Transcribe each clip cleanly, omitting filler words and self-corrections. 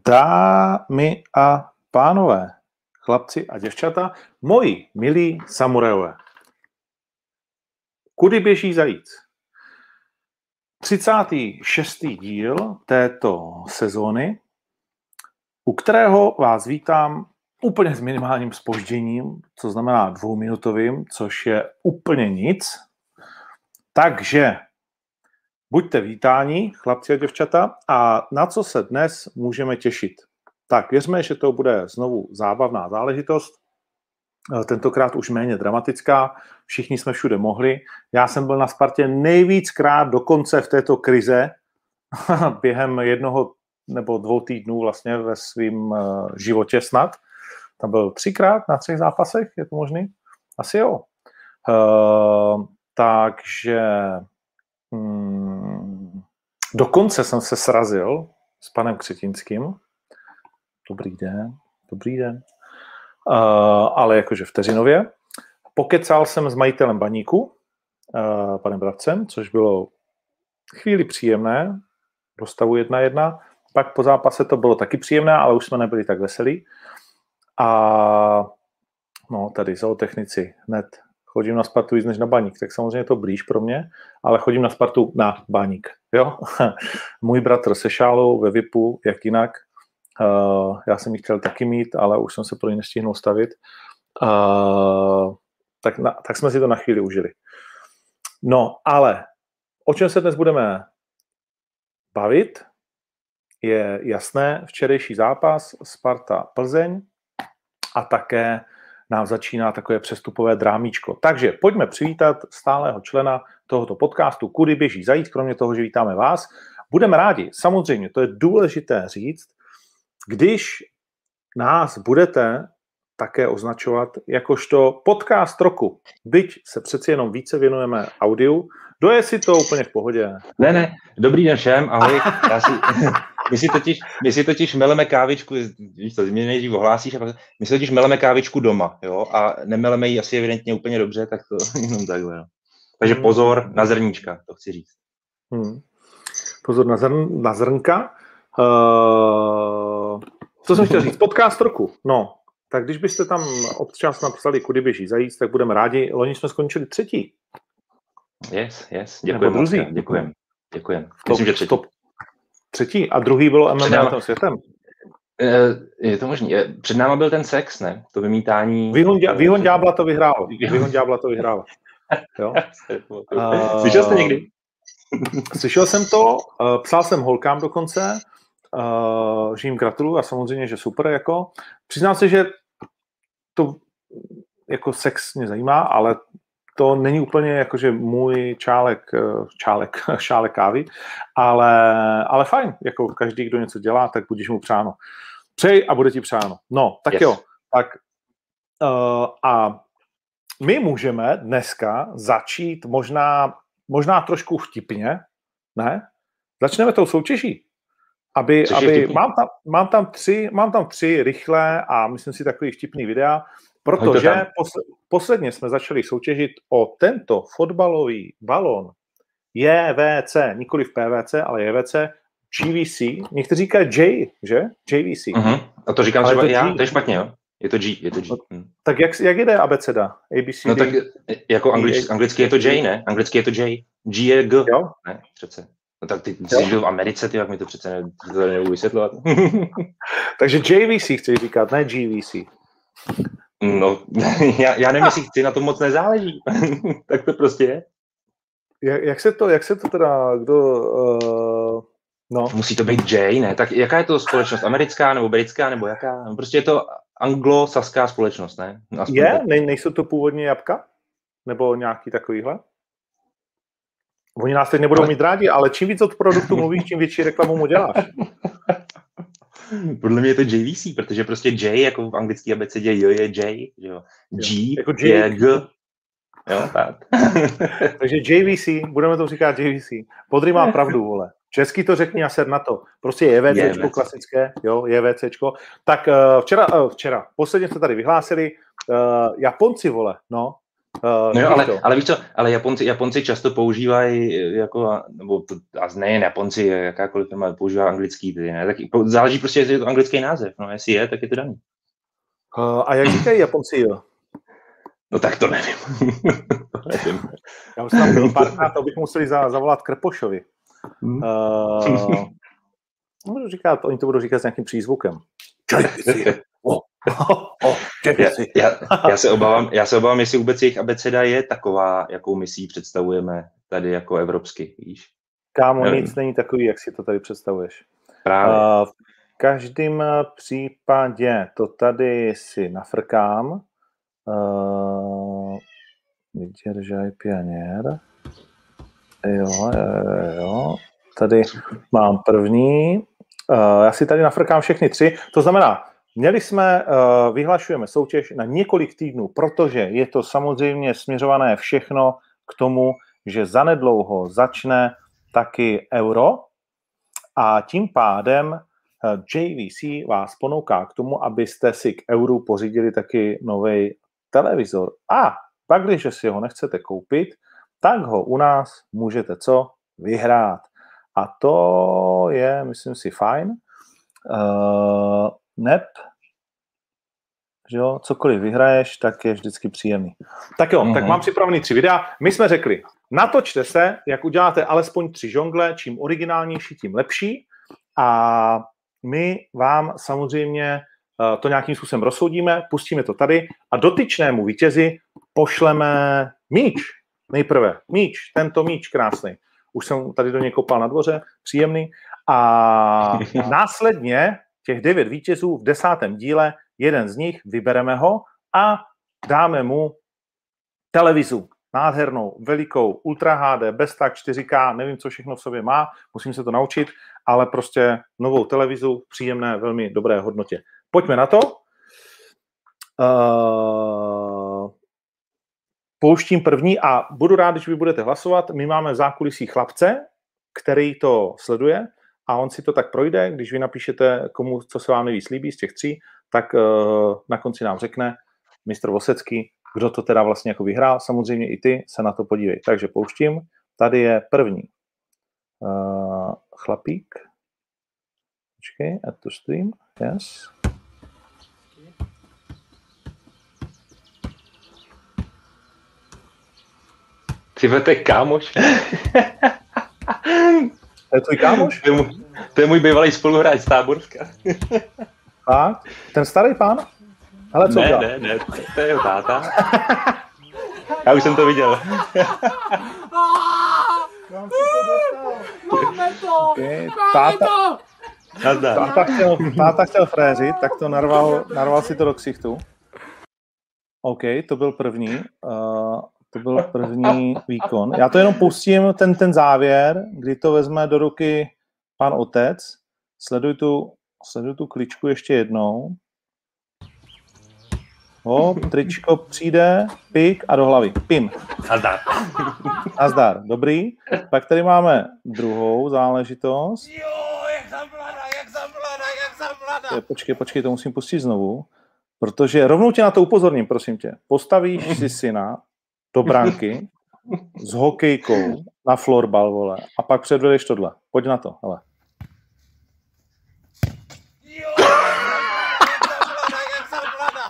Dámy a pánové, chlapci a děvčata, moji milí samurajové. Kudy běží zajíc? 36. díl této sezóny, u kterého vás vítám úplně s minimálním zpožděním, co znamená 2minutovým, což je úplně nic. Takže buďte vítáni, chlapci a děvčata, a na co se dnes můžeme těšit? Tak věřme, že to bude znovu zábavná záležitost, tentokrát už méně dramatická, všichni jsme všude mohli. Já jsem byl na Spartě nejvíckrát dokonce v této krize během 1 nebo 2 týdnů vlastně ve svém životě snad. Tam byl 3krát na 3 zápasech, je to možný? Asi jo. Takže dokonce jsem se srazil s panem Křetínským. Dobrý den. Ale jakože vteřinově. Pokecal jsem s majitelem baníku, panem Bravcem, což bylo chvíli příjemné, do stavu 1-1. Pak po zápase to bylo taky příjemné, ale už jsme nebyli tak veselí. A no, tady zootechnici hned. Chodím na Spartu víc než na baník, tak samozřejmě je to blíž pro mě, ale chodím na Spartu na baník. Jo? Můj bratr se šálou ve VIPu, jak jinak. Já jsem ji chtěl taky mít, ale už jsem se pro ní nestihnul stavit. Tak jsme si to na chvíli užili. No, ale o čem se dnes budeme bavit, je jasné, včerejší zápas Sparta-Plzeň a také nám začíná takové přestupové drámíčko. Takže pojďme přivítat stálého člena tohoto podcastu Kudy běží zajíc, kromě toho, že vítáme vás. Budeme rádi, samozřejmě, to je důležité říct, když nás budete také označovat jakožto podcast roku. Byť se přeci jenom více věnujeme audiu, doje si to úplně v pohodě. Ne, dobrý den všem, ahoj. My si totiž meleme kávičku, víš co, mě nejdřív ohlásíš, a pak my si totiž meleme kávičku doma, jo, a nemeleme ji asi evidentně úplně dobře, tak to jenom takhle, no. Takže pozor na zrníčka, to chci říct. Pozor na zrnka. Co jsem chtěl říct? Podcast roku. No, tak když byste tam občas napsali Kudy běží zajíc, tak budeme rádi. Loni jsme skončili 3. Yes. Děkujem. Myslím, že 3. A 2. bylo MMA tím světem. Je to možný. Před náma byl ten sex, ne? To vymítání. Výhon ďábla to vyhrálo. Jo? Slyšel jste někdy? Slyšel jsem to, psal jsem holkám dokonce, že jim gratuluju a samozřejmě, že super, jako. Přiznám se, že to jako sex mě zajímá, ale to není úplně jakože můj šálek kávy, ale fajn, jako každý, kdo něco dělá, tak budíš mu přáno. Přej a bude ti přáno. No, tak yes. Jo. Tak a my můžeme dneska začít možná trošku vtipně, ne? Začneme tou soutěží. Aby mám tam 3 rychlé a myslím si takový vtipný videa, protože posledně jsme začali soutěžit o tento fotbalový balón JVC, nikoli v PVC, ale JVC, GVC. Někteří říkají J, že? JVC. A to říkám třeba já, to je špatně, jo? Je to G. Tak jak jde abeceda? ABCD? No tak jako anglicky je to J, ne? Anglicky je to J. G je G. Jo? Ne, přece. No tak ty jsi žil v Americe, ty, jak mi to přece nebudu vysvětlovat. Takže JVC chceš říkat, ne GVC. No, já nevím, jestli chci, na tom moc nezáleží. Tak to prostě je. Jak se to teda, no. Musí to být J, ne? Tak jaká je to společnost? Americká nebo britská nebo jaká? No, prostě je to anglosaská společnost, ne? Nejsou to původně jabka? Nebo nějaký takovýhle? Oni nás teď nebudou mít rádi, ale čím víc od produktu mluvíš, čím větší reklamu mu děláš. Podle mě je to JVC, protože prostě J, jako v anglický abecedě J je J, jo. G jako je G. Jo, tak. Takže JVC, budeme to říkat JVC. Podry má pravdu, vole. Česky to řekni a ser na to. Prostě JVCčko klasické, jo, JVCčko. Tak včera, posledně jste tady vyhlásili, Japonci, vole, no, Ale víš co, ale Japonci často používají, jako, nebo nejen Japonci, jakákoliv firma používá anglický, ne? Tak záleží prostě, jestli je to anglický název, no, jestli je, tak je to daný. A jak říkají Japonci, jo? No tak to nevím. Já už jsem tam byl párkrát, to bych museli zavolat Krpošovi. Oni to budou říkat s nějakým přízvukem. Já se obávám, jestli vůbec jejich abeceda je taková, jakou my si ji představujeme tady jako evropsky, víš? Kámo, nic není takový, jak si to tady představuješ. Právě. V každém případě to tady si nafrkám. Vydržaj pioněr. Jo. Tady mám první. Já si tady nafrkám všechny 3. To znamená, vyhlašujeme soutěž na několik týdnů, protože je to samozřejmě směřované všechno k tomu, že zanedlouho začne taky euro a tím pádem JVC vás ponouká k tomu, abyste si k euru pořídili taky nový televizor. A pak, když si ho nechcete koupit, tak ho u nás můžete vyhrát. A to je, myslím si, fajn. Že jo, cokoliv vyhraješ, tak je vždycky příjemný. Tak jo, tak mám připravený 3 videa. My jsme řekli, natočte se, jak uděláte alespoň 3 žongle, čím originálnější, tím lepší. A my vám samozřejmě to nějakým způsobem rozsoudíme, pustíme to tady a dotyčnému vítězi pošleme míč. Nejprve míč, tento míč krásný. Už jsem tady do něj kopal na dvoře, příjemný. A následně těch 9 vítězů v 10. díle, jeden z nich, vybereme ho a dáme mu televizu. Nádhernou, velikou, Ultra HD, Bestak 4K, nevím, co všechno v sobě má, musím se to naučit, ale prostě novou televizu v příjemné, velmi dobré hodnotě. Pojďme na to. Pouštím první a budu rád, když vy budete hlasovat. My máme v zákulisí chlapce, který to sleduje a on si to tak projde, když vy napíšete, komu, co se vám nejvíc líbí z těch 3, tak na konci nám řekne mistr Vosecký, kdo to teda vlastně jako vyhrál. Samozřejmě i ty se na to podívej. Takže pouštím. Tady je první chlapík. Počkej, add to stream. Yes. Ty vete, kámoš. To je tvůj kámoš? To je můj bývalý spoluhráč z Táborska. A ten starý pán? Hele, co ne, to je jeho táta. Já už jsem to viděl. Máme to! Okay. Táta chtěl fréřit, tak to narval si to do ksichtu. OK, to byl první. To byl první výkon. Já to jenom pustím, ten závěr, kdy to vezme do ruky pan otec. Sleduj tu kličku ještě jednou. Tričko přijde, pik a do hlavy. Pim. Nazdar. Dobrý. Pak tady máme druhou záležitost. Jo, jak jsem mladá. Počkej, to musím pustit znovu. Protože rovnou tě na to upozorním, prosím tě. Postavíš si syna do branky s hokejkou na florbal, vole, a pak předvedeš tohle. Pojď na to, hele. Jo, jak jsem mladá.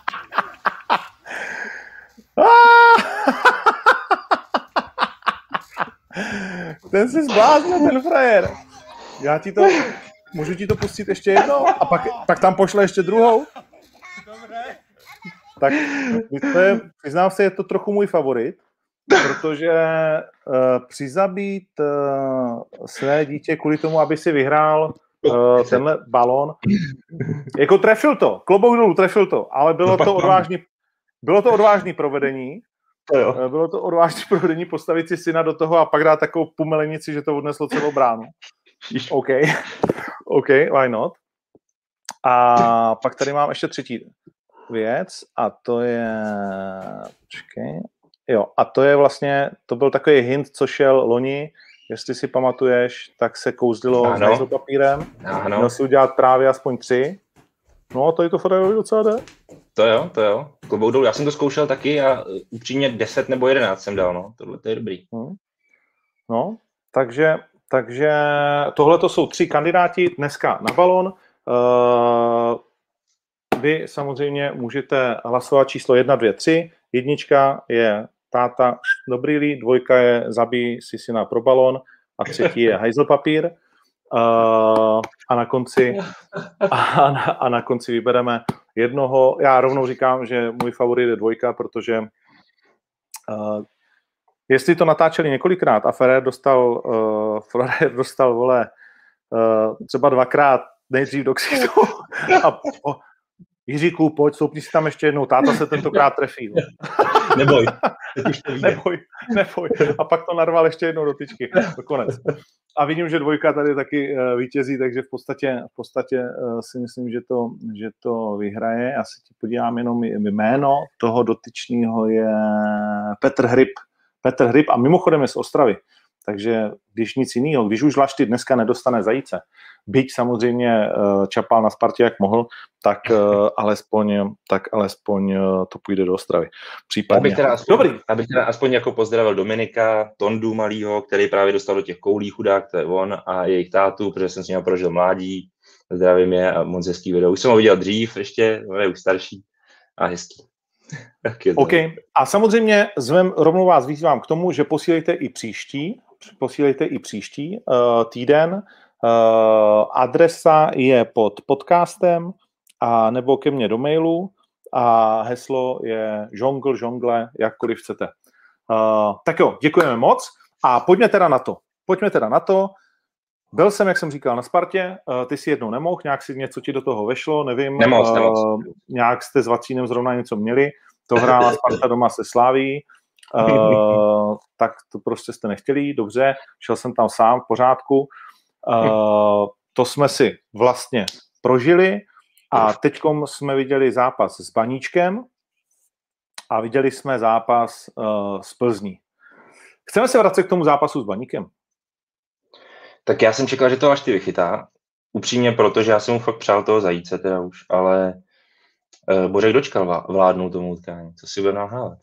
Ten si zbláznil, ten frajer. Můžu ti to pustit ještě jednou a pak tam pošle ještě druhou? Dobře. Tak přiznám se, je to trochu můj favorit, protože přizabít své dítě kvůli tomu, aby si vyhrál tenhle balón, jako trefil to, klobouk dolů, trefil to, ale bylo to odvážný provedení. Bylo to odvážné provedení postavit si syna do toho a pak dát takovou pumelenici, že to odneslo celou bránu. OK, why not? A pak tady mám ještě třetí věc a to je... Počkej. Jo, a to je vlastně, to byl takový hint, co šel loni, jestli si pamatuješ, tak se kouzlilo s papírem. Měl si udělat právě aspoň 3. No, tady to fotografii docela jde. To jo. Klobouk dolů. Já jsem to zkoušel taky a upřímně 10 nebo 11 jsem dal, no. Tohle to je dobrý. No, takže tohle to jsou 3 kandidáti dneska na balon. Vy samozřejmě můžete hlasovat číslo 1, 2, 3. Jednička je táta do brýlí, 2 je zabij si syna pro balon a 3 je hajzlpapír. A na konci vybereme jednoho. Já rovnou říkám, že můj favorit je 2, protože jestli to natáčeli několikrát a Ferrer dostal vole třeba 2krát nejdřív do ksichtu a Jiříku, pojď, stoupni si tam ještě jednou, táta se tentokrát trefí. Neboj. Neboj. A pak to narval ještě jednou do tyčky. To konec. A vidím, že 2 tady taky vítězí, takže v podstatě si myslím, že to vyhraje. Já se ti podívám jenom jméno toho dotyčného je Petr Hryb a mimochodem je z Ostravy. Takže když nic jiného, když už Lašty dneska nedostane zajíce, byť samozřejmě čapal na Spartě, jak mohl, tak alespoň to půjde do Ostravy. Případně. Abych teda aspoň jako pozdravil Dominika, Tondu malýho, který právě dostal do těch koulí, chudák, to je on, a jejich tátu, protože jsem s ním prožil mládí. Zdravím je a moc hezký video. Už jsem ho viděl dřív ještě, on je už starší a hezký. OK. A samozřejmě rovnou vás vyzývám k tomu, že posílejte i příští týden. Adresa je pod podcastem a nebo ke mně do mailu a heslo je žongle, jakkoliv chcete. Tak jo, děkujeme moc a pojďme teda na to. Byl jsem, jak jsem říkal, na Spartě, ty si jednou nemohl, nějak si něco ti do toho vešlo, nevím. Nemoc. Nějak jste s Vacínem zrovna něco měli, to hrála Sparta doma se Slaví. Tak to prostě jste nechtěli, dobře, šel jsem tam sám, v pořádku. To jsme si vlastně prožili a teďkom jsme viděli zápas s Baníčkem a viděli jsme zápas s Plzní. Chceme se vracet k tomu zápasu s Baníkem? Tak já jsem čekal, že to až ty vychytá. Upřímně, protože já jsem mu fakt přál toho zajíce teda už, ale Bořek dočkal vládnout tomu utkání. Co si bude nahrávat?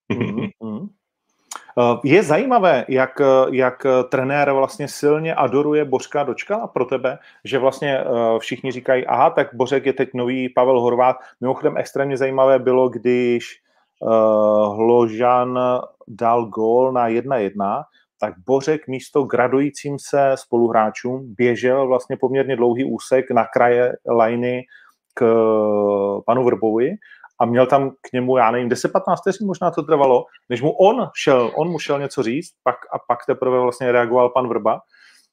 Je zajímavé, jak trenér vlastně silně adoruje Bořka Dočkala pro tebe, že vlastně všichni říkají, aha, tak Bořek je teď nový Pavel Horváth. Mimochodem extrémně zajímavé bylo, když Hložan dal gól na 1-1, tak Bořek místo gradujícím se spoluhráčům běžel vlastně poměrně dlouhý úsek na kraje lajny k panu Vrbovi a měl tam k němu, já nevím, 10-15 vteřin možná to trvalo, než mu on mu šel něco říct, pak teprve vlastně reagoval pan Vrba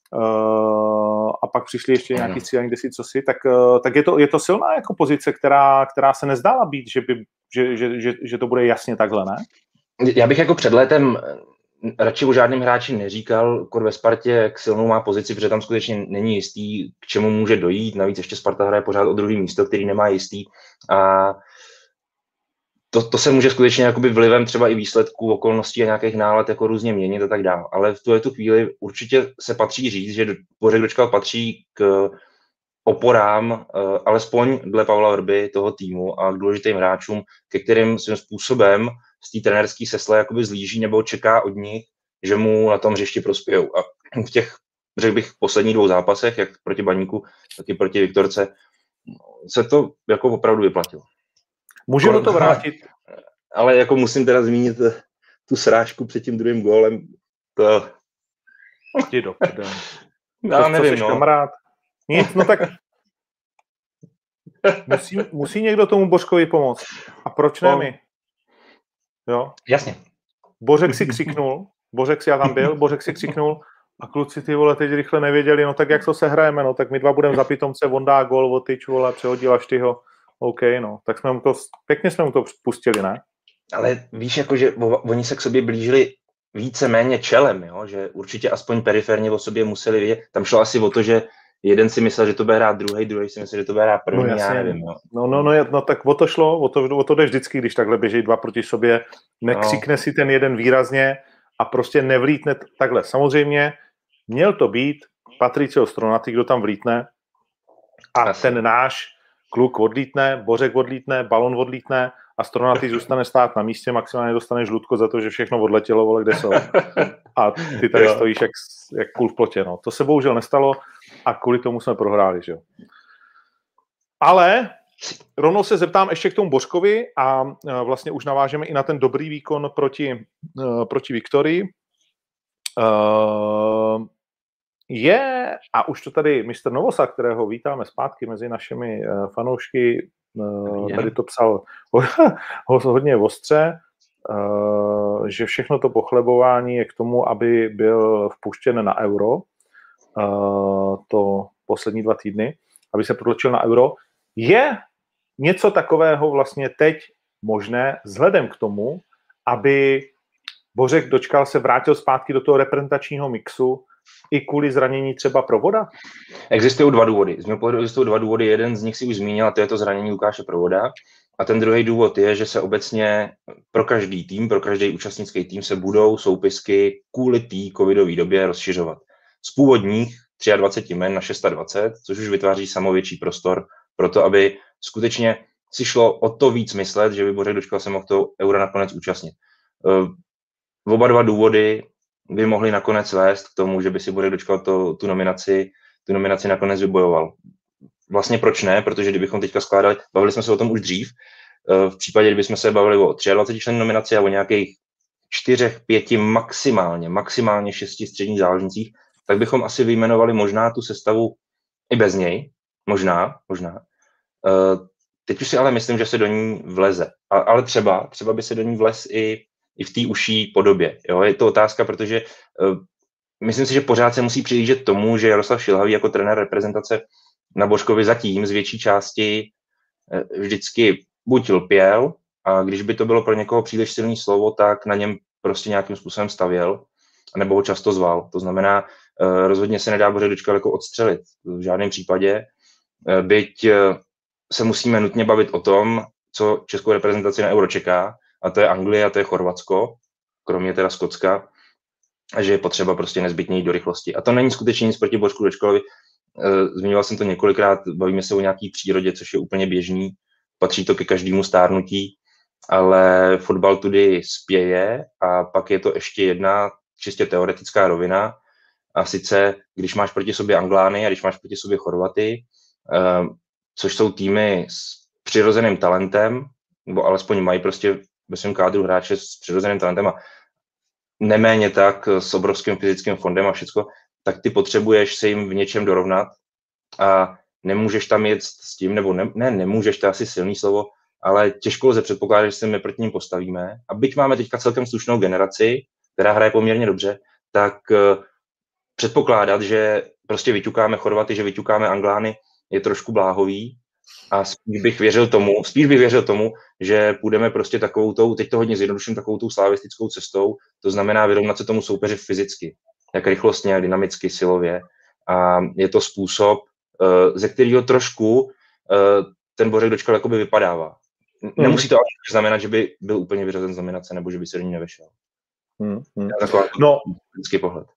a pak přišli ještě nějaký střílení cosi, tak je to silná jako pozice, která se nezdála být, že to bude jasně takhle, ne? Já bych jako před létem radši o žádném hráči neříkal, kor ve Spartě, jak silnou má pozici, protože tam skutečně není jistý, k čemu může dojít. Navíc ještě Sparta hraje pořád o druhý místo, který nemá jistý. A to se může skutečně jakoby vlivem třeba i výsledků, okolností a nějakých nálad jako různě měnit a tak dále. Ale v tu chvíli určitě se patří říct, že Bořek Dočkal patří k oporám, alespoň dle Pavla Vrby, toho týmu a k důležitým hráčům, ke kterým svým způsobem z té trenérské sesle jakoby zlíží nebo čeká od nich, že mu na tom hřišti prospějou. A v těch, řekl bych, posledních 2 zápasech, jak proti Baníku, tak i proti Viktorce, se to jako opravdu vyplatilo. Můžeme to vrátit. Ale jako musím teda zmínit tu srážku před tím druhým gólem. To... Jdi do prdele. Já nevím, no. Kamarád. Nic, no tak musí někdo tomu Bořkovi pomoct. A proč ne my? Jo? Jasně. Bořek si křiknul, já tam byl, Bořek si křiknul a kluci ty vole teď rychle nevěděli, no tak jak to se hrajeme, no tak my 2 budeme za pitomce, on dá gól, Votyč, vole, přehodil až ty ho. OK, no, tak pěkně jsme mu to pustili, ne? Ale víš, jako, že oni se k sobě blížili víceméně čelem, jo? Že určitě aspoň periferně o sobě museli vědět. Tam šlo asi o to, že jeden si myslel, že to bude hrát druhý si myslel, že to bude hrát první, no, já nevím. Jo. No, tak o to šlo, o to jde vždycky, když takhle běží 2 proti sobě, nekřikne si ten jeden výrazně a prostě nevlítne takhle. Samozřejmě měl to být Patricio Stronatý, kdo tam vlítne a ten náš kluk odlítne, Bořek odlítne, balon odlítne a Stronatý zůstane stát na místě, maximálně dostane žlutko za to, že všechno odletělo, vole, kde jsou. A ty tady stojíš jak kůl v plotě. No. To se bohužel nestalo a kvůli tomu jsme prohráli. Že jo. Ale rovnou se zeptám ještě k tomu Bořkovi a vlastně už navážeme i na ten dobrý výkon proti Viktorii. Je, a už to tady mistr Novosa, kterého vítáme zpátky mezi našimi fanoušky, tady to psal hodně ostře, že všechno to pochlebování je k tomu, aby byl vpuštěn na Euro, to poslední 2 týdny, aby se protlačil na Euro. Je něco takového vlastně teď možné vzhledem k tomu, aby Bořek dočkal se vrátil zpátky do toho reprezentačního mixu i kvůli zranění třeba Provoda? Existují 2 důvody. Z mého pohledu existují 2 důvody. Jeden z nich si už zmínil, a to je to zranění Lukáše Provoda. A ten druhý důvod je, že se obecně pro každý tým, pro každý účastnický tým se budou soupisky kvůli té covidové době rozšiřovat. Z původních 23 jmen na 620, což už vytváří samovětší prostor pro to, aby skutečně si šlo o to víc myslet, že by Bořek Dočkal se mohl to Euro nakonec účastnit. Oba 2 důvody by mohli nakonec vést k tomu, že by si Bořek Dočkal tu nominaci nakonec vybojoval. Vlastně proč ne? Protože kdybychom teďka skládali, bavili jsme se o tom už dřív, v případě, kdybychom se bavili o 23 členů nominaci a o nějakých 4, 5, maximálně 6 středních záložnících, tak bychom asi vyjmenovali možná tu sestavu i bez něj. Možná. Teď už si ale myslím, že se do ní vleze. Ale třeba by se do ní vlez i v té užší podobě. Jo? Je to otázka, protože myslím si, že pořád se musí přihlížet tomu, že Jaroslav Šilhavý jako trenér reprezentace na Bořkovi zatím z větší části vždycky buď lpěl, a když by to bylo pro někoho příliš silný slovo, tak na něm prostě nějakým způsobem stavěl, nebo ho často zval. To znamená, rozhodně se nedá Bořek Dočkal jako odstřelit. V žádném případě. Byť se musíme nutně bavit o tom, co českou reprezentaci na Euro čeká, a to je Anglie a to je Chorvatsko, kromě teda Skotska, a že je potřeba prostě nezbytně jít do rychlosti. A to není skutečně nic proti Bořku Dočkalovi. Zmiňoval jsem to několikrát, bavíme se o nějaký přírodě, což je úplně běžný, patří to ke každému stárnutí, ale fotbal tudy spěje a pak je to ještě jedna čistě teoretická rovina, a sice, když máš proti sobě Anglány a když máš proti sobě Chorvaty, což jsou týmy s přirozeným talentem, nebo alespoň mají prostě ve svém kádru hráče s přirozeným talentem a neméně tak s obrovským fyzickým fondem a všecko, tak ty potřebuješ se jim v něčem dorovnat a nemůžeš tam jet s tím, nebo nemůžeš, to je asi silný slovo, ale těžko lze předpokládat, že se my proti ním postavíme. A byť máme teďka celkem slušnou generaci, která hraje poměrně dobře, tak předpokládat, že prostě vyťukáme Chorvaty, že vyťukáme Anglány, je trošku bláhový. A spíš bych věřil tomu, že půjdeme prostě takovou tou, teď to hodně zjednoduším, takovou tou slavistickou cestou, to znamená vyrovnat se tomu soupeři fyzicky, jak rychlostně, jak dynamicky, silově. A je to způsob, ze kterého trošku ten Bořek Dočkal jakoby vypadává. Nemusí to ale znamenat, že by byl úplně vyřazen z nominace, nebo že by se do ní nevešel. Takový fyzický pohled.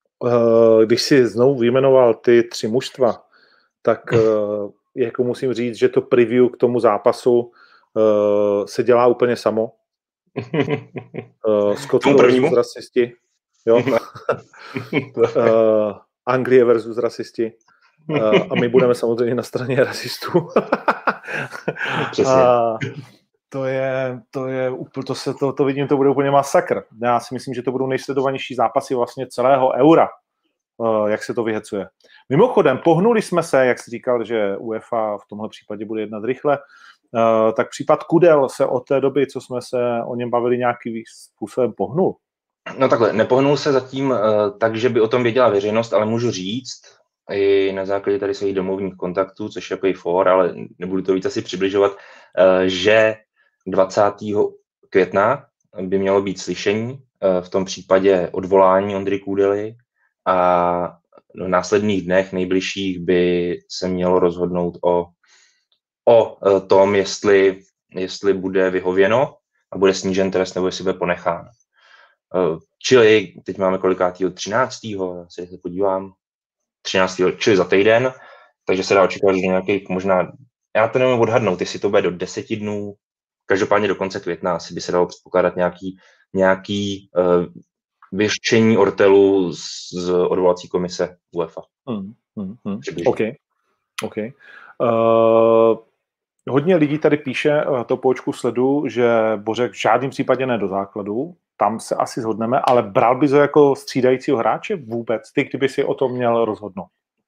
Když si znovu vyjmenoval ty 3 mužstva, tak jako musím říct, že to preview k tomu zápasu se dělá úplně samo. Skotsko versus rasisti. Jo? Anglie versus rasisti. A my budeme samozřejmě na straně rasistů. Přesně. To vidím, to bude úplně masakr. Já si myslím, že to budou nejsledovanější zápasy vlastně celého Eura, jak se to vyhecuje. Mimochodem, pohnuli jsme se, jak jsi říkal, že UEFA v tomhle případě bude jednat rychle, tak případ Kudel se od té doby, co jsme se o něm bavili, nějakým způsobem pohnul. No takhle, nepohnul se zatím tak, že by o tom věděla veřejnost, ale můžu říct, i na základě tady svých domovních kontaktů, což je Pay4, ale nebudu to víc asi přibližovat, že 20. května by mělo být slyšení, v tom případě odvolání Ondry Kudely, a v následných dnech nejbližších by se mělo rozhodnout o tom, jestli bude vyhověno a bude snížen trest, nebo jestli bude ponechán. Čili teď máme kolikátýho 13. se podívám, 13. čili za týden, takže se dá očekávat, že nějakých možná já to nemůžu odhadnout, jestli to bude do 10 dnů, každopádně do konce května asi by se dalo předpokládat nějaký vyřčení Ortelu z odvolací komise UEFA. OK. Hodně lidí tady píše, to po očku sledu, že Bořek v žádném případě ne do základu, tam se asi shodneme, ale bral bys ho jako střídajícího hráče vůbec, ty, kdyby si o tom měl rozhodnout?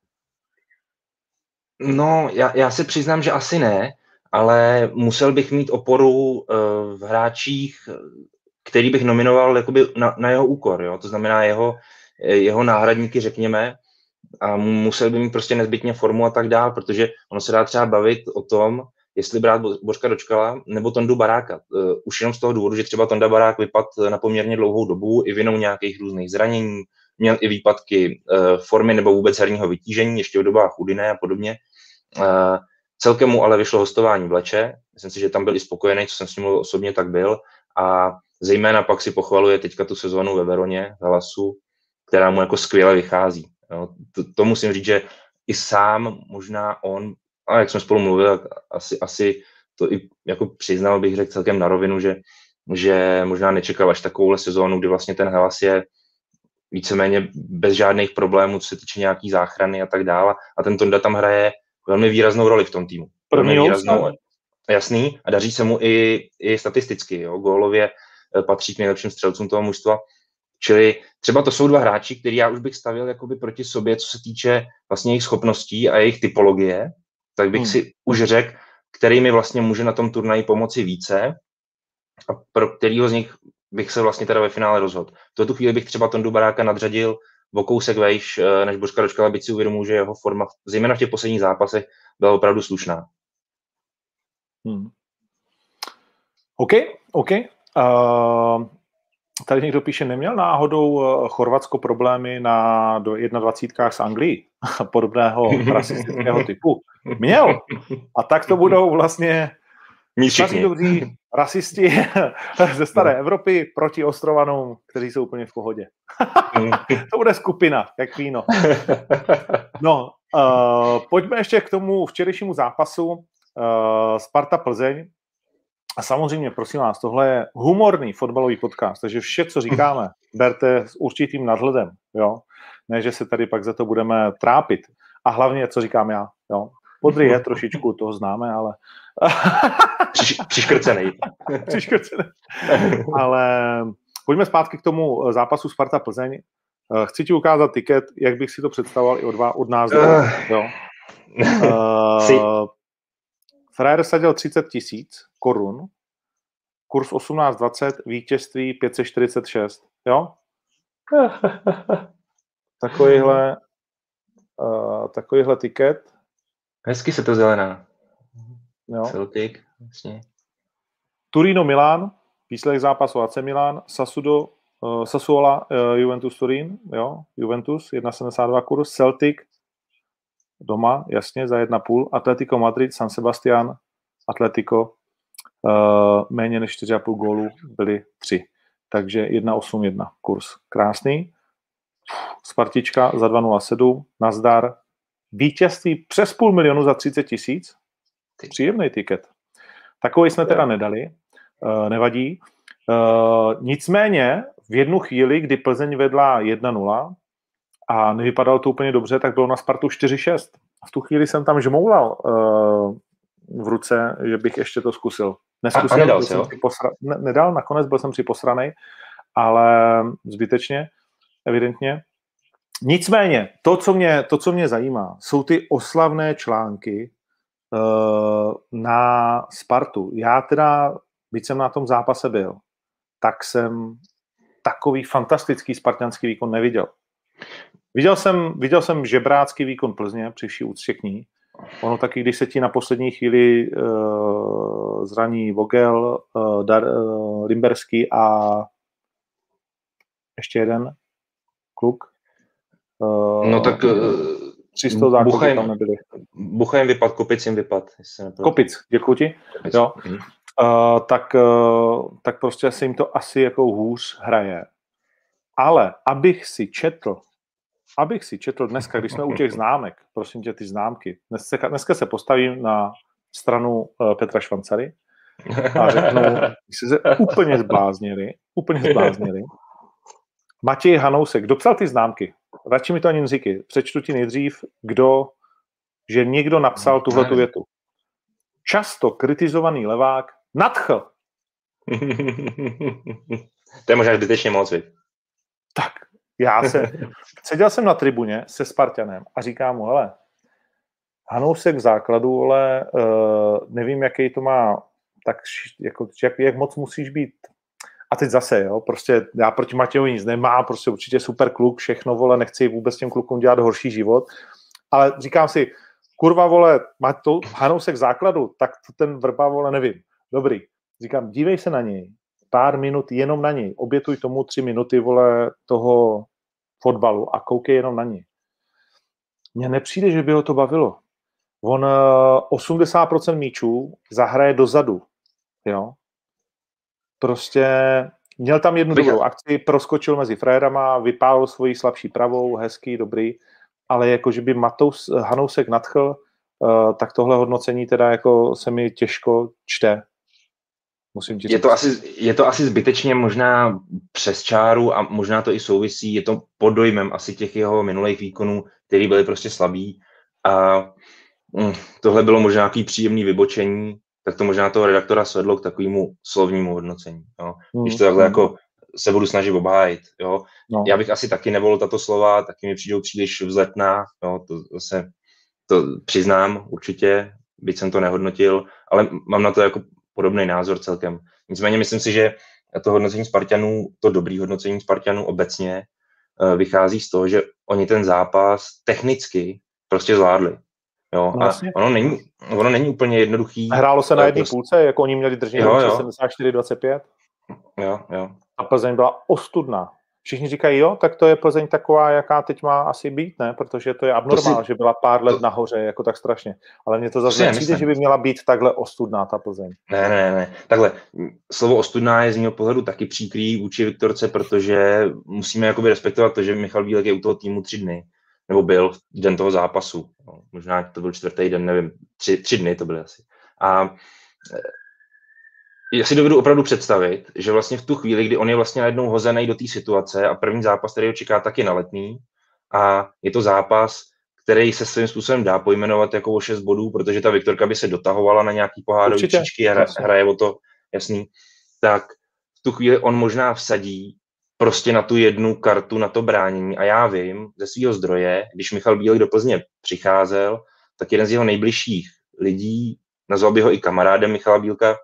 No, já si přiznám, že asi ne, ale musel bych mít oporu v hráčích, který bych nominoval jakoby na jeho úkor, jo? To znamená jeho náhradníky, řekněme, a musel by mít prostě nezbytně formu a tak dál, protože ono se dá třeba bavit o tom, jestli brát Bořka Dočkala nebo Tondu Baráka. Už jenom z toho důvodu, že třeba Tonda Barák vypadl na poměrně dlouhou dobu i vinou nějakých různých zranění, měl i výpadky formy nebo vůbec herního vytížení, ještě v dobách Udine a podobně. Celkem mu ale vyšlo hostování v Leče, myslím si, že tam byl i spokojený, co jsem s ním mluvil osobně, tak byl, a zejména pak si pochvaluje teďka tu sezónu ve Veroně, v Halasu, která mu jako skvěle vychází. Jo, to musím říct, že i sám, možná on, a jak jsme spolu mluvili, asi to i jako přiznal, bych řekl celkem na rovinu, že možná nečekal až takovouhle sezónu, kdy vlastně ten Hellas je víceméně bez žádných problémů, co se týče nějaký záchrany a tak dále. A ten Tonda tam hraje velmi výraznou roli v tom týmu. Velmi výraznou, jasný, a daří se mu i statisticky. Jo. Gólově patří k nejlepším střelcům toho mužstva. Čili třeba to jsou dva hráči, který já už bych stavil jakoby proti sobě, co se týče vlastně jejich schopností a jejich typologie, tak bych si už řekl, který mi vlastně může na tom turnaji pomoci více a pro kterýho z nich bych se vlastně teda ve finále rozhodl. V tu chvíli bych třeba Tondu Baráka nadřadil o kousek vejš než Bořka Dočkala, byť si uvědomuji, že jeho forma, zejména v těch posledních zápasech, byla opravdu slušná. OK. Tady někdo píše, neměl náhodou Chorvatsko problémy do 21 s Anglií podobného rasistického typu? Měl. A tak to budou vlastně dobří rasisti ze staré Evropy proti Ostrovanům, kteří jsou úplně v pohodě. To bude skupina, jak víno. No, pojďme ještě k tomu včerejšímu zápasu Sparta Plzeň. A samozřejmě, prosím vás, tohle je humorný fotbalový podcast, takže vše, co říkáme, berte s určitým nadhledem, jo? Ne, že se tady pak za to budeme trápit. A hlavně, co říkám já, jo? Podry je trošičku, toho známe, ale... Přiškrcenej. Ale pojďme zpátky k tomu zápasu Sparta Plzeň. Chci ti ukázat tiket, jak bych si to představoval i od nás. Jo? Frajer sadil 30 000 korun, kurz 18,20, vítězství 546, jo? Takovýhle tiket. Hezky se to zelená. Jo. Celtic, vlastně. Torino Milan, výsledek zápasu AC Milan, Sassuola, Juventus Turín, jo? Juventus 1,72 kurz, Celtic doma, jasně, za 1,5. Atletico Madrid, San Sebastian, Atletico, méně než 4,5 gólů, byly 3. Takže 1,81 kurz. Krásný. Spartička za 2,07, nazdar. Vítězství přes 500 000 za 30 000. Příjemný tiket. Takový jsme teda nedali. Nevadí. Nicméně v jednu chvíli, kdy Plzeň vedla 1-0, a nevypadalo to úplně dobře, tak bylo na Spartu 4-6. A v tu chvíli jsem tam žmoulal v ruce, že bych ještě to zkusil. Neskusil, nedal jsem nedal, nakonec byl jsem si posranej, ale zbytečně, evidentně. Nicméně, to, co mě zajímá, jsou ty oslavné články na Spartu. Já teda, byť jsem na tom zápase byl, tak jsem takový fantastický spartanský výkon neviděl. Viděl jsem žebrácký výkon Plzně, při vší úctě k ní. Ono taky, když se ti na poslední chvíli zraní Vogel, Limberský a ještě jeden kluk. No tak 300 základů tam nebyli. Buchajem vypad, Kopic jim vypad. Kopic, děkuji ti. Jo. Tak prostě se jim to asi jako hůř hraje. Ale abych si četl dneska, když jsme u těch známek, prosím tě, ty známky, dneska se postavím na stranu Petra Švancary a řeknu, jste se úplně zbláznili. Matěj Hanousek, dopsal ty známky. Radši mi to ani neříkej. Přečtu ti nejdřív, že někdo napsal tuhletu větu. Často kritizovaný levák nadchl. To je možná zbytečně moc, viď? Tak, seděl jsem na tribuně se Spartanem a říkám mu, hele, Hanousek v základu, ale nevím, jaký to má, tak jako, jak moc musíš být. A teď zase, jo, prostě já proti Matějovi nic nemám, prostě určitě super kluk, všechno, vole, nechci vůbec těm klukům dělat horší život, ale říkám si, kurva, vole, má to Hanousek v základu, tak to ten Vrba, vole, nevím. Dobrý. Říkám, dívej se na něj, pár minut jenom na něj, obětuj tomu 3 minuty, vole, toho fotbalu a koukej jenom na něj. Mně nepřijde, že by ho to bavilo. On 80% míčů zahraje dozadu, jo. Prostě měl tam jednu dobrou akci, proskočil mezi frérama, vypálil svoji slabší pravou, hezký, dobrý, ale jako, že by Hanousek nadchl, tak tohle hodnocení teda jako se mi těžko čte. Musím ti říct. Je to asi zbytečně možná přes čáru a možná to i souvisí, je to pod dojmem asi těch jeho minulých výkonů, který byly prostě slabý a tohle bylo možná nějaký příjemný vybočení, tak to možná toho redaktora svedlo k takovému slovnímu hodnocení. Jo. Když to takhle jako se budu snažit obhájit. Jo. No. Já bych asi taky nevolil tato slova, taky mi přijdou příliš vzletná, jo, to přiznám určitě, byť jsem to nehodnotil, ale mám na to jako podobný názor celkem. Nicméně myslím si, že to hodnocení Spartanů, to dobrý hodnocení Spartanů obecně vychází z toho, že oni ten zápas technicky prostě zvládli. Jo, a ono není úplně jednoduchý. Hrálo se na jedné půlce, jako oni měli držení 74-25. Jo. A Plzeň byla ostudná. Všichni říkají, jo, tak to je Plzeň taková, jaká teď má asi být, ne? Protože to je abnormál, že byla pár let nahoře, jako tak strašně. Ale mně to zase nepřijde, že by měla být takhle ostudná ta Plzeň. Ne. Takhle, slovo ostudná je z mého pohledu taky příkrý vůči Viktorce, protože musíme jakoby respektovat to, že Michal Bílek je u toho týmu 3 dny. Nebo byl den toho zápasu. No, možná to byl 4. den, nevím, 3 dny to byly asi. A já si dovedu opravdu představit, že vlastně v tu chvíli, kdy on je vlastně najednou hozený do té situace a první zápas, který ho čeká, taky na Letný a je to zápas, který se svým způsobem dá pojmenovat jako o 6 bodů, protože ta Viktorka by se dotahovala na nějaký pohádový příčky a hraje o to, jasný, tak v tu chvíli on možná vsadí prostě na tu jednu kartu, na to bránění. A já vím ze svého zdroje, když Michal Bílek do Plzně přicházel, tak jeden z jeho nejbližších lidí, nazval by ho i kamarádem Michala Bílka,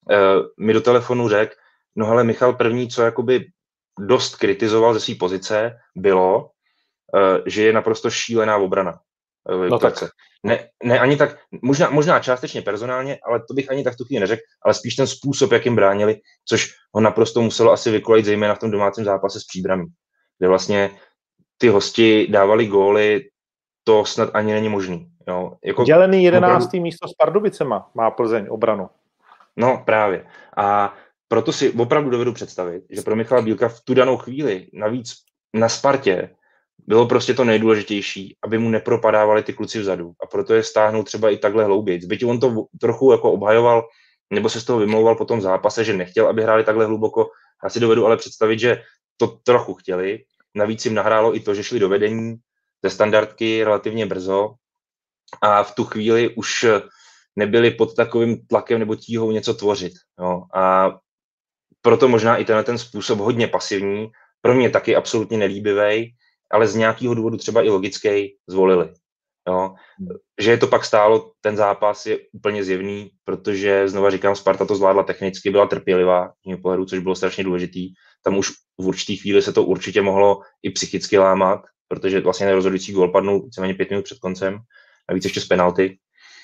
mi do telefonu řekl, no hele, Michal první, co jakoby dost kritizoval ze své pozice, bylo, že je naprosto šílená obrana. No tak. Ne, ani tak, možná částečně personálně, ale to bych ani tak tu chvíli neřekl, ale spíš ten způsob, jakým bránili, což ho naprosto muselo asi vykolejit, zejména v tom domácím zápase s Příbramí, kde vlastně ty hosti dávali góly, to snad ani není možný. Jo. Jako, dělený 11. místo s Pardubicema má Plzeň obranu. No právě. A proto si opravdu dovedu představit, že pro Michala Bílka v tu danou chvíli, navíc na Spartě, bylo prostě to nejdůležitější, aby mu nepropadávali ty kluci vzadu. A proto je stáhnul třeba i takhle hlouběji. Byť on to trochu jako obhajoval, nebo se z toho vymlouval po tom zápase, že nechtěl, aby hráli takhle hluboko. Já si dovedu ale představit, že to trochu chtěli. Navíc jim nahrálo i to, že šli do vedení ze standardky relativně brzo. A v tu chvíli už nebyli pod takovým tlakem nebo tíhou něco tvořit. Jo. A proto možná i ten způsob hodně pasivní, pro mě taky absolutně nelíbivý, ale z nějakého důvodu třeba i logický zvolili. Jo. Že je to pak stálo, ten zápas je úplně zjevný, protože, znova říkám, Sparta to zvládla technicky, byla trpělivá z mého pohledu, což bylo strašně důležitý. Tam už v určitý chvíli se to určitě mohlo i psychicky lámat, protože vlastně rozhodující gól padnul víceméně 5 minut před koncem, navíc ještě z penalty.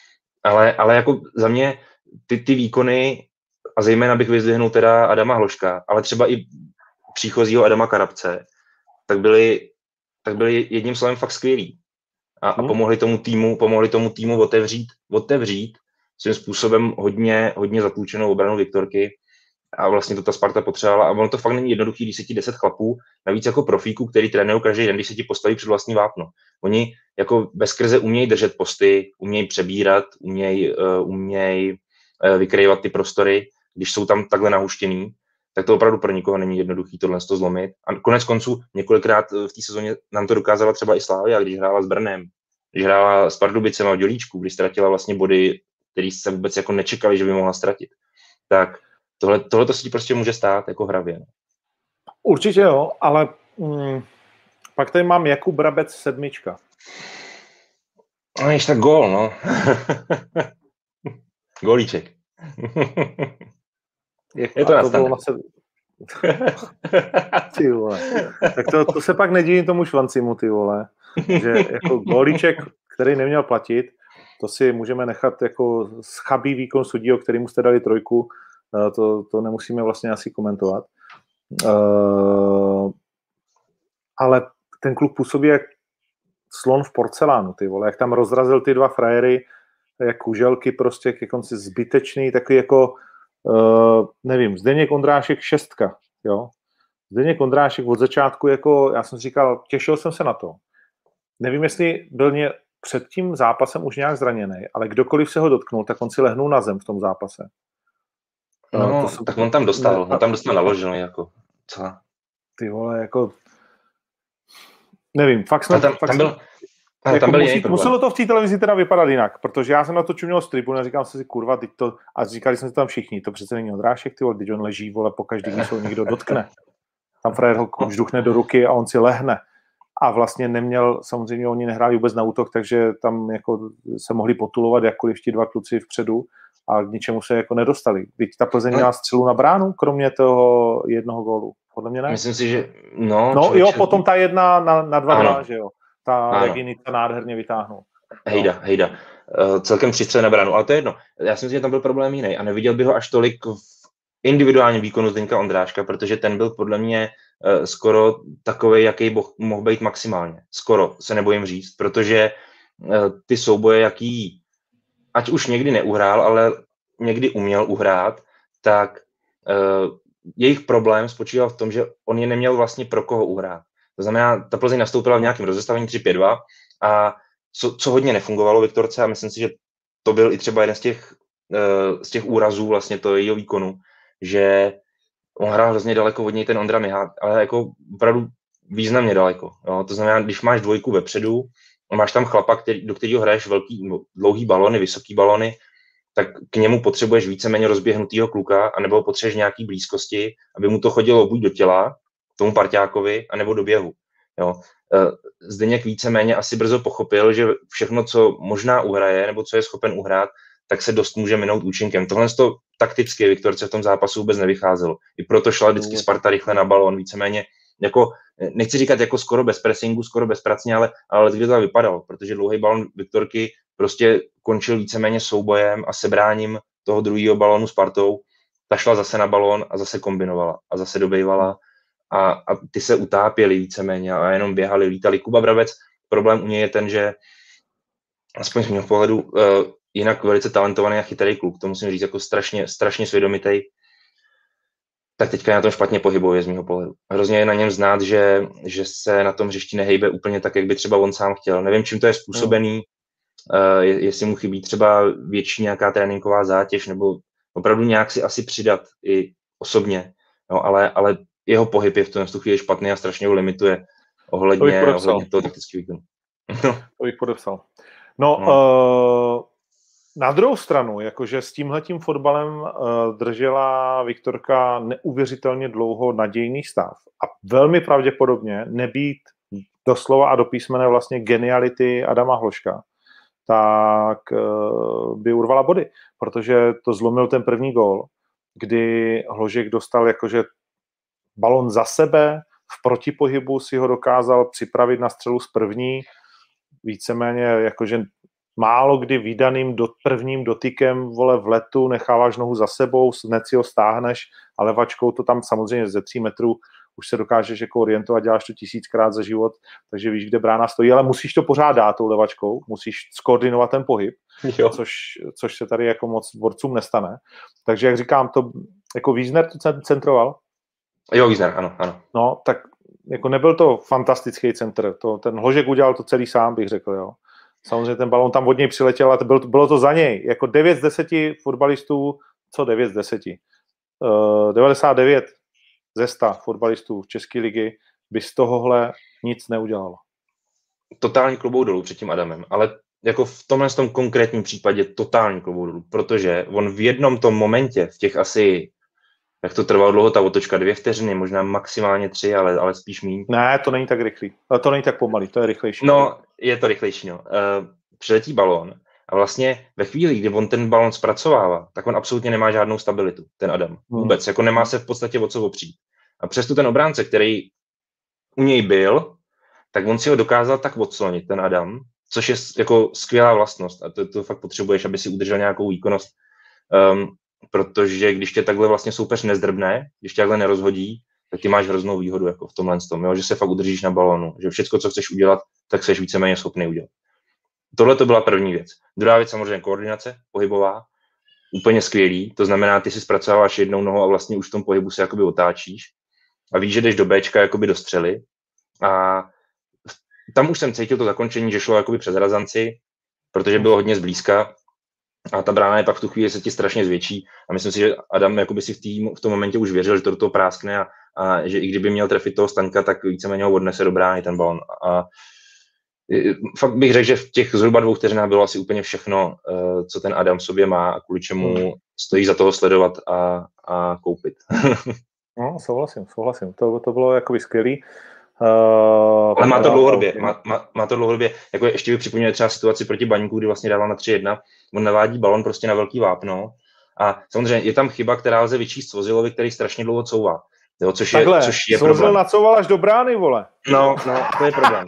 Ale jako za mě ty výkony, a zejména bych vyzdvihnul teda Adama Hloška, ale třeba i příchozího Adama Karabce, tak byli jedním slovem fakt skvělí. A pomohli tomu týmu otevřít svým způsobem hodně zatlučenou obranu Viktorky. a vlastně to ta Sparta potřebovala a ono to fakt není jednoduchý, když se ti 10 chlapů, navíc jako profíků, který trénují každý den, když se ti postaví před vlastní vápno. Oni jako bezkrze umějí držet posty, umějí přebírat, umějí vykrývat ty prostory, když jsou tam takhle nahuštěný, tak to opravdu pro nikoho není jednoduchý tohle to zlomit. A konec konců několikrát v té sezóně nám to dokázala třeba i Slavia, když hrála s Brnem, když hrála s Pardubicem a Dělíčku, když ztratila vlastně body, který se vůbec jako nečekali, že by mohla ztratit. Tak tohle to si prostě může stát jako hravě. Určitě jo, ale pak tady mám Jakub Brabec 7. No ještě tak gól, no. Golíček. Je to nastane. Ty vole. Tak to se pak nedivím tomu Švancimu, ty vole. Že jako golíček, který neměl platit, to si můžeme nechat jako schabý výkon sudího, kterýmu jste dali 3. To nemusíme vlastně asi komentovat. Ale ten kluk působí jak slon v porcelánu, ty vole. Jak tam rozrazil ty 2 frajery, jak kuželky prostě ke konci zbytečný, takový jako nevím, Zdeněk Ondrášek 6, jo. Zdeněk Ondrášek od začátku, jako já jsem si říkal, těšil jsem se na to. Nevím, jestli byl před tím zápasem už nějak zraněný, ale kdokoliv se ho dotknul, tak on si lehnul na zem v tom zápase. No, tak on tam dostal naložený, jako co? Ty vole, jako nevím, fakt jsme... Tam byl muselo to v té televizi teda vypadat jinak, protože já jsem na to čuměl z tribuny a říkal jsem si, kurva, teď to, a říkali jsme si tam všichni, to přece není Ondrášek, ty vole, teď on leží, vole, po každý, když ho někdo dotkne. Tam frajer ho žduchne do ruky a on si lehne. A vlastně neměl, samozřejmě oni nehráli vůbec na útok, takže tam jako se mohli potulovat jakkoliv ti 2 kluci vpředu a k ničemu se jako nedostali. Teď ta Plzeň měla střelu na bránu, kromě toho 1 gólu. Podle mě ne. Myslím si, že jo, potom ta 1 na 2, že jo. Ta Reginica nádherně vytáhnul. Hejda. Celkem 3 střely na bránu, ale to je jedno. Já si myslím, že tam byl problém jiný a neviděl bych ho až tolik v individuálním výkonu Zdeňka Ondráška, protože ten byl podle mě skoro takovej, jaký mohl být maximálně. Skoro, se nebojím říct, protože ty souboje, jaký ať už někdy neuhrál, ale někdy uměl uhrát, tak jejich problém spočíval v tom, že on je neměl vlastně pro koho uhrát. To znamená, ta Plzeň nastoupila v nějakém rozestavení 3-5-2 a co hodně nefungovalo Viktorce a myslím si, že to byl i třeba jeden z těch úrazů vlastně toho jejího výkonu, že on hrál hrozně daleko od něj ten Ondra Mihák, ale jako opravdu významně daleko. Jo? To znamená, když máš 2 vepředu, máš tam chlapa, do kterého hraješ dlouhý balony, vysoký balony, tak k němu potřebuješ víceméně rozběhnutýho kluka, anebo potřebuješ nějaký blízkosti, aby mu to chodilo buď do těla, tomu parťákovi, anebo do běhu. Jo. Zdeněk víceméně asi brzo pochopil, že všechno, co možná uhraje, nebo co je schopen uhrát, tak se dost může minout účinkem. Tohle to takticky Viktorce v tom zápasu vůbec nevycházelo. I proto šla vždycky Sparta rychle na balón, víceméně jako, nechci říkat jako skoro bez pressingu, skoro bezpracně, ale kde to vypadalo, protože dlouhý balón Viktorky prostě končil víceméně soubojem a sebráním toho druhého balónu Spartou. Ta šla zase na balón a zase kombinovala a zase dobejvala a ty se utápěli víceméně a jenom běhali, lítali. Kuba Brabec, problém u něj je ten, že aspoň z mého pohledu jinak velice talentovaný a chytrý kluk, to musím říct, jako strašně svědomitý, tak teďka je na tom špatně pohybuje z mého pohledu. Hrozně je na něm znát, že se na tom hřišti nehejbe úplně tak, jak by třeba on sám chtěl. Nevím, čím to je způsobený, jestli mu chybí třeba větší nějaká tréninková zátěž, nebo opravdu nějak si asi přidat i osobně, no, ale jeho pohyb je v tom chvíli špatný a strašně ho limituje ohledně toho taktického výkonu. To bych podepsal. Na druhou stranu, jakože s tímhletím fotbalem držela Viktorka neuvěřitelně dlouho nadějný stav a velmi pravděpodobně nebýt doslova a do písmene vlastně geniality Adama Hložka, tak by urvala body, protože to zlomil ten první gól, kdy Hložek dostal jakože balon za sebe, v protipohybu si ho dokázal připravit na střelu z první, víceméně jakože málo kdy výdaným prvním dotykem, vole, v letu, necháváš nohu za sebou, hned si ho stáhneš a levačkou to tam samozřejmě ze 3 metrů už se dokážeš jako orientovat, děláš to 1000krát za život, takže víš, kde brána stojí, ale musíš to pořád dát tou levačkou, musíš skoordinovat ten pohyb, což se tady jako moc borcům nestane. Takže jak říkám, Jako Wiesner to centroval? Jo, Wiesner, ano. No, tak jako nebyl to fantastický centr. Ten Hložek udělal to celý sám, bych řekl, jo. Samozřejmě ten balón tam od něj přiletěl a bylo to za něj. Jako 9 z 10 fotbalistů, co 9 z 10? 99 ze 100 fotbalistů v České ligy by z tohohle nic neudělalo. Totální klobouk dolů před tím Adamem, ale jako v tomhle tom konkrétním případě totální klobouk dolů, protože on v jednom tom momentě, v těch asi, jak to trvalo dlouho, ta otočka, 2 vteřiny, možná maximálně 3, ale spíš míň. Ne, to není tak rychlý. To není tak pomalý, to je rychlejší. No, je to rychlejší, no. Přiletí balón a vlastně ve chvíli, kdy on ten balón zpracovává, tak on absolutně nemá žádnou stabilitu, ten Adam. Vůbec, jako nemá se v podstatě o co opřít. A přesto ten obránce, který u něj byl, tak on si ho dokázal tak odslonit, ten Adam, což je jako skvělá vlastnost a to fakt potřebuješ, aby si udržel nějakou výkonnost, protože když tě takhle vlastně soupeř nezdrbne, když tě takhle nerozhodí, tak ty máš hroznou výhodu jako v tomhle tom, jo? Že se fakt udržíš na balónu, že všechno, co chceš udělat, tak seš víceméně schopný udělat. Tohle to byla první věc. Druhá věc samozřejmě koordinace pohybová, úplně skvělý, to znamená, ty si zpracováváš jednou nohou a vlastně už v tom pohybu se jakoby otáčíš a víš, že jdeš do Bčka jakoby do střely a tam už jsem cítil to zakončení, že šlo jakoby přes razanci, protože bylo hodně zblízka a ta brána je pak v tu chvíli se ti strašně zvětší a myslím si, že Adam jakoby si v tom momentě už věřil, že to do toho práskne a že i kdyby měl trefit toho Staňka, tak víceméně ho odnese do brány ten balon. A fakt bych řekl, že v těch zhruba 2 vteřinách bylo asi úplně všechno, co ten Adam v sobě má a kvůli čemu stojí za toho sledovat a koupit. No, souhlasím. To bylo jakoby skvělý. Ale má to dlouhodobě, má to dlouhodobě, jako ještě bych připomněl třeba situaci proti Baníku, kdy vlastně dával na 3-1, on navádí balon prostě na velký vápno a samozřejmě je tam chyba, která lze vyčíst Svozilovi, který strašně dlouho couvá, jo, což je Svozil problém. nacouval až do brány, vole. No, to je problém.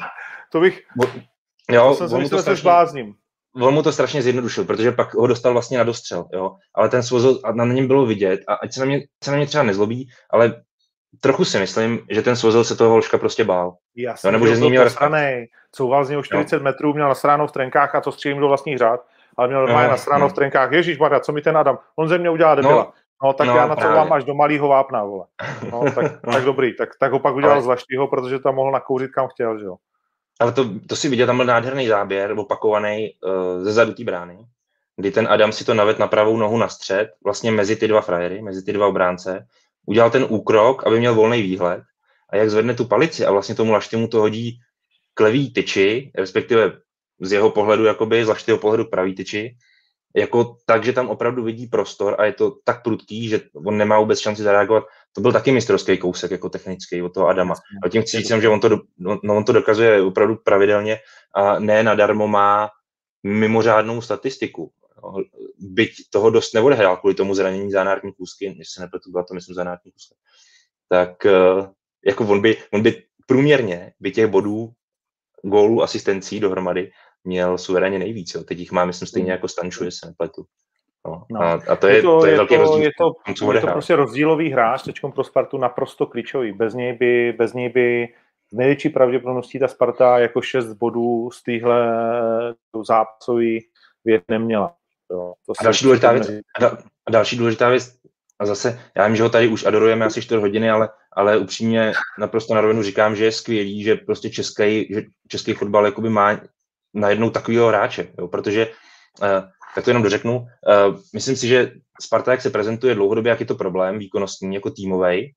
To jsem si myslel, že blázním. On mu to strašně zjednodušil, protože pak ho dostal vlastně na dostřel, jo, ale ten Svozil, a na něm bylo vidět, a ať se na mě třeba nezlobí, ale trochu si myslím, že ten Svozil se toho Hložka prostě bál. Jasně, nebo že z ní měl couval z něho 40 metrů, měl nasráno v trenkách a to střílím do vlastních řád, ale měl normálně nasráno v trenkách. Ježišmarja, co mi ten Adam? On ze mě udělá debila. No, tak já nacouvám až do malýho vápna, vole. No, tak dobrý, tak ho pak udělal z Laštýho, protože tam mohl nakouřit kam chtěl, že jo. Ale to si viděl, tam byl nádherný záběr, opakovaný ze zadu té brány, kdy ten Adam si to navedl na pravou nohu na střed, vlastně mezi ty dva frajery, mezi ty dva obránce, udělal ten úkrok, aby měl volný výhled a jak zvedne tu palici a vlastně tomu Laštymu to hodí k levý tyči, respektive z jeho pohledu, jakoby z Laštyho pohledu k pravý tyči, jako tak, že tam opravdu vidí prostor a je to tak prudký, že on nemá vůbec šanci zareagovat. To byl taky mistrovský kousek jako technický od toho Adama. A tím chci říct, že on to dokazuje opravdu pravidelně a ne nadarmo má mimořádnou statistiku. Byť toho dost neodehrál kvůli tomu zranění zánární kůzky, jestli se nepletu, byla to myslím zánární kůzka. Tak jako on by průměrně by těch bodů, gólů, asistencí dohromady měl suverénně nejvíc. Jo. Teď jich má, myslím, stejně jako Stanču, jestli se nepletu. No. A to je velký rozdíl. Je to prostě rozdílový hráč, teďkom pro Spartu naprosto klíčový. Bez něj by z největší pravděpodobností ta Sparta jako 6 bodů z téhle zápasový věc neměla. Jo, a další důležitá věc, a zase, já vím, že ho tady už adorujeme asi 4 hodiny, ale upřímně naprosto na rovinu říkám, že je skvělý, že prostě český fotbal jakoby má najednou takovýho hráče, jo, protože, tak to jenom dořeknu, myslím si, že Sparta, jak se prezentuje dlouhodobě, jak je to problém výkonnostní, jako týmovej,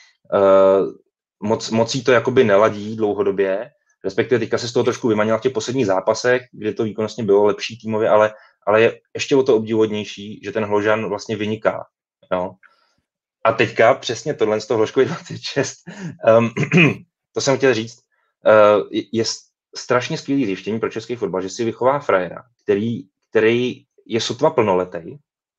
moc jí to jakoby neladí dlouhodobě, respektive teďka se z toho trošku vymanila v těch posledních zápasech, kde to výkonnostně bylo lepší týmově, ale je ještě o to obdivuhodnější, že ten Hložan vlastně vyniká. Jo. A teďka přesně tohle z toho Hložkovi 26, to jsem chtěl říct, je strašně skvělý zjištění pro český fotbal, že si vychová frajera, který je sotva plnoletej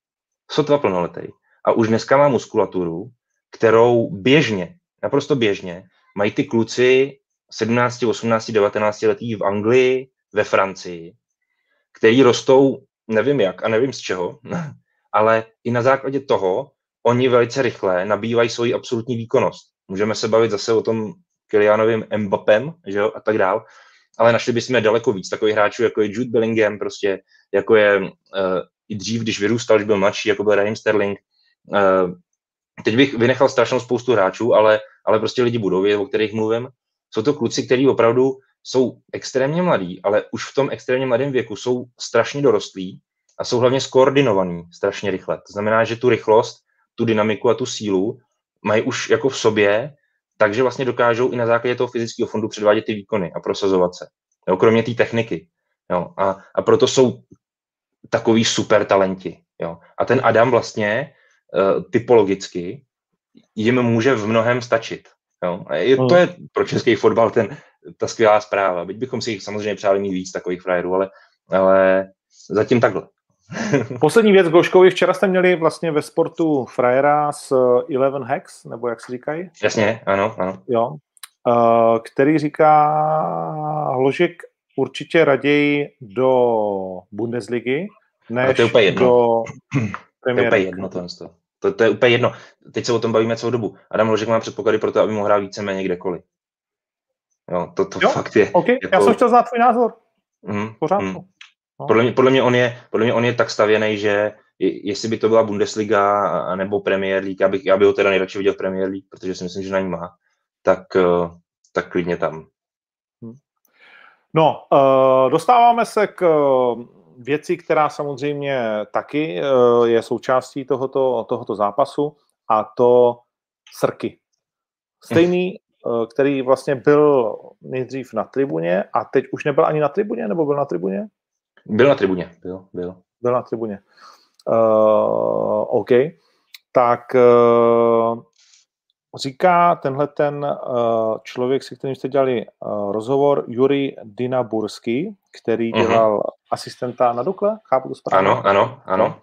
a už dneska má muskulaturu, kterou naprosto běžně mají ty kluci 17, 18, 19 letý v Anglii, ve Francii, který rostou, nevím jak a nevím z čeho, ale i na základě toho oni velice rychle nabývají svoji absolutní výkonnost. Můžeme se bavit zase o tom Kylianovým Mbappem, že jo, a tak dál, ale našli bychom daleko víc takových hráčů, jako je Jude Bellingham, prostě, jako je i dřív, když vyrůstal, když byl mladší, jako byl Raheem Sterling, teď bych vynechal strašnou spoustu hráčů, ale prostě lidi budou vědět, o kterých mluvím. Jsou to kluci, kteří opravdu jsou extrémně mladí, ale už v tom extrémně mladém věku jsou strašně dorostlí a jsou hlavně skoordinovaní strašně rychle. To znamená, že tu rychlost, tu dynamiku a tu sílu mají už jako v sobě, takže vlastně dokážou i na základě toho fyzického fondu předvádět ty výkony a prosazovat se. Jo, kromě té techniky. Jo, a proto jsou takový super talenti. Jo. A ten Adam vlastně typologicky jim může v mnohem stačit. Jo. A to je pro český fotbal ta skvělá zpráva. Byť bychom si jich samozřejmě přáli mít víc takových frajerů, ale zatím takhle. Poslední věc Goškovi. Včera jste měli vlastně ve sportu frajera z 11 Hacks, nebo jak se říkají? Jasně, ano. Jo. Který říká, Hložek určitě raději do Bundesligy, než do Premier To je úplně jedno. To je úplně jedno. Teď se o tom bavíme celou dobu. Adam Hložek má předpoklady pro to, aby mohl hrát víceméně kdekoliv. Jo, to fakt je. Okay. Jako... Já jsem chtěl znát tvůj názor. Pořádku. No. Podle mě on je tak stavěný, že jestli by to byla Bundesliga nebo Premier League, já bych ho teda nejradši viděl v Premier League, protože si myslím, že na ní má, tak klidně tam. No, dostáváme se k věci, která samozřejmě taky je součástí tohoto zápasu, a to Srky. Stejný, který vlastně byl nejdřív na tribuně a teď už nebyl ani na tribuně, nebo byl na tribuně? Byl na tribuně, byl. Byl na tribuně. OK. Tak říká tenhle ten člověk, se kterým jste dělali rozhovor, Jurij Dynaburský, který dělal asistenta na Dukle, chápu to správně? Ano.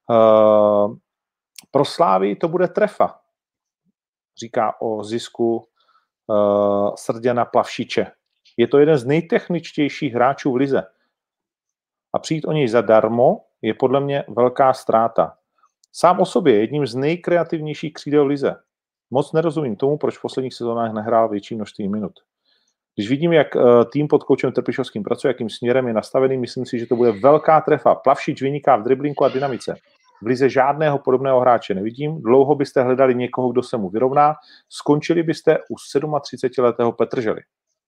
Pro Slávii to bude trefa. Říká o zisku Srďana Plavšiče. Je to jeden z nejtechničtějších hráčů v lize. A přijít o něj zadarmo je podle mě velká ztráta. Sám o sobě je jedním z nejkreativnějších křídel v lize. Moc nerozumím tomu, proč v posledních sezónách nehrál větší množství minut. Když vidím, jak tým pod koučem Trpišovským pracuje, jakým směrem je nastavený, myslím si, že to bude velká trefa. Plavšič vyniká v driblinku a dynamice. V lize žádného podobného hráče nevidím. Dlouho byste hledali někoho, kdo se mu vyrovná. Skončili byste u 37letého Petržely.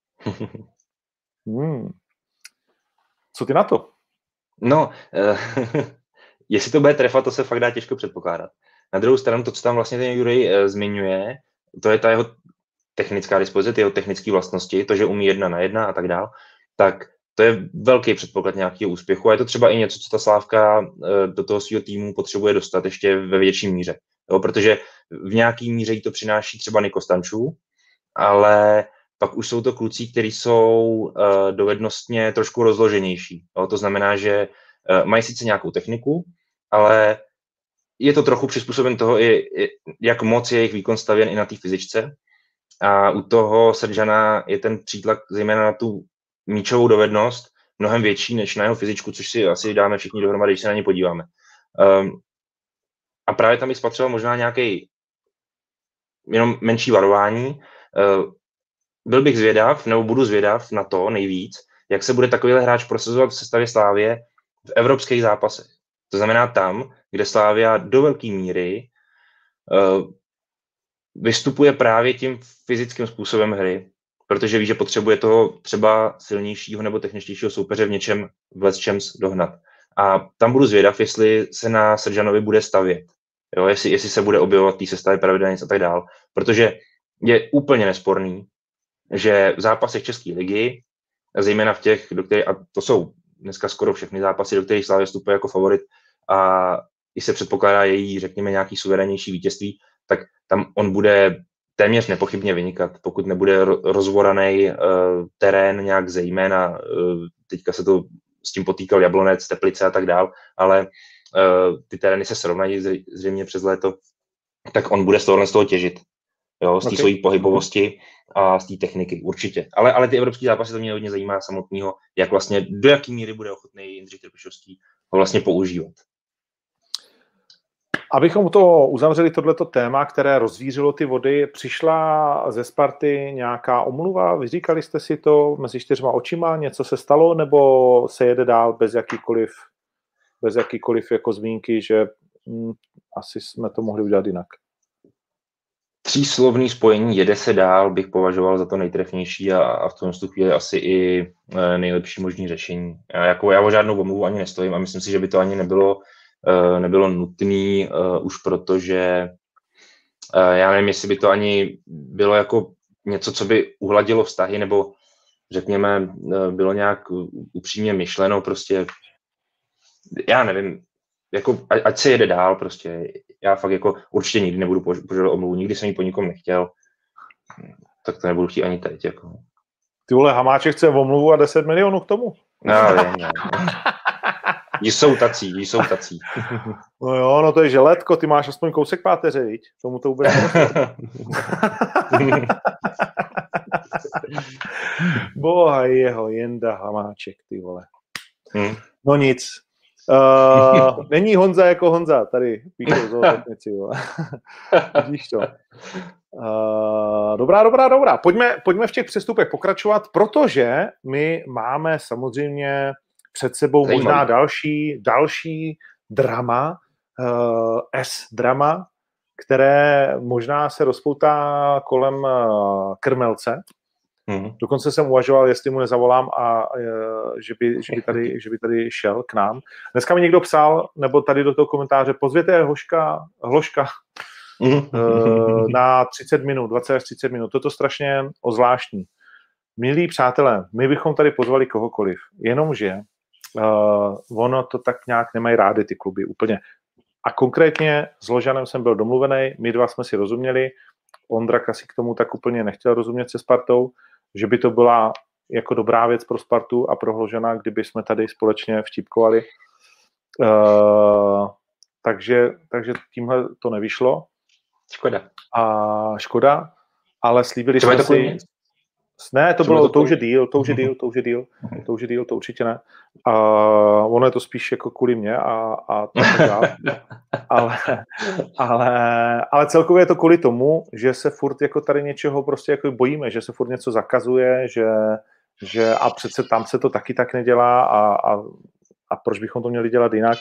Co ty na to? No, jestli to bude trefa, to se fakt dá těžko předpokládat. Na druhou stranu, to, co tam vlastně ten Jurij zmiňuje, to je ta jeho technická dispozice, jeho technické vlastnosti, to, že umí 1 na 1 a tak dál, tak to je velký předpoklad nějakého úspěchu a je to třeba i něco, co ta Slávka do toho svého týmu potřebuje dostat ještě ve větší míře. Jo, protože v nějaký míře jí to přináší třeba Niko Stančů, ale pak už jsou to kluci, kteří jsou dovednostně trošku rozloženější. Jo, to znamená, že mají sice nějakou techniku, ale je to trochu přizpůsoben toho, jak moc je jejich výkon stavěn i na té fyzičce. A u toho Srdžana je ten přítlak zejména na tu míčovou dovednost mnohem větší než na jeho fyzičku, což si asi dáme všichni dohromady, když se na ně podíváme. A právě tam bych spatřil možná nějaký jenom menší varování. Byl bych zvědav, nebo budu zvědav na to nejvíc, jak se bude takovýhle hráč prosazovat v sestavě Slávie v evropských zápasech. To znamená tam, kde Slavia do velké míry vystupuje právě tím fyzickým způsobem hry, protože ví, že potřebuje toho třeba silnějšího nebo techničtějšího soupeře v lecčems dohnat. A tam budu zvědav, jestli se na Srdžanovi bude stavět, jo? Jestli se bude objevovat té sestavy pravidelně a tak dál, protože je úplně nesporný, že v zápasech České ligy, zejména v těch, do kterých, a to jsou dneska skoro všechny zápasy, do kterých Slavia vstupuje jako favorit a i se předpokládá její, řekněme, nějaký suverénnější vítězství, tak tam on bude téměř nepochybně vynikat, pokud nebude rozvoraný terén nějak zejména, teďka se to s tím potýkal Jablonec, Teplice a tak dál, ale ty terény se srovnají zřejmě přes léto, tak on bude z toho těžit. Jo, z té svojí pohybovosti a z té techniky, určitě. Ale ty evropské zápasy to mě hodně zajímá samotného, jak vlastně, do jaký míry bude ochotný Jindřich Trpišovský ho vlastně používat. Abychom to uzavřeli tohleto téma, které rozvířilo ty vody, přišla ze Sparty nějaká omluva? Vyříkali jste si to mezi 4 očima? Něco se stalo? Nebo se jede dál bez jakýkoliv jako zmínky, že asi jsme to mohli udělat jinak? Tříslovný spojení jede se dál bych považoval za to nejtrefnější a v tom chvíli asi i nejlepší možný řešení. Já o žádnou omluvu ani nestojím a myslím si, že by to ani nebylo nutné už protože já nevím, jestli by to ani bylo jako něco, co by uhladilo vztahy nebo řekněme, bylo nějak upřímně myšleno, prostě já nevím, jako ať se jede dál prostě. Já fakt jako určitě nikdy nebudu požadovat omluvu, nikdy jsem ji po nikom nechtěl, tak to nebudu chtít ani teď. Jako. Ty vole, Hamáček chce omluvu a 10 milionů k tomu. No, vím. Jsou tací. No jo, no to je želetko, ty máš aspoň kousek páteře, viď? Tomu to vůbec Boha jeho, Jenda Hamáček, ty vole. No nic. Není Honza jako Honza, tady píšou zootechnici. Vidíš to. Dobrá. Pojďme v těch přestupech pokračovat, protože my máme samozřejmě před sebou možná další drama, S-drama, které možná se rozpoutá kolem Krmelce. Dokonce jsem uvažoval, jestli mu nezavolám a že by tady šel k nám. Dneska mi někdo psal, nebo tady do toho komentáře, pozvěte Hloška na 30 minut, 20 až 30 minut. Toto strašně ozvláštní. Milí přátelé, my bychom tady pozvali kohokoliv, jenomže ono to tak nějak nemají rády ty kluby úplně. A konkrétně s Ložanem jsem byl domluvený, my dva jsme si rozuměli, Ondra asi k tomu tak úplně nechtěl rozumět se Spartou, že by to byla jako dobrá věc pro Spartu a pro Hložana, kdyby jsme tady společně vtípkovali. Takže tímhle to nevyšlo. Škoda, ale slíbili jsme si... Ne, to už je deal, to určitě ne. Ono je to spíš jako kvůli mě a tak dále. ale celkově je to kvůli tomu, že se furt jako tady něčeho prostě jako bojíme, že se furt něco zakazuje, že a přece tam se to taky tak nedělá a proč bychom to měli dělat jinak.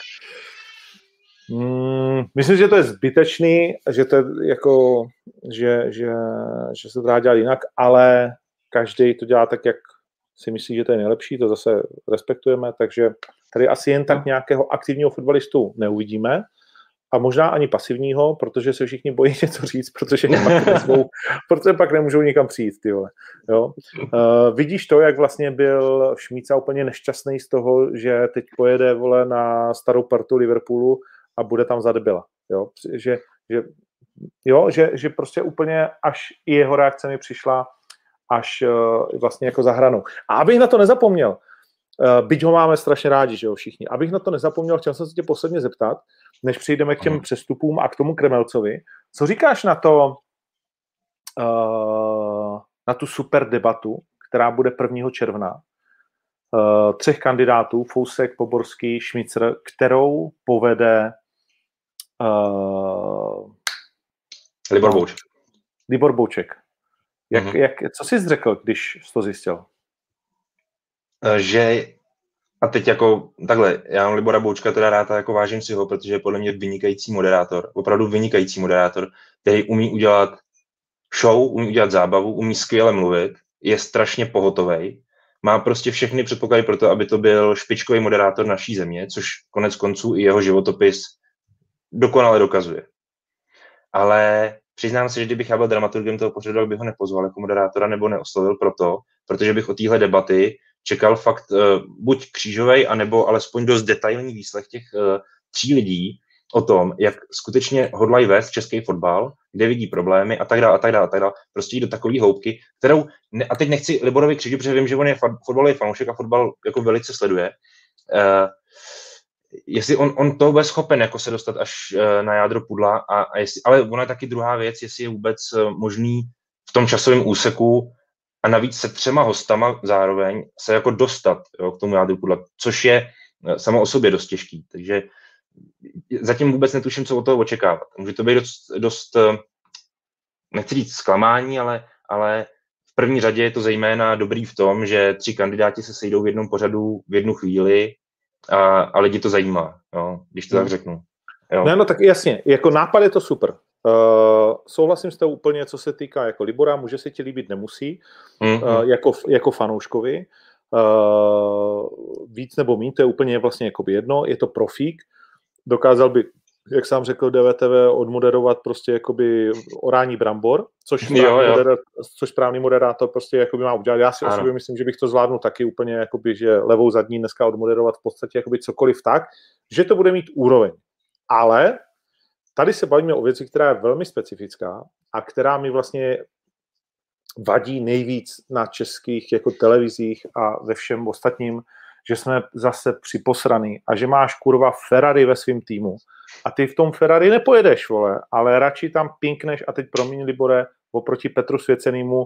Myslím, že to je zbytečný, že to je jako, že se to dá dělat jinak, ale každý to dělá tak, jak si myslí, že to je nejlepší, to zase respektujeme, takže tady asi jen tak nějakého aktivního fotbalistu neuvidíme a možná ani pasivního, protože se všichni bojí něco říct, protože pak nemůžou nikam přijít, ty vole. Jo? Vidíš to, jak vlastně byl Šmíca úplně nešťastný z toho, že teď pojede, vole, na starou partu Liverpoolu a bude tam za debila. Jo? Že prostě úplně až i jeho reakce mi přišla až vlastně jako za hranou. A abych na to nezapomněl, byť ho máme strašně rádi, že jo, všichni, abych na to nezapomněl, chtěl jsem se tě posledně zeptat, než přijdeme k těm přestupům a k tomu Kremelcovi. Co říkáš na to, na tu super debatu, která bude 1. června, 3 kandidátů, Fousek, Poborský, Šmicr, kterou povede Libor Bouček. Co jsi řekl, když jsi to zjistil? Že, a teď jako takhle, já mám Libora Boučka teda rád a jako vážím si ho, protože je podle mě vynikající moderátor, opravdu vynikající moderátor, který umí udělat show, umí udělat zábavu, umí skvěle mluvit, je strašně pohotovej, má prostě všechny předpoklady pro to, aby to byl špičkový moderátor naší země, což konec konců i jeho životopis dokonale dokazuje. Ale přiznám se, že kdybych já byl dramaturgem toho pořadu, tak bych ho nepozval jako moderátora nebo neoslovil protože bych od téhle debaty čekal fakt buď křížovej, anebo alespoň dost detailní výslech těch 3 lidí o tom, jak skutečně hodlají vést český fotbal, kde vidí problémy a tak dále. Prostě jít do takové hloubky, kterou, a teď nechci Liborovi křivdit, protože vím, že on je fotbalový fanoušek a fotbal jako velice sleduje, jestli on to bude schopen jako se dostat až na jádro pudla, ale ona je taky druhá věc, jestli je vůbec možný v tom časovém úseku a navíc se 3 hostama zároveň se jako dostat, jo, k tomu jádru pudla, což je samo o sobě dost těžký. Takže zatím vůbec netuším, co od toho očekávat. Může to být dost nechci říct zklamání, ale v první řadě je to zejména dobrý v tom, že 3 kandidáti se sejdou v jednom pořadu v jednu chvíli a lidi to zajímá, jo, když to tak řeknu. Jo. No tak jasně, jako nápad je to super. Souhlasím s tou úplně, co se týká jako Libora, může se ti líbit, nemusí, jako fanouškovi. Víc nebo míň, to je úplně vlastně jakoby jedno, je to profík, dokázal by, jak sám řekl, DVTV odmoderovat prostě jakoby orání brambor, což správný moderátor prostě jakoby má udělat. Já si osobně myslím, že bych to zvládnul taky úplně jakoby, že levou zadní dneska odmoderovat v podstatě jakoby cokoliv tak, že to bude mít úroveň. Ale tady se bavíme o věci, která je velmi specifická a která mi vlastně vadí nejvíc na českých jako televizích a ve všem ostatním, že jsme zase připosraný a že máš kurva Ferrari ve svém týmu a ty v tom Ferrari nepojedeš, vole, ale radši tam pinkneš a teď promiň, Libore, oproti Petru Svěcenýmu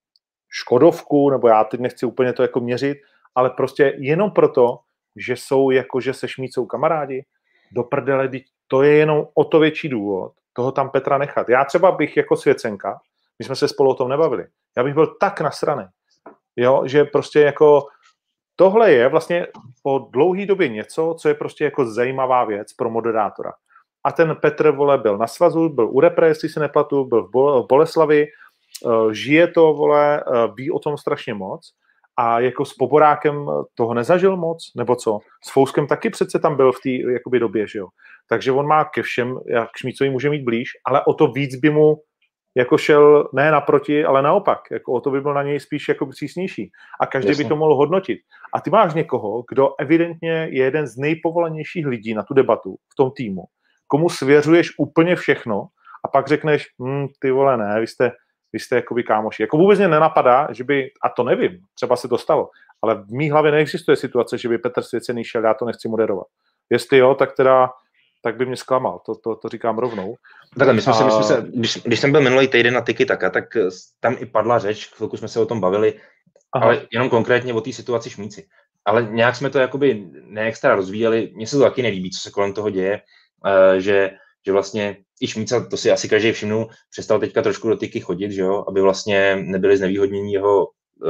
Škodovku, nebo já teď nechci úplně to jako měřit, ale prostě jenom proto, že jsou jako, že se šmícou kamarádi, do prdele, to je jenom o to větší důvod toho tam Petra nechat. Já třeba bych jako Svěcenka, my jsme se spolu o tom nebavili, já bych byl tak nasraný, jo, že prostě jako tohle je vlastně po dlouhé době něco, co je prostě jako zajímavá věc pro moderátora. A ten Petr, vole, byl na svazu, byl u repre, jestli se neplatu, byl v Boleslavi, žije to, vole, ví o tom strašně moc a jako s Poborákem toho nezažil moc, nebo co? S Fouskem taky přece tam byl v té jakoby době, že jo? Takže on má ke všem, jak Šmícovi může mít blíž, ale o to víc by mu jako šel ne naproti, ale naopak. Jako o to by byl na něj spíš jako přísnější. A každý by to mohl hodnotit. A ty máš někoho, kdo evidentně je jeden z nejpovolenějších lidí na tu debatu v tom týmu, komu svěřuješ úplně všechno a pak řekneš, ty vole, ne, vy jste jakoby kámoši. Jako vůbec mě nenapadá, že by, a to nevím, třeba se to stalo, ale v mý hlavě neexistuje situace, že by Petr Svěcený šel, já to nechci moderovat. Jestli jo, tak by mě zklamal, to říkám rovnou. Takhle, my jsme se, když jsem byl minulý týden na Tiki Taka, tak tam i padla řeč, chvilku jsme se o tom bavili, ale jenom konkrétně o té situaci Šmíci. Ale nějak jsme to jakoby neextra rozvíjeli, mně se to taky nelíbí, co se kolem toho děje, že vlastně i Šmíca, to si asi každý všimnul, přestal teďka trošku do Tiky chodit, že jo, aby vlastně nebyli znevýhodnění jeho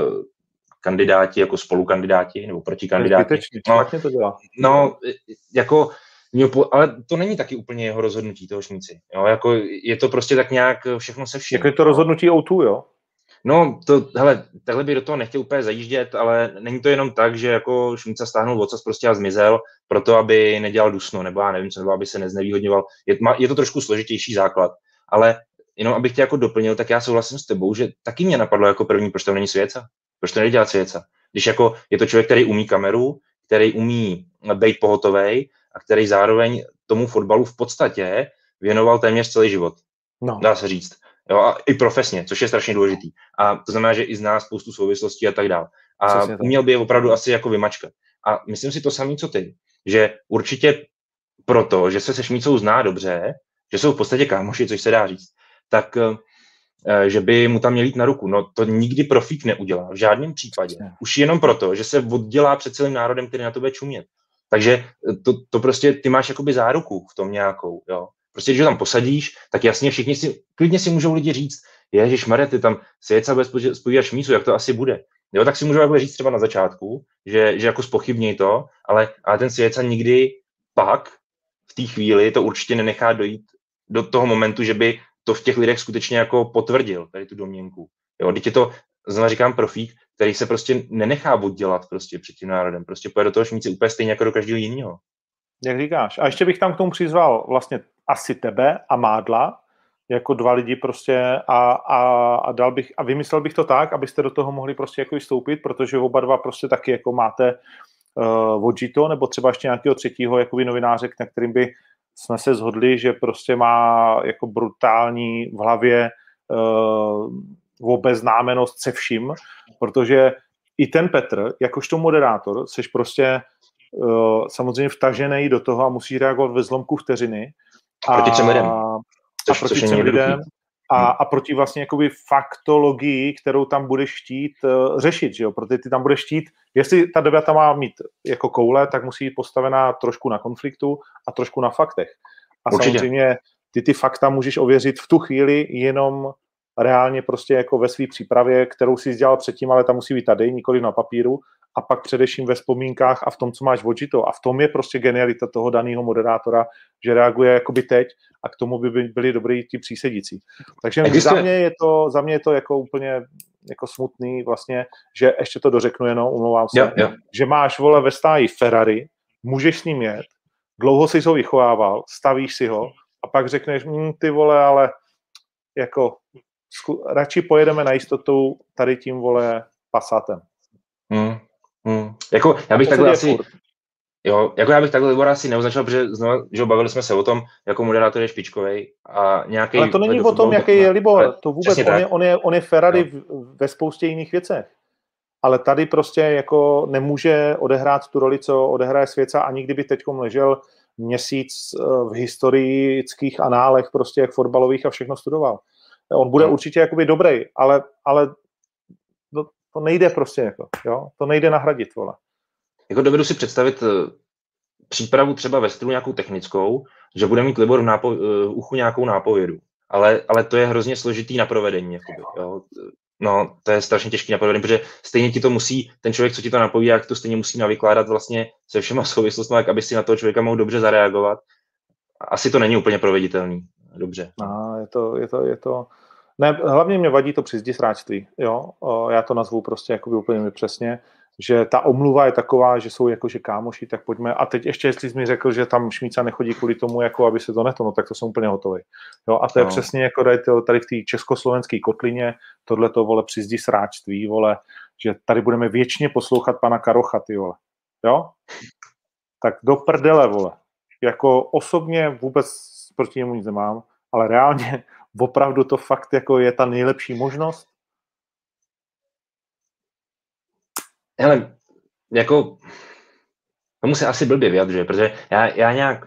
kandidáti jako spolukandidáti nebo protikandidáti. Špatně to dělá. No, jako ale to není taky úplně jeho rozhodnutí, toho Šmíci. Jo? Jako je to prostě tak nějak všechno se vším. Jako je to rozhodnutí O2, jo? No, takhle by do toho nechtěl úplně zajíždět, ale není to jenom tak, že jako Šmíca stáhnul ocas prostě a zmizel, proto aby nedělal dusno, nebo já nevím co, nebo aby se neznevýhodňoval. Je to trošku složitější základ, ale jenom abych tě jako doplnil, tak já souhlasím s tebou, že taky mě napadlo jako první, proč to není Svěca. Proč to nedělá Svěca? Když jako je to člověk, který umí kameru, který umí být pohotovej, a který zároveň tomu fotbalu v podstatě věnoval téměř celý život. No. Dá se říct. Jo, a i profesně, což je strašně důležitý. A to znamená, že i zná spoustu souvislostí a tak dále. A uměl by je opravdu asi jako vymačkat. A myslím si to samé, co ty. Že určitě proto, že se Šmícou zná dobře, že jsou v podstatě kámoši, což se dá říct, tak že by mu tam měl jít na ruku. No to nikdy profík neudělá, v žádném případě. Už jenom proto, že se oddělá před celým národem, který na to bude čumět. Takže to prostě ty máš jakoby záruku v tom nějakou, jo. Prostě, když ho tam posadíš, tak jasně všichni klidně si můžou lidi říct, ježišmarja, ty tam Svěca bude spovídat Šmícu, jak to asi bude. Jo, tak si můžou jako říct třeba na začátku, že jako zpochybněj to, ale ten Svěca nikdy pak v té chvíli to určitě nenechá dojít do toho momentu, že by to v těch lidech skutečně jako potvrdil, tady tu domněnku. Jo, teď je to, znamená říkám, profík, který se prostě nenechá oddělat prostě před tím národem. Prostě pojede do toho Šmíci úplně stejně jako do každého jiného. Jak říkáš. A ještě bych tam k tomu přizval vlastně asi tebe a Mádla, jako dva lidi prostě a dal bych, a vymyslel bych to tak, abyste do toho mohli prostě jako vstoupit, protože oba dva prostě taky jako máte odžito, nebo třeba ještě nějakého třetího jakoby novináře, na kterým by jsme se shodli, že prostě má jako brutální v hlavě obeznámenost se vším, protože i ten Petr, jakožto moderátor, seš prostě samozřejmě vtažený do toho a musí reagovat ve zlomku vteřiny. Proti třem lidem. Proti třem lidem. A proti vlastně jakoby faktologii, kterou tam budeš chtít řešit, že jo? Protože ty tam budeš chtít, jestli ta debata má mít jako koule, tak musí být postavená trošku na konfliktu a trošku na faktech. A určitě. Samozřejmě ty fakta můžeš ověřit v tu chvíli jenom reálně prostě jako ve své přípravě, kterou si dělal předtím, ale ta musí být tady, nikoli na papíru, a pak především ve vzpomínkách a v tom, co máš odžito. A v tom je prostě genialita toho daného moderátora, že reaguje jakoby teď a k tomu by byli dobrý ti přísedící. Takže za mě je to jako úplně jako smutný vlastně, že ještě to dořeknu jenom, umlouvám se, že máš, vole, ve stáji Ferrari, můžeš s ním jet, dlouho si ho vychovával, stavíš si ho a pak řekneš, ty vole, ale jako radši pojedeme na jistotu tady tím, vole, Passatem. Jako já bych takhle asi... Jo, jako já bych takhle Libora asi neoznačil, protože znovu, že bavili jsme se o tom, jako moderátor je špičkovej a nějaký... Ale to není o tom, jaký je Libor, to vůbec, on je Ferrari ve spoustě jiných věcech. Ale tady prostě jako nemůže odehrát tu roli, co odehraje Svěca, ani kdyby teďkom ležel měsíc v historických análech prostě jak fotbalových a všechno studoval. On bude určitě jakoby dobrý, ale to nejde prostě jako, jo, to nejde nahradit, vole. Jako dovedu si představit přípravu třeba ve stylu nějakou technickou, že bude mít Libor v uchu nějakou nápovědu, ale to je hrozně složitý na provedení, jakoby, jo. No, to je strašně těžký na provedení, protože stejně ti to musí, ten člověk, co ti to napovídá, jak to stejně musí navykládat vlastně se všema souvislostmi, jak aby si na toho člověka mohl dobře zareagovat. Asi to není úplně proveditelný. Dobře. Je to... Ne, hlavně mě vadí to přizděsráčství, jo. Já to nazvu prostě jakoby úplně přesně, že ta omluva je taková, že jsou jakože kámoši, tak pojďme. A teď ještě, jestli jsi mi řekl, že tam Šmíca nechodí kvůli tomu, jako aby se to no tak to jsem úplně hotový. Jo, a to je přesně jako tady v té československé kotlině, tohleto, vole, přizděsráčství, vole, že tady budeme věčně poslouchat pana Karocha, ty vole. Jo? Tak do prdele, vole. Jako osobně vůbec proti němu nic nemám, ale reálně opravdu to fakt jako je ta nejlepší možnost. Hele, jako tomu se asi blbě vyjadřuje, protože já nějak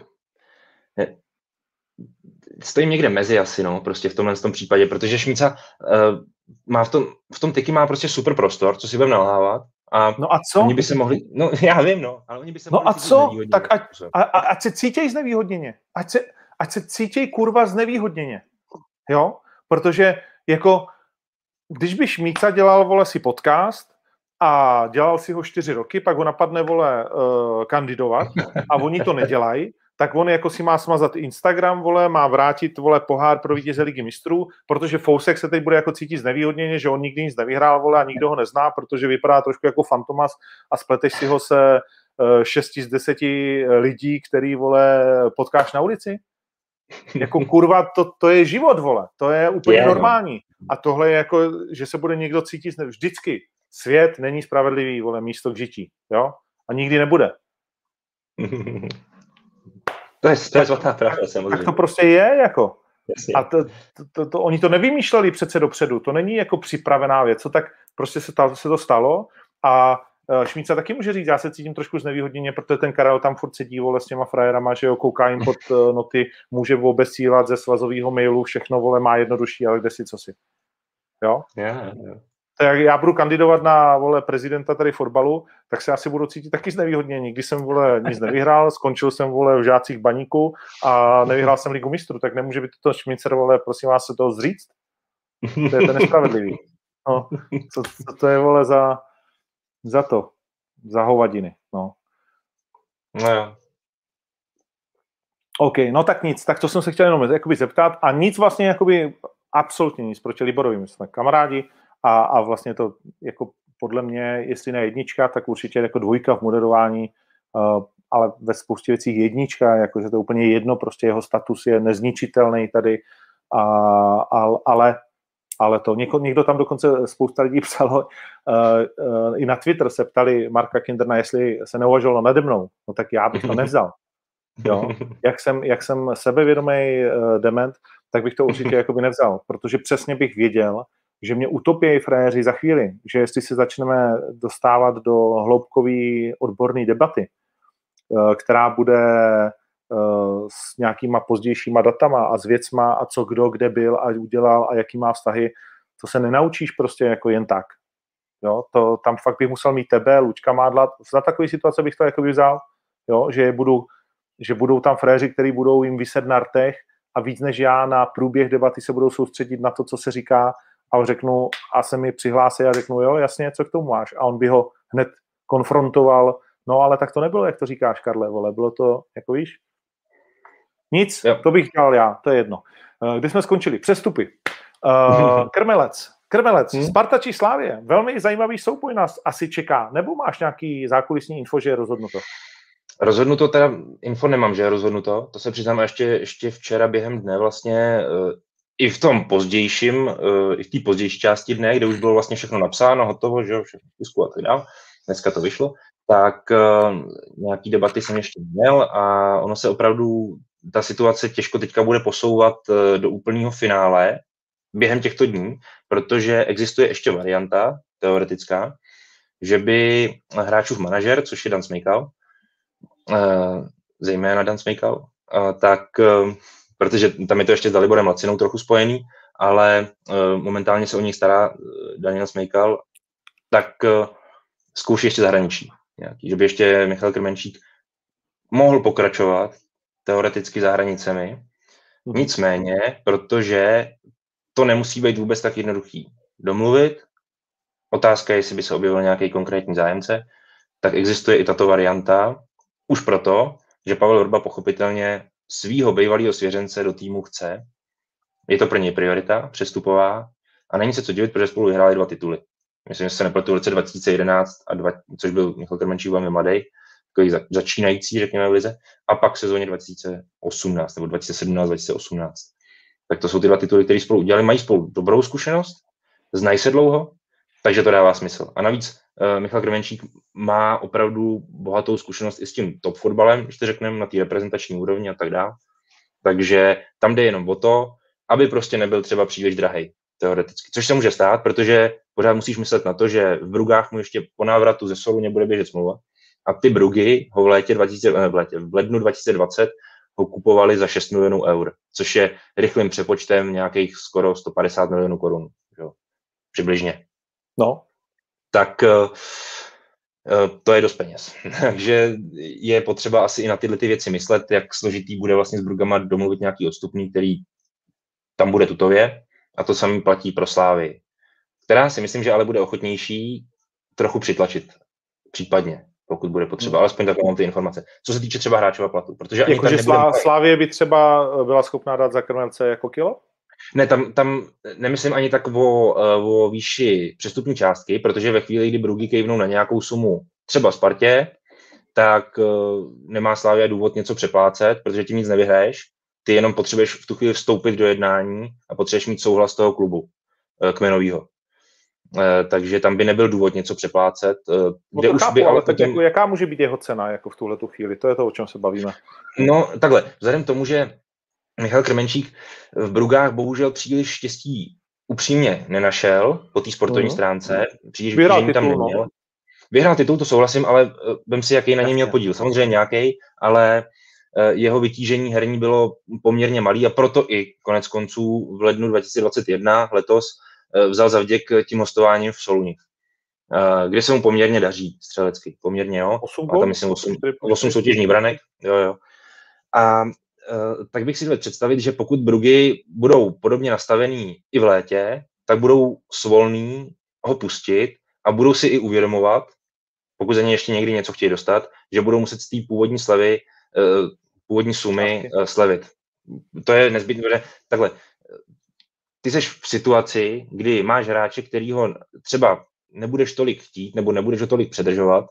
stojím někde mezi asi, no, prostě v tomhle případě, protože Šmíca má v tom Tiki má prostě super prostor, co si budeme nalhávat. No a co? Oni by se mohli, no já vím, no, ale oni by se mohli... No a co? Tak ať se cítěj znevýhodněně. Ať se cítěj kurva znevýhodněně. Jo? Protože jako, když by Šmíca dělal, vole, si podcast a dělal si ho 4 roky, pak ho napadne, vole, kandidovat a oni to nedělají, tak on jako si má smazat Instagram, vole, má vrátit, vole, pohár pro vítěze Ligy mistrů, protože Fousek se teď bude jako cítit znevýhodněně, že on nikdy nic nevyhrál, vole, a nikdo ho nezná, protože vypadá trošku jako Fantomas a spleteš si ho se 6 z 10 lidí, který, vole, potkáš na ulici. Jako kurva, to je život, vole, to je úplně normální. A tohle je jako, že se bude někdo cítit vždycky. Svět není spravedlivý, vole, místo k žití, jo? A nikdy nebude. To je svatá pravda, samozřejmě. Tak to prostě je, jako. Jasně. A to oni to nevymýšleli přece dopředu, to není jako připravená věc, co tak prostě se to stalo a Šmíca taky může říct, já se cítím trošku znevýhodněně, protože ten Karel tam furt sedí, vole, s těma frajerama, že jo, kouká jim pod noty, může obesílat ze svazového mailu, všechno, vole, má jednodušší, ale kde si, co si. Jo? Yeah. Tak já budu kandidovat na, vole, prezidenta tady fotbalu, tak se asi budu cítit taky znevýhodnění. Když jsem, vole, nic nevyhrál, skončil jsem, vole, v Žácích Baníku a nevyhrál jsem Ligu mistrů, tak nemůže být to Šmicer, vole, prosím vás, se toho zříct. To je to nespravedlivý. No, co to je, vole, za hovadiny, no. No jo. OK, no tak nic, tak to jsem se chtěl jenom jakoby zeptat a nic vlastně, jakoby absolutně nic proti Liborovi, my jsme kamarádi a vlastně to jako podle mě, jestli ne jednička, tak určitě jako 2 v moderování, ale ve spoustě věcí 1, jakože to je úplně jedno, prostě jeho status je nezničitelný tady, ale to někdo tam dokonce spousta lidí psalo, i na Twitter se ptali Marka Kinderna, jestli se neuvažovalo nade mnou, no tak já bych to nevzal. Jo? Jak jsem sebevědomý dement, tak bych to určitě jakoby nevzal, protože přesně bych věděl, že mě utopějí frajeři za chvíli, že jestli se začneme dostávat do hloubkové odborné debaty, která bude s nějakýma pozdějšíma datama a s věcma a co kdo kde byl a udělal a jaký má vztahy, to se nenaučíš prostě jako jen tak. Jo? To, tam fakt bych musel mít tebe, Lučka Mádla, za takové situace bych to jako vzal, jo? Že budou tam fréři, kteří budou jim vyset na rtech a víc než já na průběh debaty se budou soustředit na to, co se říká, a řeknu, a se mi přihlásí a řeknu, jo, jasně, co k tomu máš? A on by ho hned konfrontoval, no ale tak to nebylo, jak to říkáš, Karle, vole, bylo to, jako víš? Nic, jo. To bych dělal já, to je jedno. Kde jsme skončili? Přestupy. Krmelec, Sparta či Slavie. Velmi zajímavý souboj nás asi čeká. Nebo máš nějaký zákulisní info, že je rozhodnuto? Rozhodnuto teda, info nemám, že je rozhodnuto. To se přiznám ještě včera během dne vlastně i v tom pozdějším, i v té pozdější části dne, kde už bylo vlastně všechno napsáno, hotovo, že jo, všechno v tisku a tak dále. Dneska to vyšlo. Tak nějaký debaty jsem ještě měl a ono se opravdu, ta situace těžko teďka bude posouvat do úplného finále během těchto dní, protože existuje ještě varianta teoretická, že by hráčův manažer, což je Dan Smejkal, zejména Dan Smejkal, tak, protože tam je to ještě s Daliborem Lacinou trochu spojený, ale momentálně se o něj stará Daniel Smejkal, tak zkouší ještě zahraničí. Nějaký, že by ještě Michal Krmenčík mohl pokračovat teoreticky za hranicemi. Nicméně, protože to nemusí být vůbec tak jednoduchý domluvit, otázka je, jestli by se objevil nějaký konkrétní zájemce, tak existuje i tato varianta, už proto, že Pavel Vrba pochopitelně svýho bývalého svěřence do týmu chce. Je to pro něj priorita, přestupová a není se co divit, protože spolu vyhráli 2 tituly. Myslím, že se nepletu v roce 2011, což byl Michal Krmenčík velmi mladý, takový začínající, řekněme, v lize, a pak v sezóně 2018 nebo 2017-2018. Tak to jsou ty 2 tituly, které spolu udělali, mají spolu dobrou zkušenost, znají se dlouho, takže to dává smysl. A navíc Michal Krmenčík má opravdu bohatou zkušenost i s tím top fotbalem, když to řekneme, na té reprezentační úrovni a tak dále. Takže tam jde jenom o to, aby prostě nebyl třeba příliš drahej, teoreticky. Což se může stát, protože pořád musíš myslet na to, že v Brugách mu ještě po návratu ze Soluně bude běžet smlouva. A ty Brugy ho v lednu 2020 ho kupovali za 6 milionů eur, což je rychlým přepočtem nějakých skoro 150 milionů korun. Jo? Přibližně. No. Tak to je dost peněz. Takže je potřeba asi i na tyhle ty věci myslet, jak složitý bude vlastně s Brugama domluvit nějaký odstupný, který tam bude tutově. A to samý platí pro Slávii, která si myslím, že ale bude ochotnější trochu přitlačit případně, pokud bude potřeba. Alespoň takové mám ty informace. Co se týče třeba hráčova platu. Protože ani že Slávie by třeba byla schopná dát za Krmelce jako kilo? Ne, tam nemyslím ani tak o výši přestupní částky, protože ve chvíli, kdy Brugy kejvnou na nějakou sumu třeba Spartě, tak nemá Slavia důvod něco přeplácet, protože tím nic nevyhraješ. Ty jenom potřebuješ v tu chvíli vstoupit do jednání a potřebuješ mít souhlas toho klubu kmenovýho. Takže tam by nebyl důvod něco přeplácet. Kde už chápu, by, ale tak jako, jaká může být jeho cena jako v tuhletu chvíli? To je to, o čem se bavíme. No takhle, vzhledem k tomu, že Michal Krmenčík v Brugách bohužel příliš štěstí upřímně nenašel po té sportovní stránce. Příliš tam neměl. No. Vyhrál titul, to souhlasím, ale vem si, jaký na něj měl podíl. Samozřejmě nějaký, ale jeho vytížení herní bylo poměrně malý a proto i konec konců v lednu 2021 letos vzal za vděk tím hostováním v Soluni, kde se mu poměrně daří střelecky. Poměrně, jo. 8 a tam myslím 8 soutěžních branek. Jo. A tak bych si dovedl představit, že pokud Brugy budou podobně nastavený i v létě, tak budou svolný ho pustit a budou si i uvědomovat, pokud za ně ještě někdy něco chtějí dostat, že budou muset z té původní slevy, původní sumy slevit. To je nezbytné. Takhle, ty jsi v situaci, kdy máš hráče, kterýho třeba nebudeš tolik chtít, nebo nebudeš ho tolik předržovat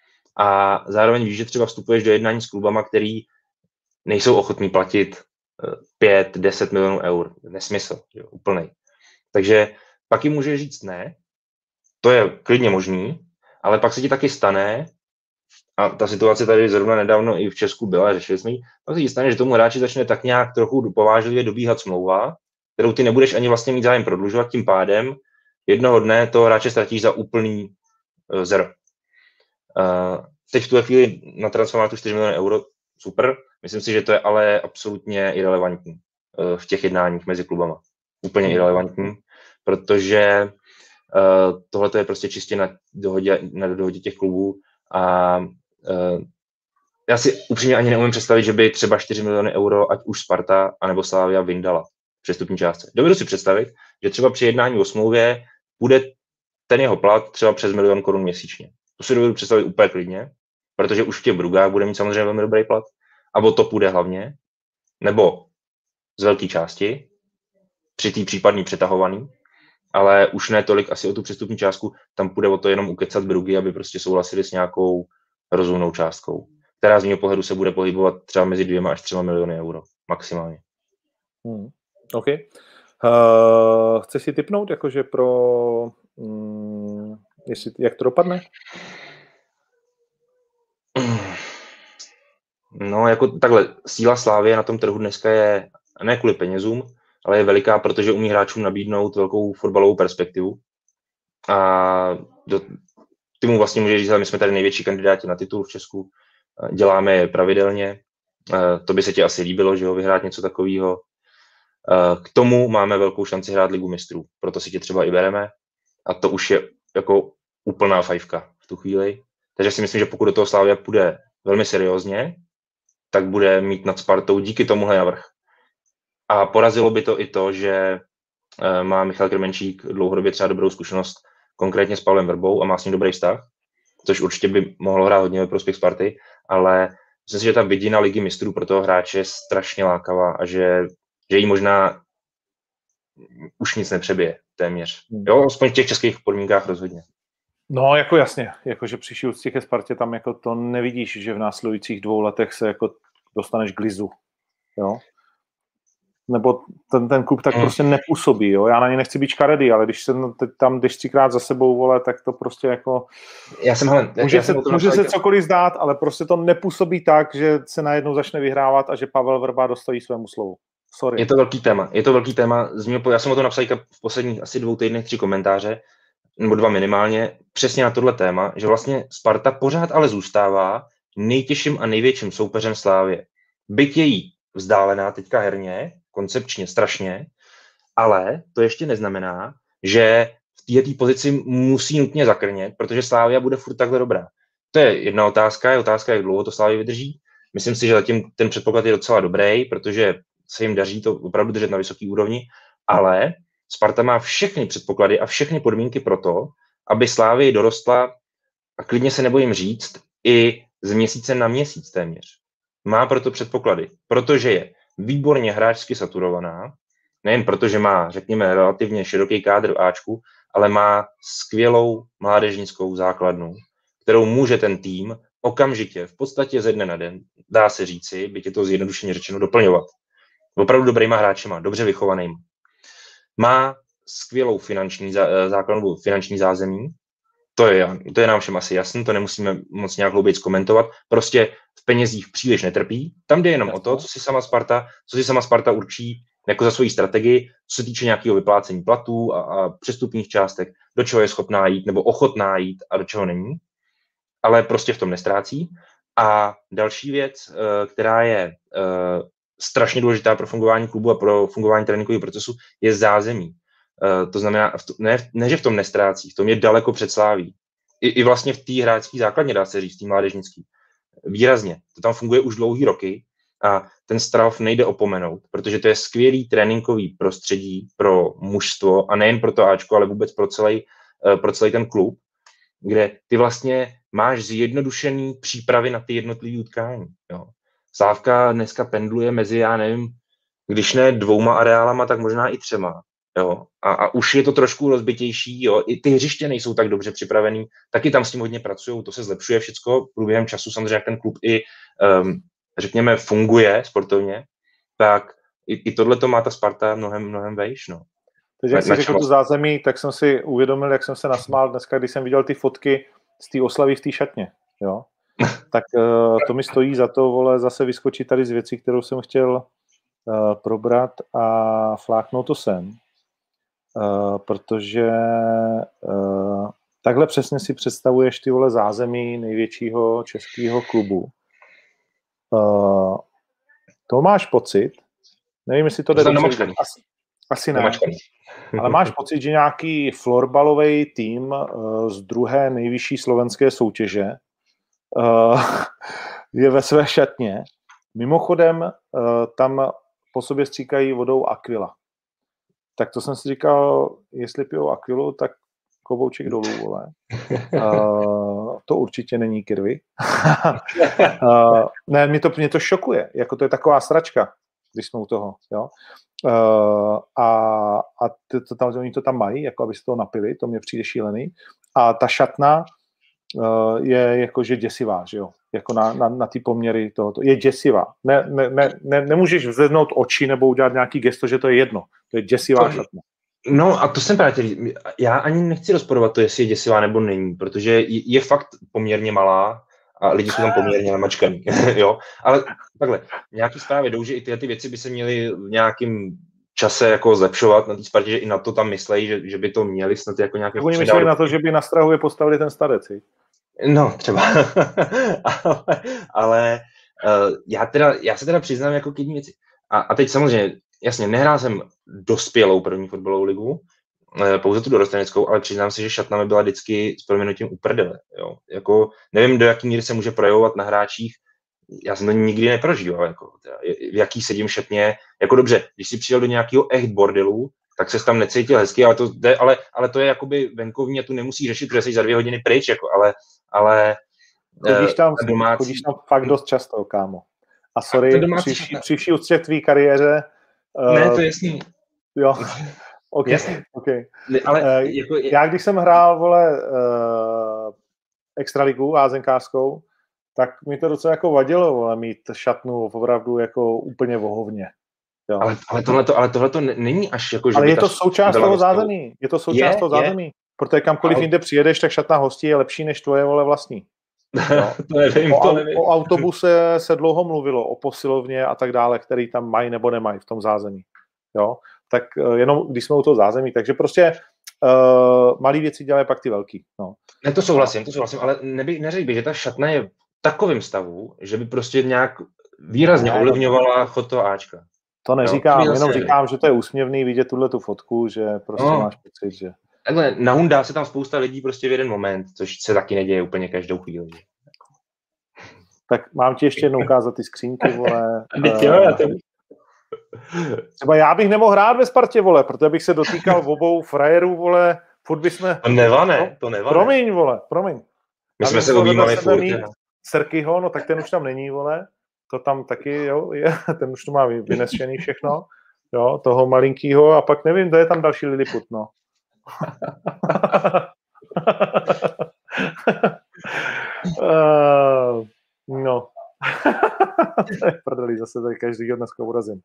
a zároveň víš, že třeba vstupuješ do jednání s klubama, který nejsou ochotní platit 5-10 milionů eur. Nesmysl, úplnej. Takže pak jim můžeš říct ne, to je klidně možný, ale pak se ti taky stane, a ta situace tady zrovna nedávno i v Česku byla, řešili jsme ji, pak se ti stane, že tomu hráči začne tak nějak trochu povážlivě dobíhat smlouva, kterou ty nebudeš ani vlastně mít zájem prodlužovat, tím pádem jednoho dne toho hráče ztratíš za úplný zero. Teď v tuhle chvíli na transfermarktu 4 miliony euro, super, myslím si, že to je ale absolutně irelevantní v těch jednáních mezi klubama. Úplně irelevantní, protože tohle je prostě čistě na dohodě těch klubů a já si upřímně ani neumím představit, že by třeba 4 miliony euro, ať už Sparta, anebo Slavia vyndala v přestupní částce. Dovedu si představit, že třeba při jednání o smlouvě bude ten jeho plat třeba přes 1 milion korun měsíčně. To si dovedu představit úplně klidně, protože už v těch Brugách bude mít samozřejmě velmi dobrý plat, a o to půjde hlavně, nebo z velké části, při té případný přetahovaný, ale už ne tolik asi o tu přestupní částku, tam půjde o to jenom ukecat Brugy, aby prostě souhlasili s nějakou rozumnou částkou, která z mého pohledu se bude pohybovat třeba mezi 2 až 3 miliony euro, maximálně. OK. Chceš si tipnout, jakože pro... jak to dopadne? No, jako takhle, síla Slávie na tom trhu dneska je ne kvůli penězům, ale je veliká, protože umí hráčům nabídnout velkou fotbalovou perspektivu. A ty mu vlastně může říct, že my jsme tady největší kandidáti na titul v Česku, děláme je pravidelně, to by se ti asi líbilo, že ho vyhrát něco takového. K tomu máme velkou šanci hrát Ligu mistrů, proto si tě třeba i bereme a to už je jako úplná fajfka v tu chvíli. Takže si myslím, že pokud do toho Slavia půjde velmi seriózně, tak bude mít nad Spartou díky tomuhle navrch. A porazilo by to i to, že má Michal Krmenčík dlouhodobě třeba dobrou zkušenost konkrétně s Pavlem Vrbou a má s ním dobrý vztah, což určitě by mohlo hrát hodně ve prospěch Sparty, ale myslím si, že ta vidina Ligy mistrů pro toho hráče je strašně lákavá a že jí možná už nic nepřebije téměř. Jo, aspoň v těch českých podmínkách rozhodně. No, jako jasně, jakože při úctě ke Spartě tam jako to nevidíš, že v následujících 2 letech se jako dostaneš k lizu, jo. Nebo ten klub tak prostě nepůsobí, jo. Já na ně nechci být škaredý, ale když se tam jdeš 3krát za sebou, vole, tak to prostě jako... Může se cokoliv zdát, ale prostě to nepůsobí tak, že se najednou začne vyhrávat a že Pavel Vrba dostojí svému slovu. Sorry. Je to velký téma. Já jsem o to napsal v posledních asi 2 týdnech 3 komentáře, nebo 2 minimálně, přesně na tohle téma, že vlastně Sparta pořád ale zůstává nejtěžším a největším soupeřem Slávie. Byť je jí vzdálená teďka herně, koncepčně strašně, ale to ještě neznamená, že v této pozici musí nutně zakrnět, protože Slavia bude furt takhle dobrá. To je jedna otázka, jak dlouho to Slavia vydrží. Myslím si, že zatím ten předpoklad je docela dobrý, protože se jim daří to opravdu držet na vysoké úrovni, ale Sparta má všechny předpoklady a všechny podmínky pro to, aby Slavii dorostla, a klidně se nebojím říct, i z měsíce na měsíc téměř. Má proto předpoklady, protože je výborně hráčsky saturovaná, nejen proto, že má, řekněme, relativně široký kádr v Ačku, ale má skvělou mládežnickou základnu, kterou může ten tým okamžitě, v podstatě ze dne na den, dá se říci, byť je to zjednodušeně řečeno, doplňovat. Opravdu dobrýma hráčema, dobře vychovaným. Má skvělou finanční základnu, finanční zázemí, to je nám všem asi jasný, to nemusíme moc nějak hlouběji komentovat. Prostě v penězích příliš netrpí. Tam jde jenom o to, co si sama Sparta určí jako za svoji strategii, co se týče nějakého vyplácení platů a přestupních částek, do čeho je schopná jít nebo ochotná jít a do čeho není. Ale prostě v tom nestrácí. A další věc, která je strašně důležitá pro fungování klubu a pro fungování tréninkového procesu, je zázemí. To znamená, ne, že v tom nestrácí, v tom je daleko před Sláví. I vlastně v té hráčské základně, dá se říct, v té mládežnický. Výrazně. To tam funguje už dlouhý roky a ten Strav nejde opomenout, protože to je skvělý tréninkový prostředí pro mužstvo a nejen pro to Ačko, ale vůbec pro celý ten klub, kde ty vlastně máš zjednodušený přípravy na ty jednotlivé utkání. Jo. Slávka dneska pendluje mezi, já nevím, když ne 2 areálama, tak možná i 3. Jo. A už je to trošku rozbitější, jo. I ty hřiště nejsou tak dobře připravený, taky tam s tím hodně pracují, to se zlepšuje všecko průběhem času, samozřejmě jak ten klub i, řekněme, funguje sportovně, tak i tohleto má ta Sparta mnohem vejš, no. Teď, jak jsi řekl to zázemí, tak jsem si uvědomil, jak jsem se nasmál dneska, když jsem viděl ty fotky z té oslavy v té šatně, jo. Tak to mi stojí za to, vole, zase vyskočit tady z věcí, kterou jsem chtěl probrat a fláknout to sem. Protože takhle přesně si představuješ ty, vole, zázemí největšího českého klubu. To máš pocit, nevím, jestli to jde dobře, asi ne, ale máš pocit, že nějaký florbalový tým z 2. nejvyšší slovenské soutěže je ve své šatně. Mimochodem, tam po sobě stříkají vodou Aquila. Tak to jsem si říkal, jestli pijou Aquilu, tak klobouček dolů, vole. To určitě není Kirby. Ne, mě to šokuje. Jako to je taková sračka, když jsme u toho. Jo? Oni to tam mají, jako aby se toho napili, to mě přijde šílený. A ta šatna je jakože děsivá, že jo? Jako na ty poměry tohoto. Je děsivá. Nemůžeš vzednout oči nebo udělat nějaký gesto, že to je jedno. To je děsivá šatna. No a to jsem právě, já ani nechci rozporovat to, jestli je děsivá nebo není, protože je fakt poměrně malá a lidi jsou tam poměrně namačkaný, jo. Ale takhle, nějaký zprávy jdou, že i ty věci by se měly v nějakým čase jako zlepšovat na té Spartě, že i na to tam myslejí, že by to měli snad jako nějaké... Oni myslí na to, že by na Strahově postavili ten Stadec, No, třeba. ale já se teda přiznám jako k jedné věci. A teď samozřejmě, jasně, nehrál jsem dospělou první fotbalovou ligu, pouze tu dorosteneckou, ale přiznám se, že šatna mi byla vždycky s prominutím u prdele. Jo. Jako, nevím, do jaký míry se může projevovat na hráčích, já jsem to nikdy neprožíval, jako, v jaký sedím šatně. Jako dobře, když jsi přijel do nějakého echt bordelu, tak ses tam necítil hezky, ale to je jakoby venkovní a tu nemusí řešit, protože jsi za 2 hodiny pryč, jako, ale chodíš tam fakt dost často, kámo. A sorry, při vší úctě tvý kariéře. Ne, to je jasný. Jo, ok. Okay. Ale já když jsem hrál, vole, extraligu házenkářskou, tak mi to docela jako vadilo, vole, mít šatnu opravdu jako úplně vohovně. Jo. Ale tohleto není až jako, že... Ale je to součást toho zázemí. Je to součást toho zázemí. Protože kamkoliv jinde přijedeš, tak šatna hostí je lepší než tvoje, vole, vlastní. To nevím. O autobuse se dlouho mluvilo, o posilovně a tak dále, který tam mají nebo nemají v tom zázemí. Jo? Tak jenom když jsme u toho zázemí, takže prostě malý věci dělají pak ty velký. No. Ne, to souhlasím, ale neřekl bych, že ta šatna je v takovém stavu, že by prostě nějak výrazně ovlivňovala chod toho Ačka. To neříkám, jenom říkám, že to je úsměvný vidět tu fotku, že prostě máš pocit, že... Takhle, nahundá se tam spousta lidí prostě v jeden moment, což se taky neděje úplně každou chvíli. Tak mám ti ještě jednou ukázat ty skřínky, vole. Třeba já bych nemohl hrát ve Spartě, vole, protože bych se dotýkal obou frajerů, vole, furt bychom... To nevane. Promiň, vole, promiň. My jsme se objímali furt. Serkyho, no tak ten už tam není, vole. To tam taky, jo, je, ten už to má vynesšený všechno. Jo, toho malinkýho a pak nevím, to je tam další Lilliput, no. No. Prdeli, zase tady každýho dneska urazím.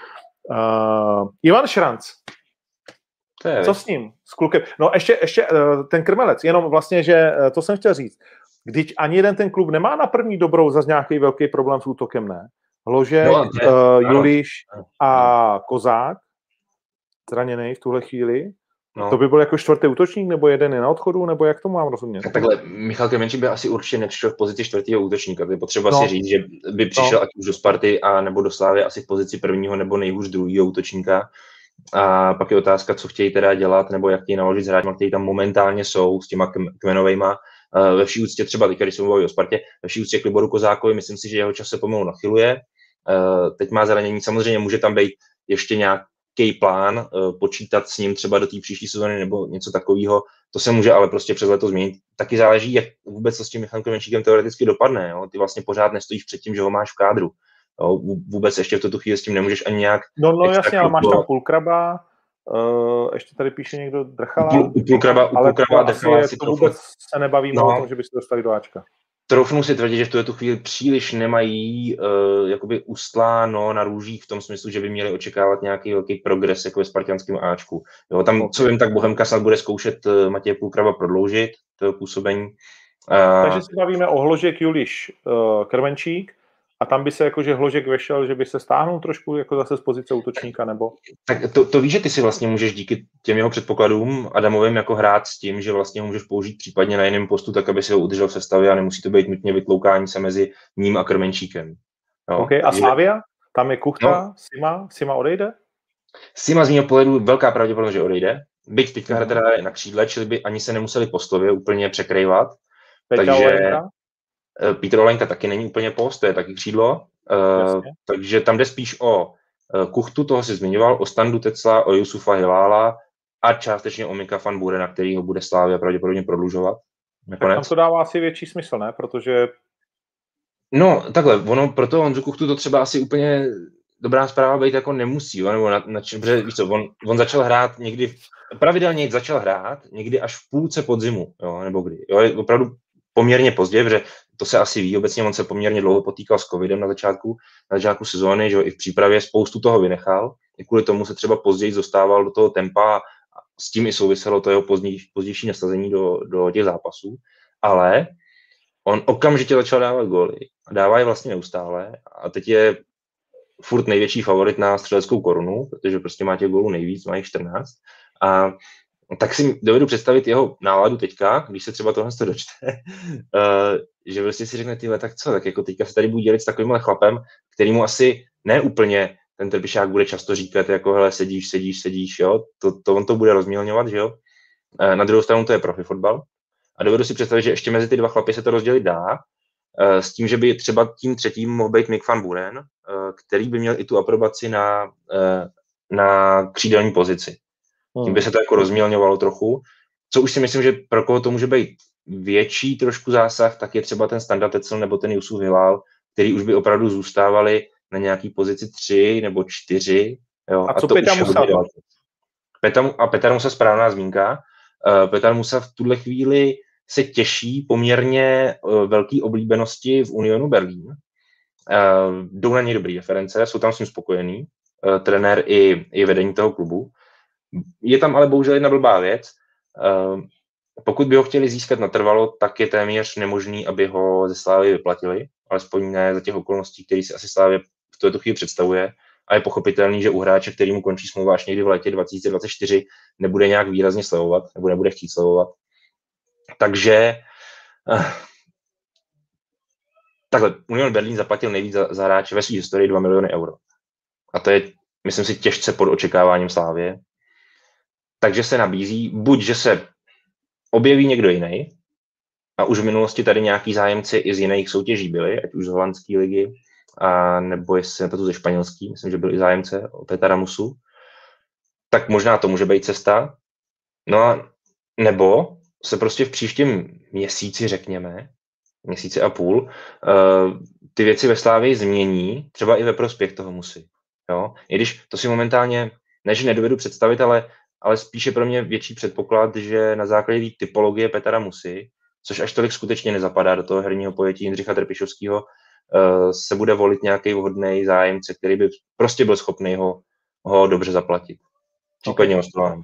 Ivan Šranc. Co s ním? S klukem? No ještě ten Krmelec, jenom vlastně, že to jsem chtěl říct. Když ani jeden ten klub nemá na první dobrou zase nějaký velký problém s útokem, ne? Hložek, Juliš a Kozák, zraněný v tuhle chvíli. No. To by byl jako 4. útočník, nebo jeden je na odchodu, nebo jak to mám rozumět? Takhle, Michal Krmenčík by asi určitě nepřišel v pozici 4. útočníka. To je potřeba si říct, že by přišel ať už do Sparty a nebo do Slávy asi v pozici 1. nebo nejhůř 2. útočníka. A pak je otázka, co chtějí teda dělat, nebo jak chtějí naložit s hráči, kteří tam momentálně jsou, s těma kmenovejma. Ve vší úctě třeba, když jsme mluvili o Spartě, ve vší úctě k Liboru Kozákovi, myslím si, že jeho čas se pomalu nachyluje. Teď má zranění, samozřejmě může tam být ještě nějaký plán, počítat s ním třeba do té příští sezóny nebo něco takového. To se může ale prostě přes leto změnit. Taky záleží, jak vůbec to s tím Michalem Krmenčíkem teoreticky dopadne. Jo? Ty vlastně pořád nestojíš před tím, že ho máš v kádru. Jo? Vůbec ještě v tuto chvíli s tím nemůžeš ani nějak... No jasně, ale máš tam Pulkraba, ještě tady píše někdo Drchala. U Pulkraba a Drchala si to vůbec se nebavíme o tom, že by se dostali do Ačka. Troufnu si tvrdit, že v tuto chvíli příliš nemají jakoby ustláno na růžích v tom smyslu, že by měli očekávat nějaký velký progres jako ve spartianském Ačku. Jo, tam, co vím, tak Bohemka snad bude zkoušet Matěje Pulkraba prodloužit to působení. Takže si bavíme o Hložek, Juliš, Krmenčík a tam by se jakože Hložek vešel, že by se stáhnul trošku jako zase z pozice útočníka, nebo? Tak to víš, že ty si vlastně můžeš díky těm jeho předpokladům Adamovým jako hrát s tím, že vlastně ho můžeš použít případně na jiném postu, tak aby si ho udržel v sestavě a nemusí to být nutně vytloukání se mezi ním a Krmenčíkem. No, OK, a Slavia? Tam je Kuchta, no. Sima odejde? Sima z mého pohledu velká pravděpodobnost, že odejde. Byť teďka hra je na křídle, čili by ani se nemuseli postově úplně překrývat. Peťa takže... Petr Olenka taky není úplně post, to je taky křídlo, takže tam jde spíš o Kuchtu, toho si zmiňoval, o Standu Tecla, o Jusufa Hilála a částečně o Mika van Burena, který ho bude Slavia pravděpodobně prodlužovat. Tak tam to dává asi větší smysl, ne? Protože... No, takhle, ono pro toho Honzu Kuchtu to třeba asi úplně dobrá zpráva být jako nemusí, jo? Nebo protože víš co, on začal hrát někdy, pravidelně začal hrát někdy až v půlce podzimu, jo? Nebo kdy, jo? Opravdu poměrně pozdě, protože to se asi ví, obecně on se poměrně dlouho potýkal s covidem na začátku sezóny, že jo? I v přípravě spoustu toho vynechal, i kvůli tomu se třeba později dostával do toho tempa a s tím i souviselo to jeho pozdější nasazení do těch zápasů, ale on okamžitě začal dávat góly a dává je vlastně neustále a teď je furt největší favorit na střeleckou korunu, protože prostě má těch gólů nejvíc, má jich 14 a tak si dovedu představit jeho náladu teďka, když se třeba tohle dočte, že prostě si řekne, tyhle, tak co, tak jako teďka se tady budu dělit s takovýmhle chlapem, kterýmu asi ne úplně ten Trpišák bude často říkat, jako hele, sedíš, jo, to on to bude rozmělňovat, že jo. Na druhou stranu to je profi fotbal a dovedu si představit, že ještě mezi ty dva chlapy se to rozdělit dá, s tím, že by třeba tím třetím mohl být Mick van Buren, který by měl i tu aprobaci na křídelní pozici. Tím by se to jako rozmělňovalo trochu. Co už si myslím, že pro koho to může být větší trošku zásah, tak je třeba ten Standa Tecl nebo ten Jusuf Hilál, který už by opravdu zůstávali na nějaký pozici 3 nebo 4. Jo, a co Petar Musa? Petar Musa správná zmínka. Petar Musa v tuhle chvíli se těší poměrně velké oblíbenosti v Unionu Berlín. Jdou na něj dobrý reference, jsou tam s ním spokojení, trenér i vedení toho klubu. Je tam ale bohužel jedna blbá věc. Pokud by ho chtěli získat natrvalo, tak je téměř nemožný, aby ho ze Slávy vyplatili, alespoň ne za těch okolností, které si asi Slávě v této chvíli představuje. A je pochopitelný, že u hráče, kterýmu končí smlouva až někdy v létě 2024, nebude nějak výrazně slevovat, nebo nebude chtít slevovat. Takže takhle, Union Berlin zaplatil nejvíc za hráče ve své historii 2 miliony euro. A to je, myslím si, těžce pod očekáváním Slávie. Takže se nabízí, buď, že se objeví někdo jiný, a už v minulosti tady nějaký zájemci i z jiných soutěží byli, ať už z holandské ligy, a nebo jestli to ze španělský, myslím, že byl i zájemce o Petara Musu, tak možná to může být cesta. No a nebo se prostě v příštím měsíci, řekněme, měsíci a půl, ty věci ve Slávii změní, třeba i ve prospěch toho Musy. Jo? I když to si momentálně, ne, že nedovedu představit, ale spíše pro mě větší předpoklad, že na základě typologie Petara Musy, což až tolik skutečně nezapadá do toho herního pojetí Jindřicha Trpišovského, se bude volit nějaký vhodný zájemce, který by prostě byl schopný ho dobře zaplatit. Případně Ostrován.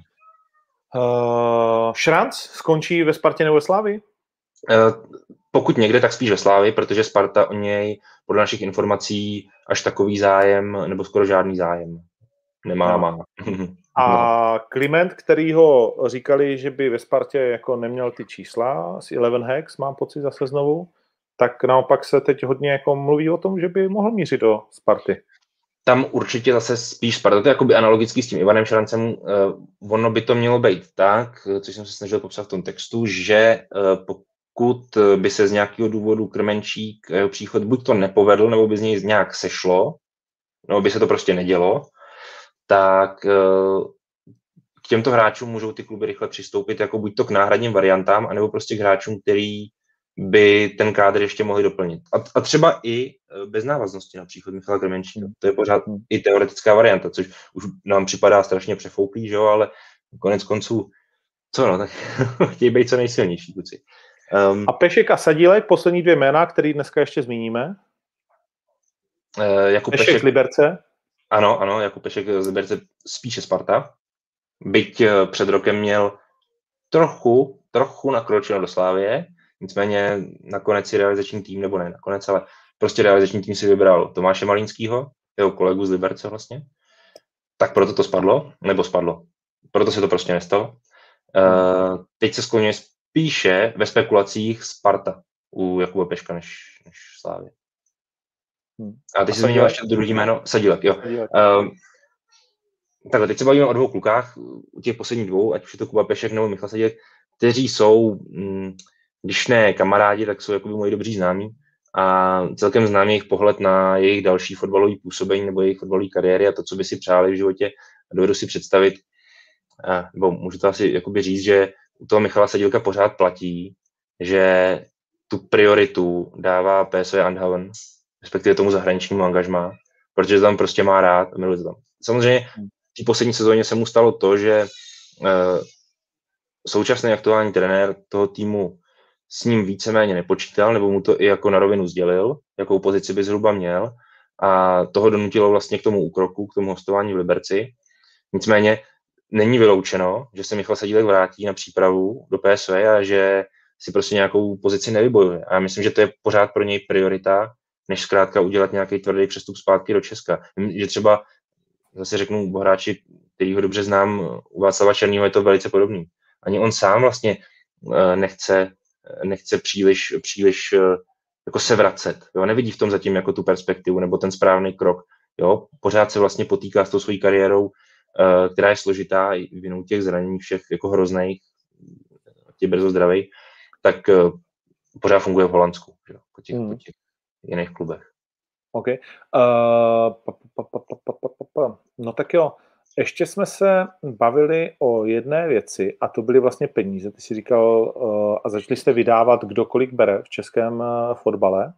Šranc skončí ve Spartě nebo ve Slávii? Pokud někde, tak spíš ve Slávii, protože Sparta o něj podle našich informací až takový zájem, nebo skoro žádný zájem nemá. Má. A Kliment, který ho říkali, že by ve Spartě jako neměl ty čísla z 11 Hex, mám pocit zase znovu, tak naopak se teď hodně jako mluví o tom, že by mohl mířit do Sparty. Tam určitě zase spíš Sparta, to je jakoby analogicky s tím Ivanem Šrancem, ono by to mělo být tak, což jsem se snažil popsat v tom textu, že pokud by se z nějakého důvodu Krmenčík jeho příchod buď to nepovedl, nebo by z něj nějak sešlo, nebo by se to prostě nedělo, tak k těmto hráčům můžou ty kluby rychle přistoupit jako buď to k náhradním variantám, anebo prostě k hráčům, který by ten kádr ještě mohli doplnit. A třeba i bez návaznosti na příchod Michala Krmenčíka. To je pořád i teoretická varianta, což už nám připadá strašně přefouklý, že jo, ale konec konců, co no, tak chtějí být co nejsilnější kluci. A Pešek a Sadílek, poslední 2 jména, který dneska ještě zmíníme. Jako Pešek z Liberce. Ano, jako Pešek z Liberce spíše Sparta. Byť před rokem měl trochu nakročil do Slávie, nicméně nakonec si realizační tým, nebo ne nakonec, ale prostě realizační tým si vybral Tomáše Malínskýho, jeho kolegu z Liberce vlastně. Tak proto to spadlo. Proto se to prostě nestalo. Teď se skloňuje spíše ve spekulacích Sparta u Jakuba Peška než Slávě. A teď se zmínil ještě druhý jméno, Sadílek, jo. Takhle, teď se bavíme o 2 klukách, u těch posledních 2, ať už je to Kuba Pešek nebo Michal Sadílek, kteří jsou, když ne kamarádi, tak jsou jakoby moji dobří známí. a celkem znám jejich pohled na jejich další fotbalový působení nebo jejich fotbalové kariéry a to, co by si přáli v životě. A dovedu si představit, nebo můžu to asi jakoby říct, že u toho Michala Sadílka pořád platí, že tu prioritu dává PSV Eindhoven, respektive tomu zahraničnímu angažmá, protože tam prostě má rád a miluje to tam. Samozřejmě v poslední sezóně se mu stalo to, že současný aktuální trenér toho týmu s ním víceméně nepočítal, nebo mu to i jako na rovinu sdělil, jakou pozici by zhruba měl a toho donutilo vlastně k tomu úkroku, k tomu hostování v Liberci. Nicméně není vyloučeno, že se Michal Sadílek vrátí na přípravu do PSV a že si prostě nějakou pozici nevybojuje. A já myslím, že to je pořád pro něj priorita, než zkrátka udělat nějaký tvrdý přestup zpátky do Česka. Že třeba, zase řeknu, hráči, který ho dobře znám, u Václava Černýho je to velice podobný. Ani on sám vlastně nechce příliš jako se vracet. Jo? Nevidí v tom zatím jako tu perspektivu nebo ten správný krok. Jo? Pořád se vlastně potýká s tou svojí kariérou, která je složitá i vinou těch zranění všech jako hrozných, těch brzo zdravých, tak pořád funguje v Holandsku, že? Po těch jiných klubech. OK. No tak jo, ještě jsme se bavili o jedné věci a to byly vlastně peníze. Ty jsi říkal, a začali jste vydávat, kdo kolik bere v českém fotbale.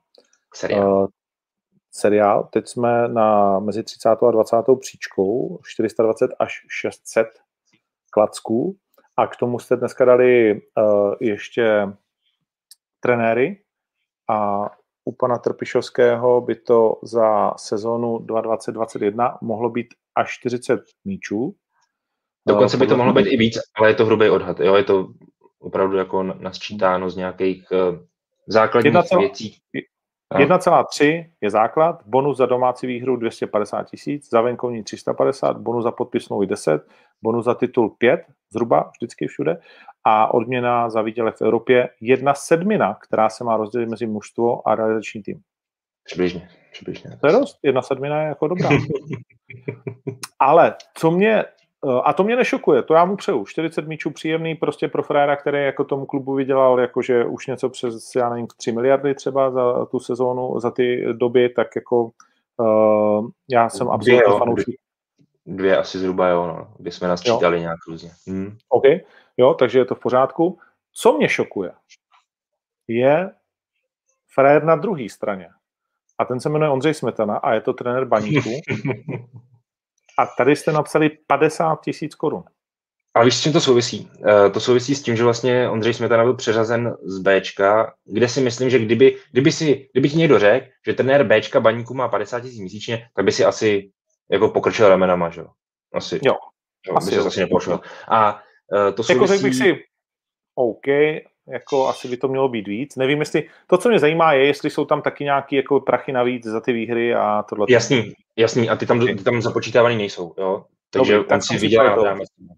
Seriál. Teď jsme mezi 30. a 20. příčkou, 420 až 600 klacků a k tomu jste dneska dali ještě trenéry a u pana Trpišovského by to za sezónu 2020-2021 mohlo být až 40 míčů. Dokonce by to mohlo být i víc, ale je to hrubý odhad. Jo? Je to opravdu jako nasčítáno z nějakých základních věcí. 1,3 je základ, bonus za domácí výhru 250 000, za venkovní 350, bonus za podpisnou 10, bonus za titul 5, zhruba vždycky všude, a odměna za výdělek v Evropě 1/7, která se má rozdělit mezi mužstvo a realizační tým. Přibližně. To je dost, 1/7 je jako dobrá. Ale to mě nešokuje, to já mu přeju. 40 míčů příjemný prostě pro fréra, který jako tomu klubu vydělal jakože už něco přes, já nevím, 3 miliardy třeba za tu sezónu, za ty doby, tak jako já jsem absolutně fanoušek. 2 asi zhruba, jo, no, kdy jsme nás čítali nějak různě. OK, jo, takže je to v pořádku. Co mě šokuje, je frér na druhé straně. A ten se jmenuje Ondřej Smetana a je to trenér Baníku. A tady jste napsali 50 000 korun. Ale víš, s čím to souvisí? To souvisí s tím, že vlastně Ondřej Smetana byl přeřazen z Bčka, kde si myslím, že kdyby ti někdo řekl, že trenér Bčka Baníku má 50 000 měsíčně, tak by si asi jako pokrčil ramenama, že jo? Asi. Jo. By si asi nepošel. A to souvisí... Jako řekl bych si, OK, jako asi by to mělo být víc. Nevím, jestli... To, co mě zajímá, je, jestli jsou tam taky nějaký jako prachy navíc za ty výhry a tohle. Jasný. A ty tam započítávaný nejsou, jo? Takže on si vydělá.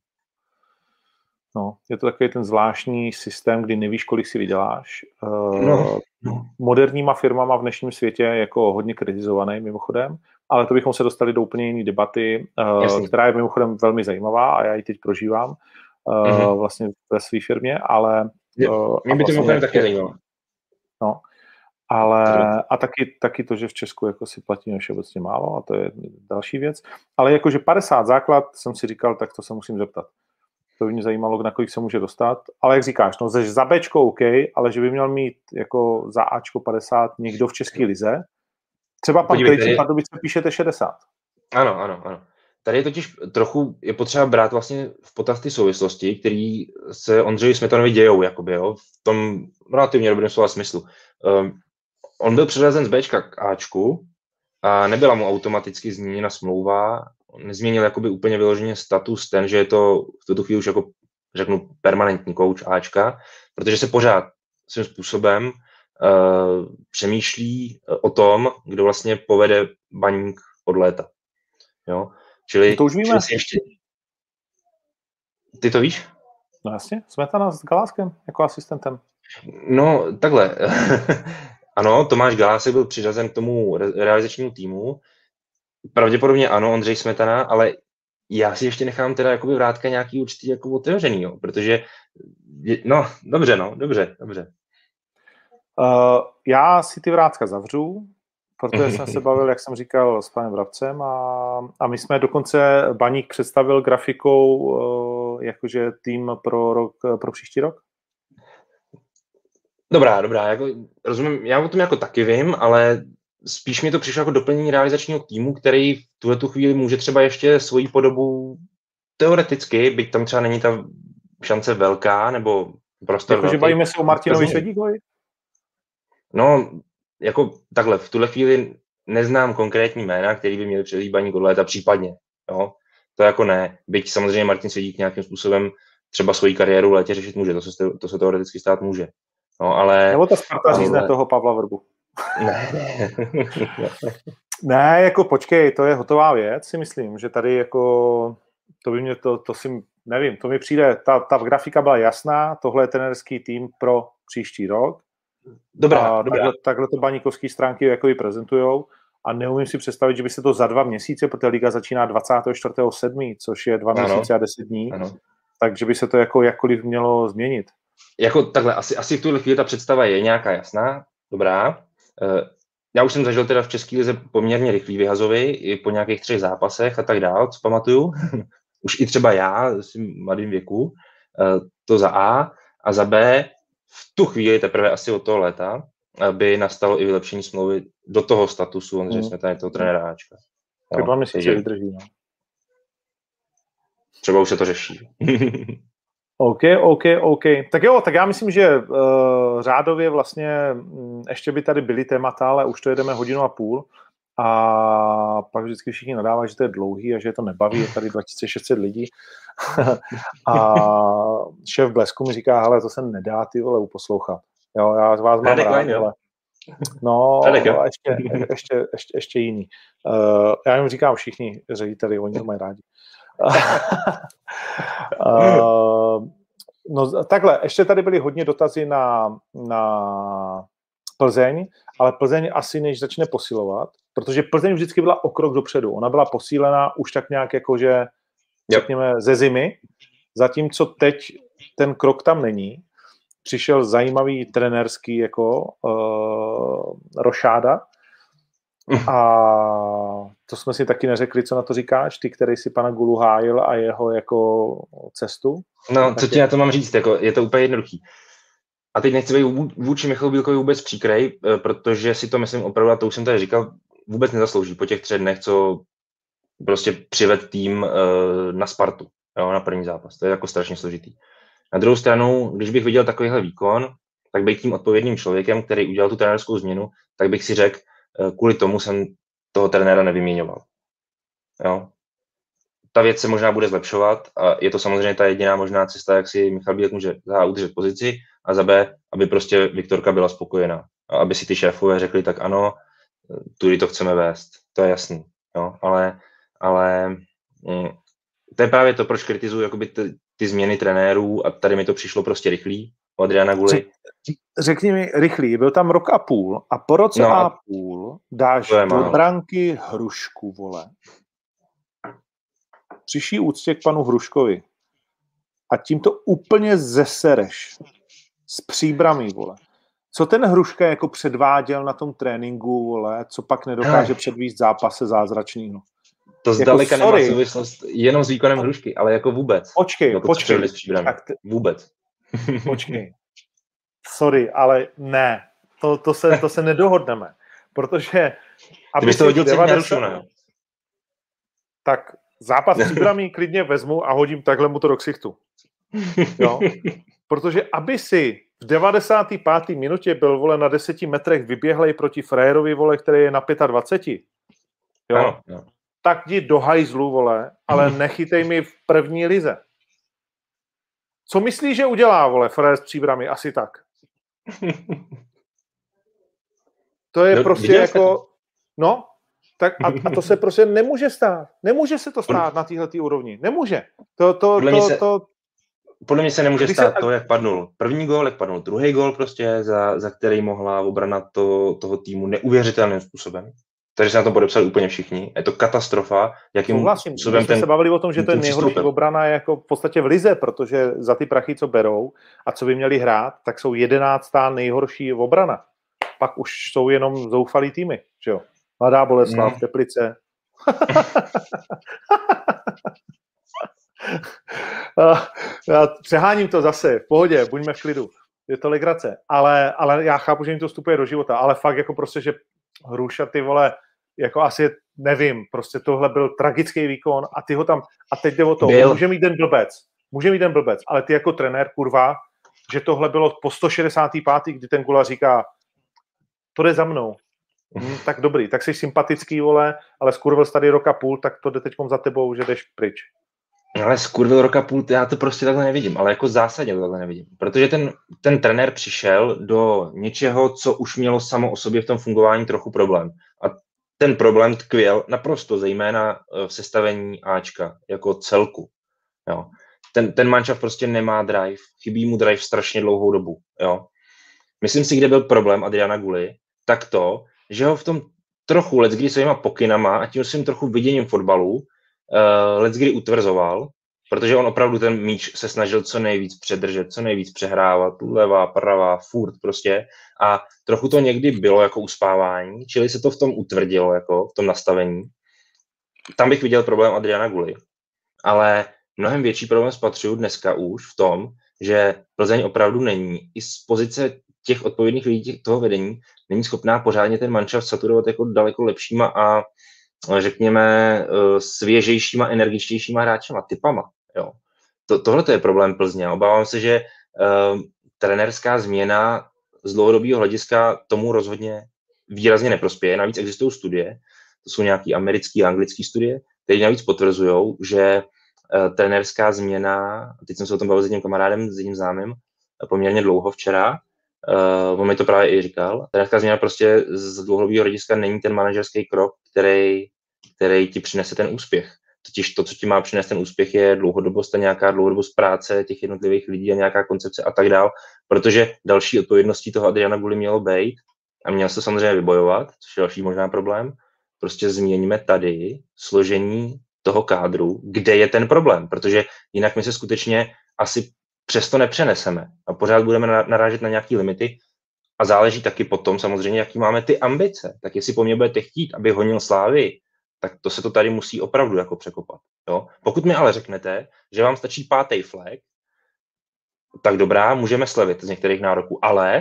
No, je to takový ten zvláštní systém, kdy nevíš, kolik si vyděláš. Moderníma firmama v dnešním světě je jako hodně kritizovaný mimochodem, ale to bychom se dostali do úplně jiné debaty, která je mimochodem velmi zajímavá a já ji teď prožívám vlastně ve své firmě, ale... Mě by to mimochodem taky zajímalo. No, ale a taky to, že v Česku jako si platíme všeobecně málo a to je další věc. Ale jakože 50 základ jsem si říkal, tak to se musím zeptat. To by mě zajímalo, na kolik se může dostat. Ale jak říkáš, no za Bčko OK, ale že by měl mít jako za Ačko 50 někdo v české lize. Třeba pan Krejčí Pardubice píšete 60. Ano. Tady je totiž trochu je potřeba brát vlastně v potaz ty souvislosti, které se Ondřeji Smetanovi dějou, jakoby, jo, v tom relativně dobrém slova smyslu. On byl přeřazen z Bčka k Ačku a nebyla mu automaticky změněna smlouva, nezměnil jakoby úplně vyloženě status ten, že je to v tuto chvíli už jako, řeknu, permanentní kouč Ačka, protože se pořád svým způsobem přemýšlí o tom, kdo vlastně povede Baník od léta. Jo? Čili, to už víme. Ještě... Ty to víš? No jasně, Smetana s Galáskem jako asistentem. No, takhle. Ano, Tomáš Galásek byl přiřazen k tomu realizačnímu týmu. Pravděpodobně ano, Ondřej Smetana, ale já si ještě nechám teda jakoby vrátka nějaký určitý jako otevřený, jo, protože, no, dobře. já si ty vrátka zavřu, protože jsem se bavil, jak jsem říkal, s panem Vrabcem a my jsme dokonce, Baník představil grafikou jakože tým pro příští rok. Dobrá, jako, rozumím, já o tom jako taky vím, ale spíš mi to přišlo jako doplnění realizačního týmu, který v tuhletu chvíli může třeba ještě svoji podobu teoreticky, byť tam třeba není ta šance velká, nebo prostor velký. Jakože bavíme se o Martinovi Svědíkovi? No, jako takhle, v tuhle chvíli neznám konkrétní jména, který by měli převzít Baník od léta případně, jo. To jako ne, byť samozřejmě Martin Svědík nějakým způsobem třeba svoji kariéru v létě řešit může, to se teoreticky stát může. No, ale... Nebo ta Sparta řízne toho Pavla Vrbu. Ne. Ne, jako počkej, to je hotová věc, si myslím, že tady jako, to by mě, to si, nevím, to mi přijde, ta grafika byla jasná, tohle je trenérský tým pro příští rok. Dobrá. Takhle to baníkovský stránky jako i prezentujou a neumím si představit, že by se to za 2 měsíce, protože liga začíná 24.7., což je 2 měsíce a 10 dní, takže by se to jako jakkoliv mělo změnit. Jako takhle, asi v tuhle chvíli ta představa je nějaká jasná, dobrá. Já už jsem zažil teda v české lize poměrně rychlý vyhazovy, i po nějakých 3 zápasech a tak dále, co pamatuju. Už i třeba já, v svým mladým věku, to za A. A za B, v tu chvíli teprve asi od toho léta, by nastalo i vylepšení smlouvy do toho statusu, že jsme tady toho trenéra Ačka. Tak 2 měsíce vydrží, no. Třeba už se to řeší. OK. Tak jo, tak já myslím, že řádově vlastně ještě by tady byly témata, ale už to jedeme 1,5 hodiny a pak vždycky všichni nadávají, že to je dlouhý a že to nebaví, je tady 2600 lidí. A šéf Blesku mi říká, hele, to se nedá ty vole uposlouchat. Jo, já z vás mám rád, ale... No, ještě jiný. Já jim říkám všichni řediteli, oni to mají rádi. No takhle, ještě tady byly hodně dotazy na Plzeň, ale Plzeň asi než začne posilovat, protože Plzeň vždycky byla o krok dopředu. Ona byla posílená už tak nějak jakože, řekněme, ze zimy, zatímco teď ten krok tam není. Přišel zajímavý trenérský jako rošáda a to jsme si taky neřekli, co na to říkáš, ty, který si pana Gulu hájil a jeho jako cestu. No, co ti na to mám říct, jako, je to úplně jednoduchý. A teď nechci být vůči Michalu Bílkovi vůbec příkrej, protože si to myslím opravdu, a to už jsem tady říkal, vůbec nezaslouží po těch 3 dnech, co prostě přived tým na Spartu, jo, na první zápas. To je jako strašně složitý. Na druhou stranu, když bych viděl takovýhle výkon, tak bych tím odpovědným člověkem, který udělal tu trenérskou změnu, tak bych si řekl, kvůli tomu jsem toho trenéra nevyměňoval. Jo. Ta věc se možná bude zlepšovat a je to samozřejmě ta jediná možná cesta, jak si Michal Bílek může za A udržet pozici a za B, aby prostě Viktorka byla spokojená. A aby si ty šéfové řekli, tak ano, tudy to chceme vést. To je jasný. Jo. Ale to je právě to, proč kritizuju jakoby ty změny trenérů a tady mi to přišlo prostě rychlý u Adriana Guly. Řekni mi rychlý, byl tam 1,5 roku a po roce a půl dáš do branky Hrušku, vole. Přiší úctě k panu Hruškovi a tím to úplně zesereš s Příbrami, vole. Co ten Hruška jako předváděl na tom tréninku, vole, co pak nedokáže předvíst zápase zázračnýho. To zdaleka nemá souvislost jenom s výkonem Hrušky, ale jako vůbec. Počkej. Vůbec. Počkej. Sorry, ale ne. To se nedohodneme. Protože... Ty bys to hodil 90, ne? Tak zápas s Příbrami klidně vezmu a hodím takhle mu to do ksichtu. Jo? Protože aby si v 95. minutě byl, vole, na 10 metrech vyběhlej proti frajerovi, vole, který je na 25. Jo? No. Tak jdi do hajzlu, vole, ale nechytej mi v první lize. Co myslíš, že udělá, vole, frajer s Příbrami? Asi tak. To je prostě jako... No, tak a to se prostě nemůže stát. Nemůže se to stát na téhletý úrovni. Nemůže. Podle mě se nemůže stát to, jak padnul první gól, jak padnul druhý gól prostě, za který mohla obrana toho týmu neuvěřitelným způsobem. Takže se na to podepsali úplně všichni. Je to katastrofa, jakým způsobem jsme se bavili o tom, že to je nejhorší obrana jako v podstatě v lize, protože za ty prachy, co berou a co by měli hrát, tak jsou 11. nejhorší obrana. pak už jsou jenom zoufalý týmy, že jo. Mladá Boleslav, Teplice. Já přeháním to zase, v pohodě, buďme v klidu. Je to legrace, ale já chápu, že jim to vstupuje do života, ale fakt jako prostě, že Hruša, ty vole, jako asi nevím, prostě tohle byl tragický výkon a ty ho tam, a teď jde o to, může mít den blbec, ale ty jako trenér, kurva, že tohle bylo po 165. kdy ten Gula říká, to jde za mnou, tak dobrý, tak jsi sympatický, vole, ale skurvil jsi tady roka půl, tak to jde teďkom za tebou, že jdeš pryč. Ale skurvil roka půl, já to prostě takhle nevidím, ale jako zásadně to takhle nevidím. Protože ten trenér přišel do něčeho, co už mělo samo o sobě v tom fungování trochu problém. A ten problém tkvěl naprosto zejména v sestavení Ačka jako celku. Jo. Ten manšaft prostě nemá drive, chybí mu drive strašně dlouhou dobu. Jo. Myslím si, kde byl problém Adriana Guly, tak to, že ho v tom trochu leckdy svýma pokynama a tím svým trochu viděním fotbalu leckdy utvrzoval, protože on opravdu ten míč se snažil co nejvíc předržet, co nejvíc přehrávat, levá, pravá, furt prostě a trochu to někdy bylo jako uspávání, čili se to v tom utvrdilo, jako v tom nastavení. Tam bych viděl problém Adriana Guly, ale mnohem větší problém spatřuju dneska už v tom, že Plzeň opravdu není i z pozice těch odpovědných lidí toho vedení není schopná pořádně ten manšaft saturovat jako daleko lepšíma a řekněme svěžejšíma, energičtějšíma hráčema, typama. Jo. Tohle je problém Plzně. Obávám se, že trenérská změna z dlouhodobého hlediska tomu rozhodně výrazně neprospěje. Navíc existují studie, to jsou nějaké americké a anglické studie, které navíc potvrzují, že trenérská změna, teď jsem se o tom bavil s jedním kamarádem, s jedním známým, poměrně dlouho včera, on mi to právě i říkal, trenérská změna prostě z dlouhodobého hlediska není ten manažerský krok, který ti přinese ten úspěch. Totiž to, co ti má přinést ten úspěch, je dlouhodobost a nějaká dlouhodobost práce těch jednotlivých lidí a nějaká koncepce a tak dál, protože další odpovědností toho Adriana Guly mělo být a měl se samozřejmě vybojovat, což je další možná problém, prostě změníme tady složení toho kádru, kde je ten problém, protože jinak my se skutečně asi přesto nepřeneseme a pořád budeme narážet na nějaké limity a záleží taky potom samozřejmě, jaký máme ty ambice. Tak jestli po mně budete chtít, aby honil Slávy, tak to se to tady musí opravdu jako překopat. Jo? Pokud mi ale řeknete, že vám stačí 5. flag, tak dobrá, můžeme slevit z některých nároků, ale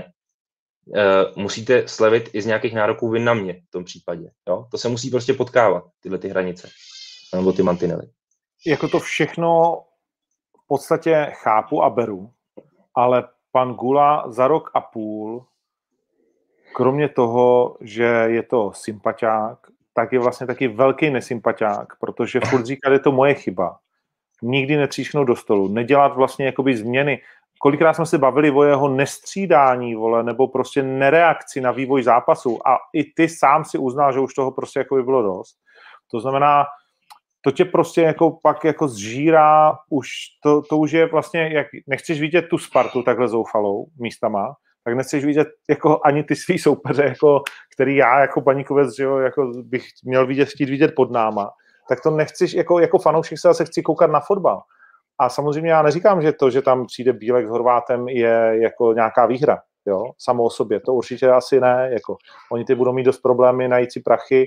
musíte slevit i z nějakých nároků vin na mě v tom případě. Jo? To se musí prostě potkávat, tyhle ty hranice, nebo ty mantinely. Jako to všechno v podstatě chápu a beru, ale pan Gula za rok a půl, kromě toho, že je to sympatiák, tak je vlastně taky velký nesympatiák, protože furt říká, že je to moje chyba. Nikdy netřísknout do stolu, nedělat vlastně jakoby změny. Kolikrát jsme se bavili o jeho nestřídání, vole, nebo prostě nereakci na vývoj zápasu a i ty sám si uznal, že už toho prostě jakoby bylo dost. To znamená, to tě prostě jako pak jako zžírá, už to už je vlastně, jak nechceš vidět tu Spartu takhle zoufalou místama, tak nechceš vidět jako ani ty svý soupeře, jako, který já jako Baníkovec, že jo, jako bych měl chtít vidět pod náma, tak to nechceš, jako fanoušek se zase chci koukat na fotbal. A samozřejmě já neříkám, že to, že tam přijde Bílek s Horvátem je jako nějaká výhra, jo, samo o sobě, to určitě asi ne, jako oni ty budou mít dost problémy najít si prachy.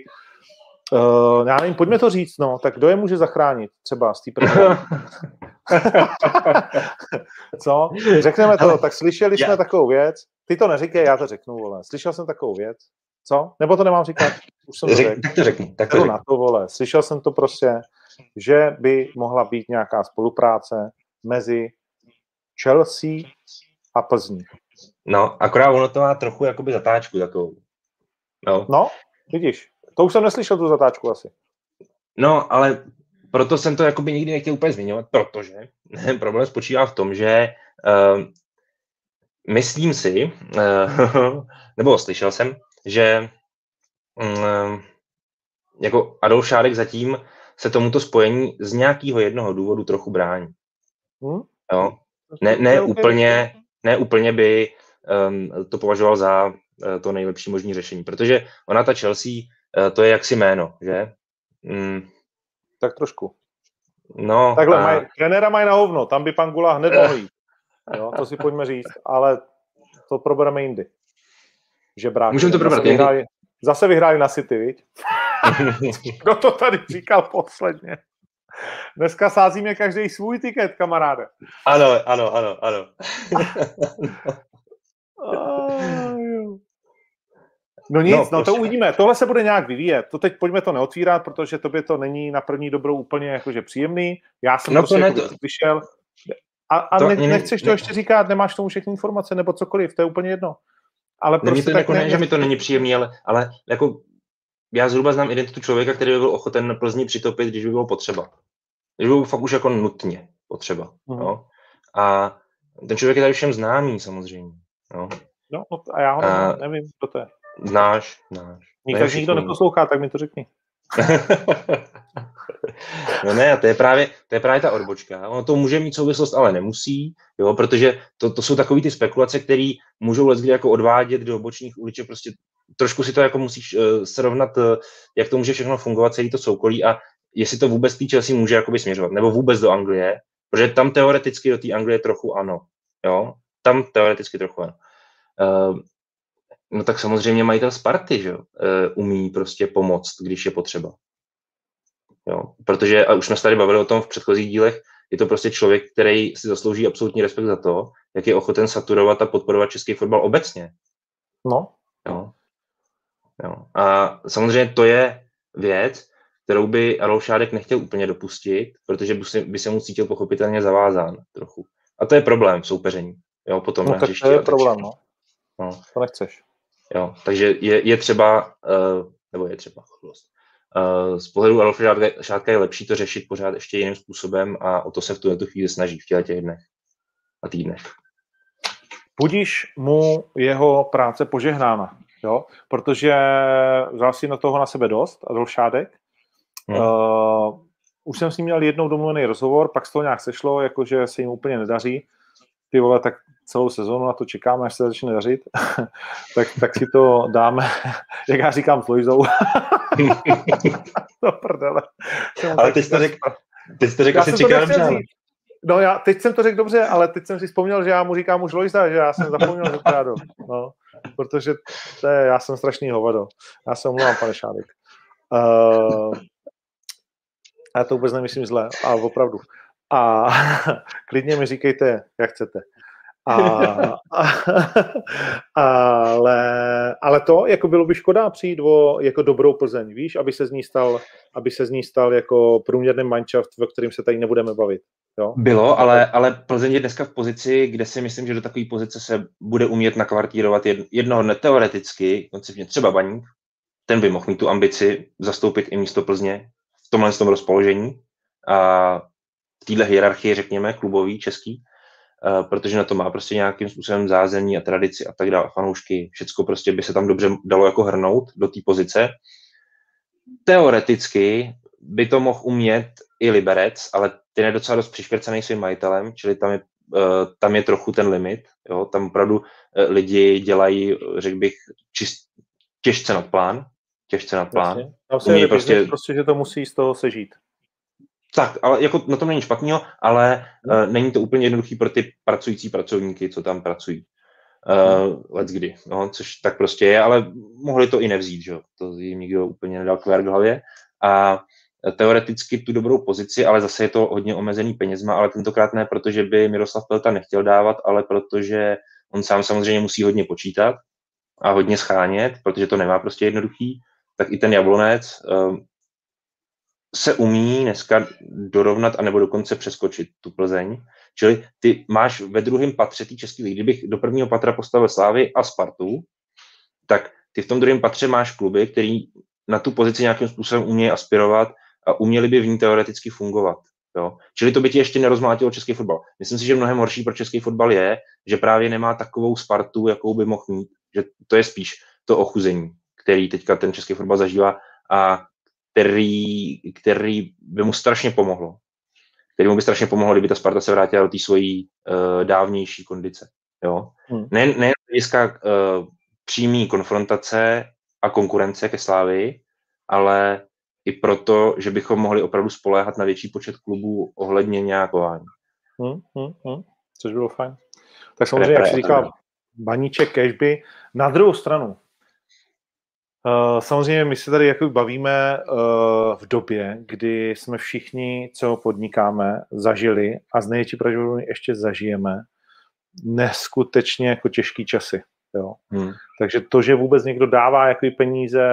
Já nevím, pojďme to říct, no, tak kdo je může zachránit třeba z té první? Co? Řekneme to, tak slyšeli jsme takovou věc, ty to neříkej, já to řeknu, vole, slyšel jsem takovou věc, co? Nebo to nemám říkat? Už jsem to řekl. Tak to řekni. Tak to na to, vole, slyšel jsem to prostě, že by mohla být nějaká spolupráce mezi Chelsea a Plzní. No, akorát ono to má trochu jakoby zatáčku takovou. No, vidíš. To už jsem neslyšel, tu zatáčku asi. No, ale proto jsem to jakoby nikdy nechtěl úplně zmiňovat, protože problém spočívá v tom, že myslím si, nebo slyšel jsem, že jako Adolf Šárek zatím se tomuto spojení z nějakého jednoho důvodu trochu brání. Jo? Ne úplně by to považoval za to nejlepší možné řešení, protože ona ta Chelsea, to je jaksi jméno, že? Tak trošku. No, takhle, trenéra mají na hovno, tam by pan Gula hned mohl jít. Jo, to si pojďme říct, ale to probereme jindy. žebráky. Můžeme to probrat. Zase vyhráli na City, viď? Kdo to tady říkal posledně? Dneska sázíme každý svůj tiket, kamaráde. Ano. No nic, no to uvidíme. Tohle se bude nějak vyvíjet. To teď pojďme to neotvírat, protože tobě to není na první dobrou úplně jakože příjemný. Já jsem vyšel. A nechceš to ještě říkat, nemáš tomu všechny informace nebo cokoliv, to je úplně jedno. Ale prostě to jako ne, že mi to není příjemný, ale jako já zhruba znám identitu člověka, který by byl ochoten Plzni přitopit, když by bylo potřeba. Když by bylo fakt už jako nutně potřeba. No? A ten člověk je tady všem známý samozřejmě. No a já ho nevím, kdo to je. Znáš. Nikdo neposlouchá, tak mi to řekni. No ne, to je právě ta odbočka. Ono to může mít souvislost, ale nemusí, jo, protože to jsou takový ty spekulace, které můžou leckdy jako odvádět do bočních uliček, prostě trošku si to jako musíš srovnat, jak to může všechno fungovat, celý to soukolí a jestli to vůbec tý Chelsea může jakoby směřovat, nebo vůbec do Anglie, protože tam teoreticky do té Anglie trochu ano, jo, tam teoreticky trochu ano. No tak samozřejmě majitel Sparty, že jo, umí prostě pomoct, když je potřeba. Jo, protože, a už jsme se tady bavili o tom v předchozích dílech, je to prostě člověk, který si zaslouží absolutní respekt za to, jak je ochoten saturovat a podporovat český fotbal obecně. No. Jo. A samozřejmě to je věc, kterou by Adolf Šádek nechtěl úplně dopustit, protože by se mu cítil pochopitelně zavázán trochu. A to je problém v soupeření. Jo, potom no tak to je problém, no. To nechceš. Jo, takže je třeba z pohledu Adolfa Šádka je lepší to řešit pořád ještě jiným způsobem a o to se v tuhle chvíli snaží v těch dnech a týdnech. Budíš mu jeho práce požehnána, jo? Protože vzal si na toho na sebe dost, Adolf Šádek. Už jsem s ním měl jednou domluvený rozhovor, pak z toho nějak sešlo, jakože se jim úplně nedaří. Ty vole, tak celou sezónu na to čekáme, až se začne dařit, tak si to dáme, jak já říkám, s Lojzou. To prdele. Ale teď to řekl asi 3krát dobře. No teď jsem to řekl dobře, ale teď jsem si vzpomněl, že já mu říkám už Lojza, že já jsem zapomněl říkat, no, protože já jsem strašný hovado. Já se omlouvám, pane Šádek. Já to vůbec nemyslím zle, ale opravdu. A klidně mi říkejte, jak chcete. Ale to, jako bylo by škoda přijít o jako dobrou Plzeň, víš, aby se z ní stal jako průměrný manšaft, ve kterým se tady nebudeme bavit. Jo? Bylo, ale Plzeň je dneska v pozici, kde si myslím, že do takové pozice se bude umět nakvartírovat jednoho dne teoreticky, koncepčně třeba Baník, ten by mohl mít tu ambici zastoupit i místo Plzně v tomhle rozpoložení a v téhle hierarchii, řekněme, klubový, český, protože na to má prostě nějakým způsobem zázemí a tradici a tak dále, fanoušky, všecko prostě by se tam dobře dalo jako hrnout do té pozice. Teoreticky by to mohl umět i Liberec, ale ten je docela dost přiškrcený svým majitelem, čili tam je trochu ten limit, jo? Tam opravdu lidi dělají, řekl bych, těžce nad plán. Tam se je prostě, že to musí z toho sežít. Tak, ale jako na tom není špatného, ale není to úplně jednoduchý pro ty pracující pracovníky, co tam pracují. Leckdy, no, což tak prostě je, ale mohli to i nevzít, že? To jim nikdo úplně nedal kvér k hlavě. A teoreticky tu dobrou pozici, ale zase je to hodně omezený penězma, ale tentokrát ne, protože by Miroslav Pelta nechtěl dávat, ale protože on sám samozřejmě musí hodně počítat a hodně schánět, protože to nemá prostě jednoduchý, tak i ten Jablonec se umí dneska dorovnat anebo dokonce přeskočit tu Plzeň. Čili ty máš ve druhém patře té české ligy, kdybych do prvního patra postavil Slávy a Spartu, tak ty v tom druhém patře máš kluby, který na tu pozici nějakým způsobem umějí aspirovat a uměli by v ní teoreticky fungovat. Jo? Čili to by ti ještě nerozmlátilo český fotbal. Myslím si, že mnohem horší pro český fotbal je, že právě nemá takovou Spartu, jakou by mohl mít. Že to je spíš to ochuzení, který teďka ten český fotbal zažívá a který by mu strašně pomohlo. Kdyby ta Sparta se vrátila do té svojí dávnější kondice. Jo? Nejen hlediska přímý konfrontace a konkurence ke Slávii, ale i proto, že bychom mohli opravdu spoléhat na větší počet klubů ohledně nějakování. Což bylo fajn. Tak samozřejmě, jak si říkal, Baníček, Cashby. Na druhou stranu, Samozřejmě my se tady jako bavíme v době, kdy jsme všichni, co podnikáme, zažili a z největší pravděpodobně ještě zažijeme neskutečně jako těžký časy. Jo. Takže to, že vůbec někdo dává jako peníze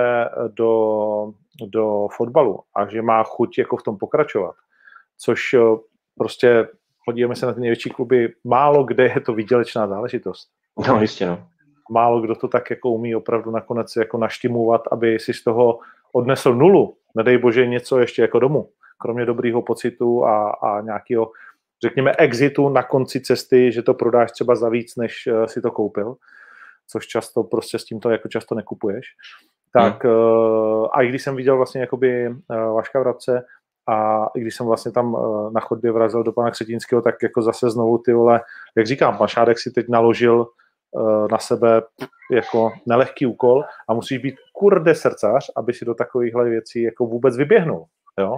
do fotbalu a že má chuť jako v tom pokračovat, což prostě podíváme se na ty největší kluby, málo kde je to výdělečná záležitost. No, jistě, no. Málo kdo to tak jako umí opravdu nakonec jako naštimovat, aby si z toho odnesl nulu. Nedej bože něco ještě jako domů. Kromě dobrýho pocitu a nějakého, řekněme, exitu na konci cesty, že to prodáš třeba za víc, než si to koupil. Což často prostě s tímto jako často nekupuješ. Tak a i když jsem viděl vlastně jakoby Vaška Vrabce a i když jsem vlastně tam na chodbě vrazil do pana Křetínského, tak jako zase znovu ty vole, jak říkám, pan Šádek si teď naložil na sebe jako nelehký úkol a musíš být kurde srdcař, aby si do takovýchhle věcí jako vůbec vyběhnul. Jo?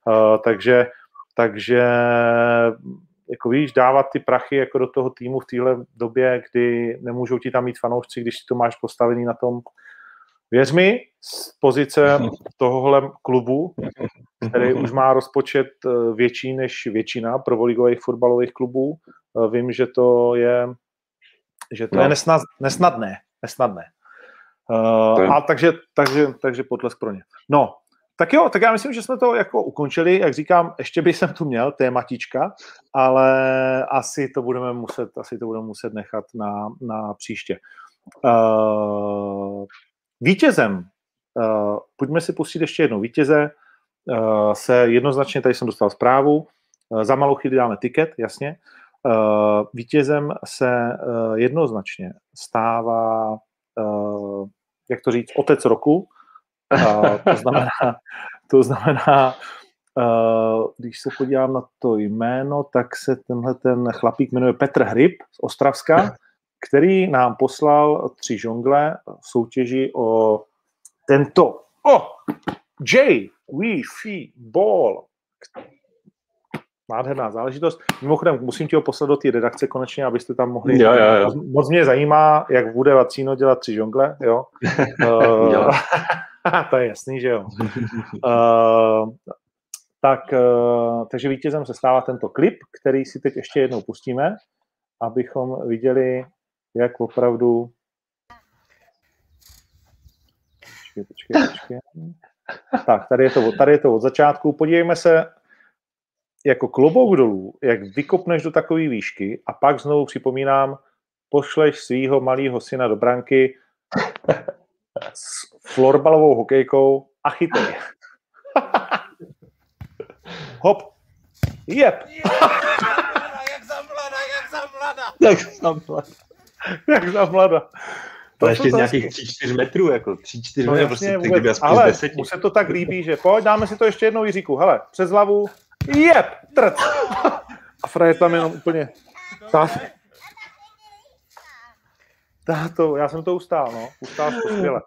Takže jako víš, dávat ty prachy jako do toho týmu v téhle době, kdy nemůžou ti tam mít fanoušci, když si to máš postavený na tom. Věř mi, z pozice tohohle klubu, který už má rozpočet větší než většina prvoligových fotbalových klubů, vím, že to je nesnadné. A takže potlesk pro ně. No, tak jo, tak já myslím, že jsme to jako ukončili, jak říkám, ještě bych jsem tu měl tématička, ale asi to budeme muset nechat na příště. Vítězem, pojďme si pustit ještě jednou vítěze, se jednoznačně, tady jsem dostal zprávu, za malou chvíli dáme tiket, jasně, vítězem se jednoznačně stává, jak to říct, otec roku. To znamená, když se podívám na to jméno, tak se tenhle ten chlapík jmenuje Petr Hryb z Ostravska, který nám poslal 3 žongle v soutěži o tento Wi-Fi ball. Nádherná záležitost. Mimochodem, musím ti ho poslat do té redakce konečně, abyste tam mohli... Jo. Moc mě zajímá, jak bude Vacíno dělat 3 žongle, jo? To je jasný, že jo. Takže vítězem se stává tento klip, který si teď ještě jednou pustíme, abychom viděli, jak opravdu... Počkej. Tak, tady je to od začátku. Podívejme se jako klobouk dolů, jak vykopneš do takové výšky a pak znovu připomínám, pošleš svýho malého syna do branky s florbalovou hokejkou a chytej. Hop. Jep. Jak za mlada. To ještě z nějakých 3-4 metrů, jako 3-4 no, metrů, prostě vůbec, kdyby aspoň ale 10. mu se to tak líbí, že pojď, dáme si to ještě jednou, Jiříku, hele, přes hlavu, jep, trc. A frajer tam jenom úplně, já jsem to ustál to skvěle.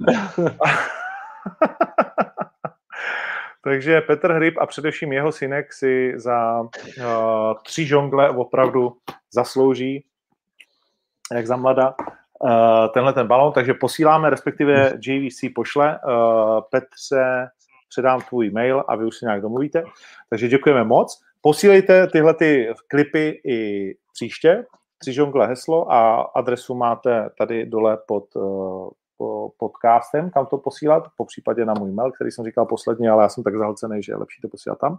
Takže Petr Hryb a především jeho synek si za 3 žongle opravdu zaslouží, jak za mlada, tenhle ten balón, takže posíláme, respektive JVC pošle. Petře, předám tvůj mail a vy už si nějak domluvíte. Takže děkujeme moc. Posílejte tyhle ty klipy i příště. 3 žongle heslo a adresu máte tady dole pod podcastem, kam to posílat, po případě na můj mail, který jsem říkal posledně, ale já jsem tak zahlcený, že je lepší to posílat tam.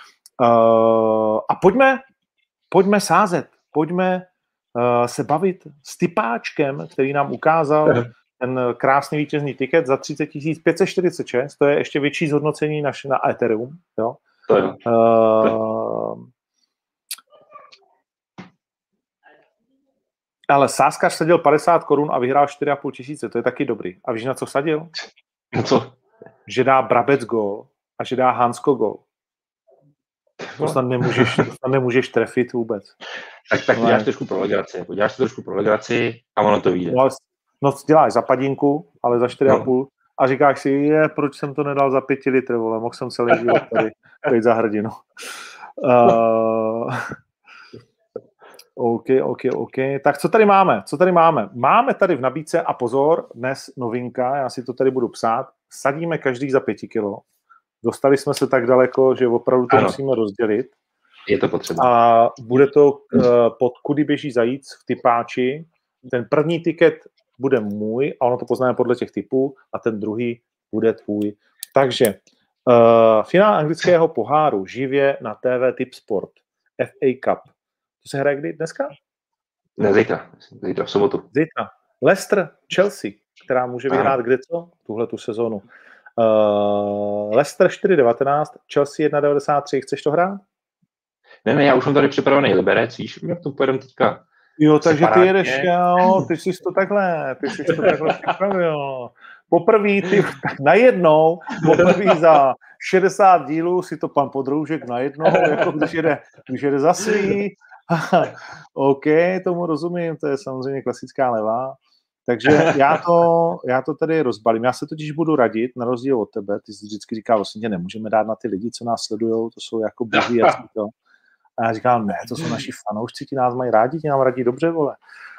A pojďme sázet, pojďme se bavit s typáčkem, který nám ukázal ten krásný vítězný tiket za 30 546, to je ještě větší zhodnocení na Ethereum. Jo? To je. Ale sázkař sadil 50 korun a vyhrál 4,5 tisíce, to je taky dobrý. A víš, na co sadil? No co? Že dá Brabec gól a že dá Hansko gól. To snad nemůžeš trefit vůbec. Tak děláš trošku pro legraci a ono to vyjde. No děláš za padinku, ale za 4,5 a říkáš si, proč jsem to nedal za 5 litr, vole, mohl jsem celý život tady být za hrdinu. OK. Tak co tady máme? Máme tady v nabídce, a pozor, dnes novinka, já si to tady budu psát, sadíme každý za 5 kilo. Dostali jsme se tak daleko, že opravdu to musíme rozdělit. Je to potřeba. A bude to pod Kudy běží zajíc v typáči. Ten první tiket bude můj, a ono to poznáme podle těch typů, a ten druhý bude tvůj. Takže finál anglického poháru živě na TV Tip Sport. FA Cup. To se hraje kdy? Dneska? Ne, zítra, v sobotu. Zítra. Leicester, Chelsea, která může vyhrát kde co? Tuhletu sezonu. Leicester 4,19, Chelsea 1,93. Chceš to hrát? Ne, já už mám tady připravený liberec, víš, jak to pojedeme teďka. Jo, takže ty jedeš, jo, ty jsi to takhle připravil. Poprvé ty najednou, za 60 dílů si to pan Podroužek najednou, jako když jede za svý. OK, tomu rozumím, to je samozřejmě klasická levá. Takže já to tady rozbalím. Já se totiž budu radit, na rozdíl od tebe, ty jsi vždycky říkal, vlastně nemůžeme dát na ty lidi, co nás sledujou, to jsou jako boží jasný to. A já říkám, ne, to jsou naši fanoušci, ti nás mají rádi, ti nám radí dobře, vole.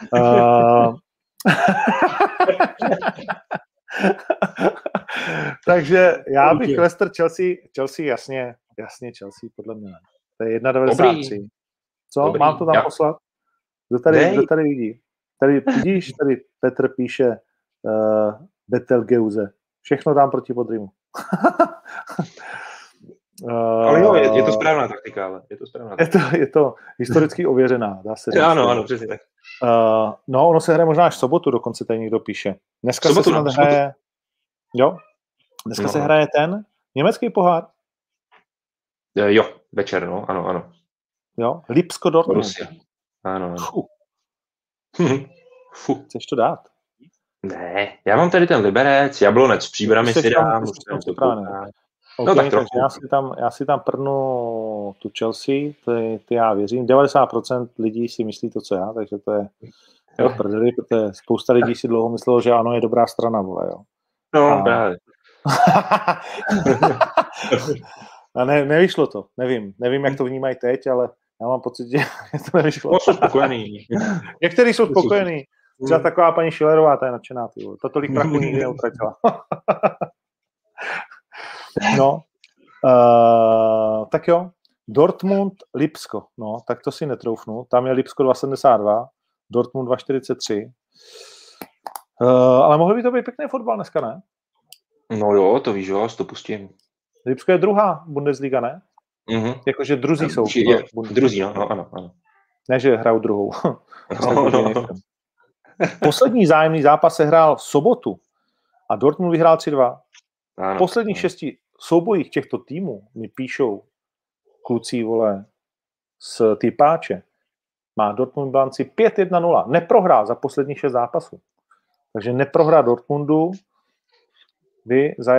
Takže já bych Leicester Chelsea jasně Chelsea, podle mě. To je 1,93. Co? Dobrý. Mám to tam poslat? Kdo tady vidí? Tady vidíš, tady Petr píše Betelgeuse. Všechno dám proti Podrymu. Ale jo, je to správná taktika, ale je to správná taktika. Je to historicky ověřená, dá se říct. Ano, přesně tak. No, ono se hraje možná až v sobotu, dokonce tady někdo píše. Dneska se hraje... Jo? Dneska se hraje ten německý pohár. Jo, večer, no, ano. Jo, Lipsko Dortmund. Ano. Chceš to dát? Ne, já mám tady ten liberec, jablonec v Příbrami si dám. Okay, no, tak já si tam prnu tu Chelsea, ty já věřím. 90% lidí si myslí to, co já, takže to je prdeli, protože spousta lidí si dlouho myslelo, že ano, je dobrá strana, vole, jo. No, právě. A nevyšlo to, nevím, jak to vnímají teď, ale já mám pocit, že to nevyšlo. Jsou spokojený. Někteří jsou spokojení. Třeba taková paní Schillerová, ta je nadšená, ty vole. To tolik prachu nikdy neutratila. No, tak jo, Dortmund, Lipsko, no, tak to si netroufnu, tam je Lipsko 2,72, Dortmund 2,43, ale mohl by to být pěkný fotbal dneska, ne? No jo, to víš, jo, to pustím. Lipsko je druhá Bundesliga, ne? Mm-hmm. Jakože druzí jsou. Druzí, no, ano. Ne, že hrajou druhou. No. Poslední vzájemný zápas se hrál v sobotu a Dortmund vyhrál 3-2. V posledních 6 soubojích těchto týmů mi píšou kluci, vole, z typáče. Má Dortmund bilanci 5-1-0. Neprohrál za posledních 6 zápasů. Takže neprohrá Dortmundu by za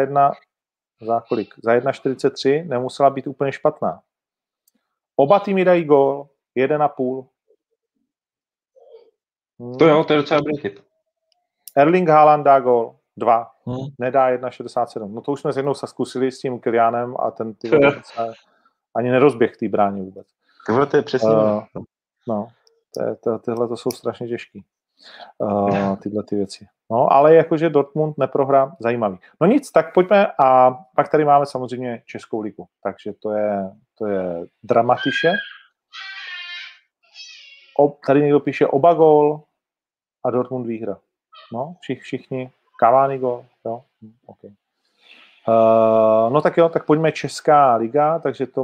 1,43 nemusela být úplně špatná. Oba týmy dají gól, 1,5. To jo, to je docela dobrý tip. Erling Haaland dá gól, 2. Nedá 1,67. No to už jsme s jednou zkusili s tím Kylianem a ten ty ani nerozběh té bráně vůbec. To je přesně. No, tyhle to jsou strašně těžký. Tyhle ty věci. No, ale jakože Dortmund neprohrá, zajímavý. No nic, tak pojďme a pak tady máme samozřejmě Českou ligu. Takže to je dramatiše. Tady někdo píše oba gól a Dortmund výhra. No, všichni. Cavani gól, jo? Okay. No tak jo, tak pojďme Česká liga, takže to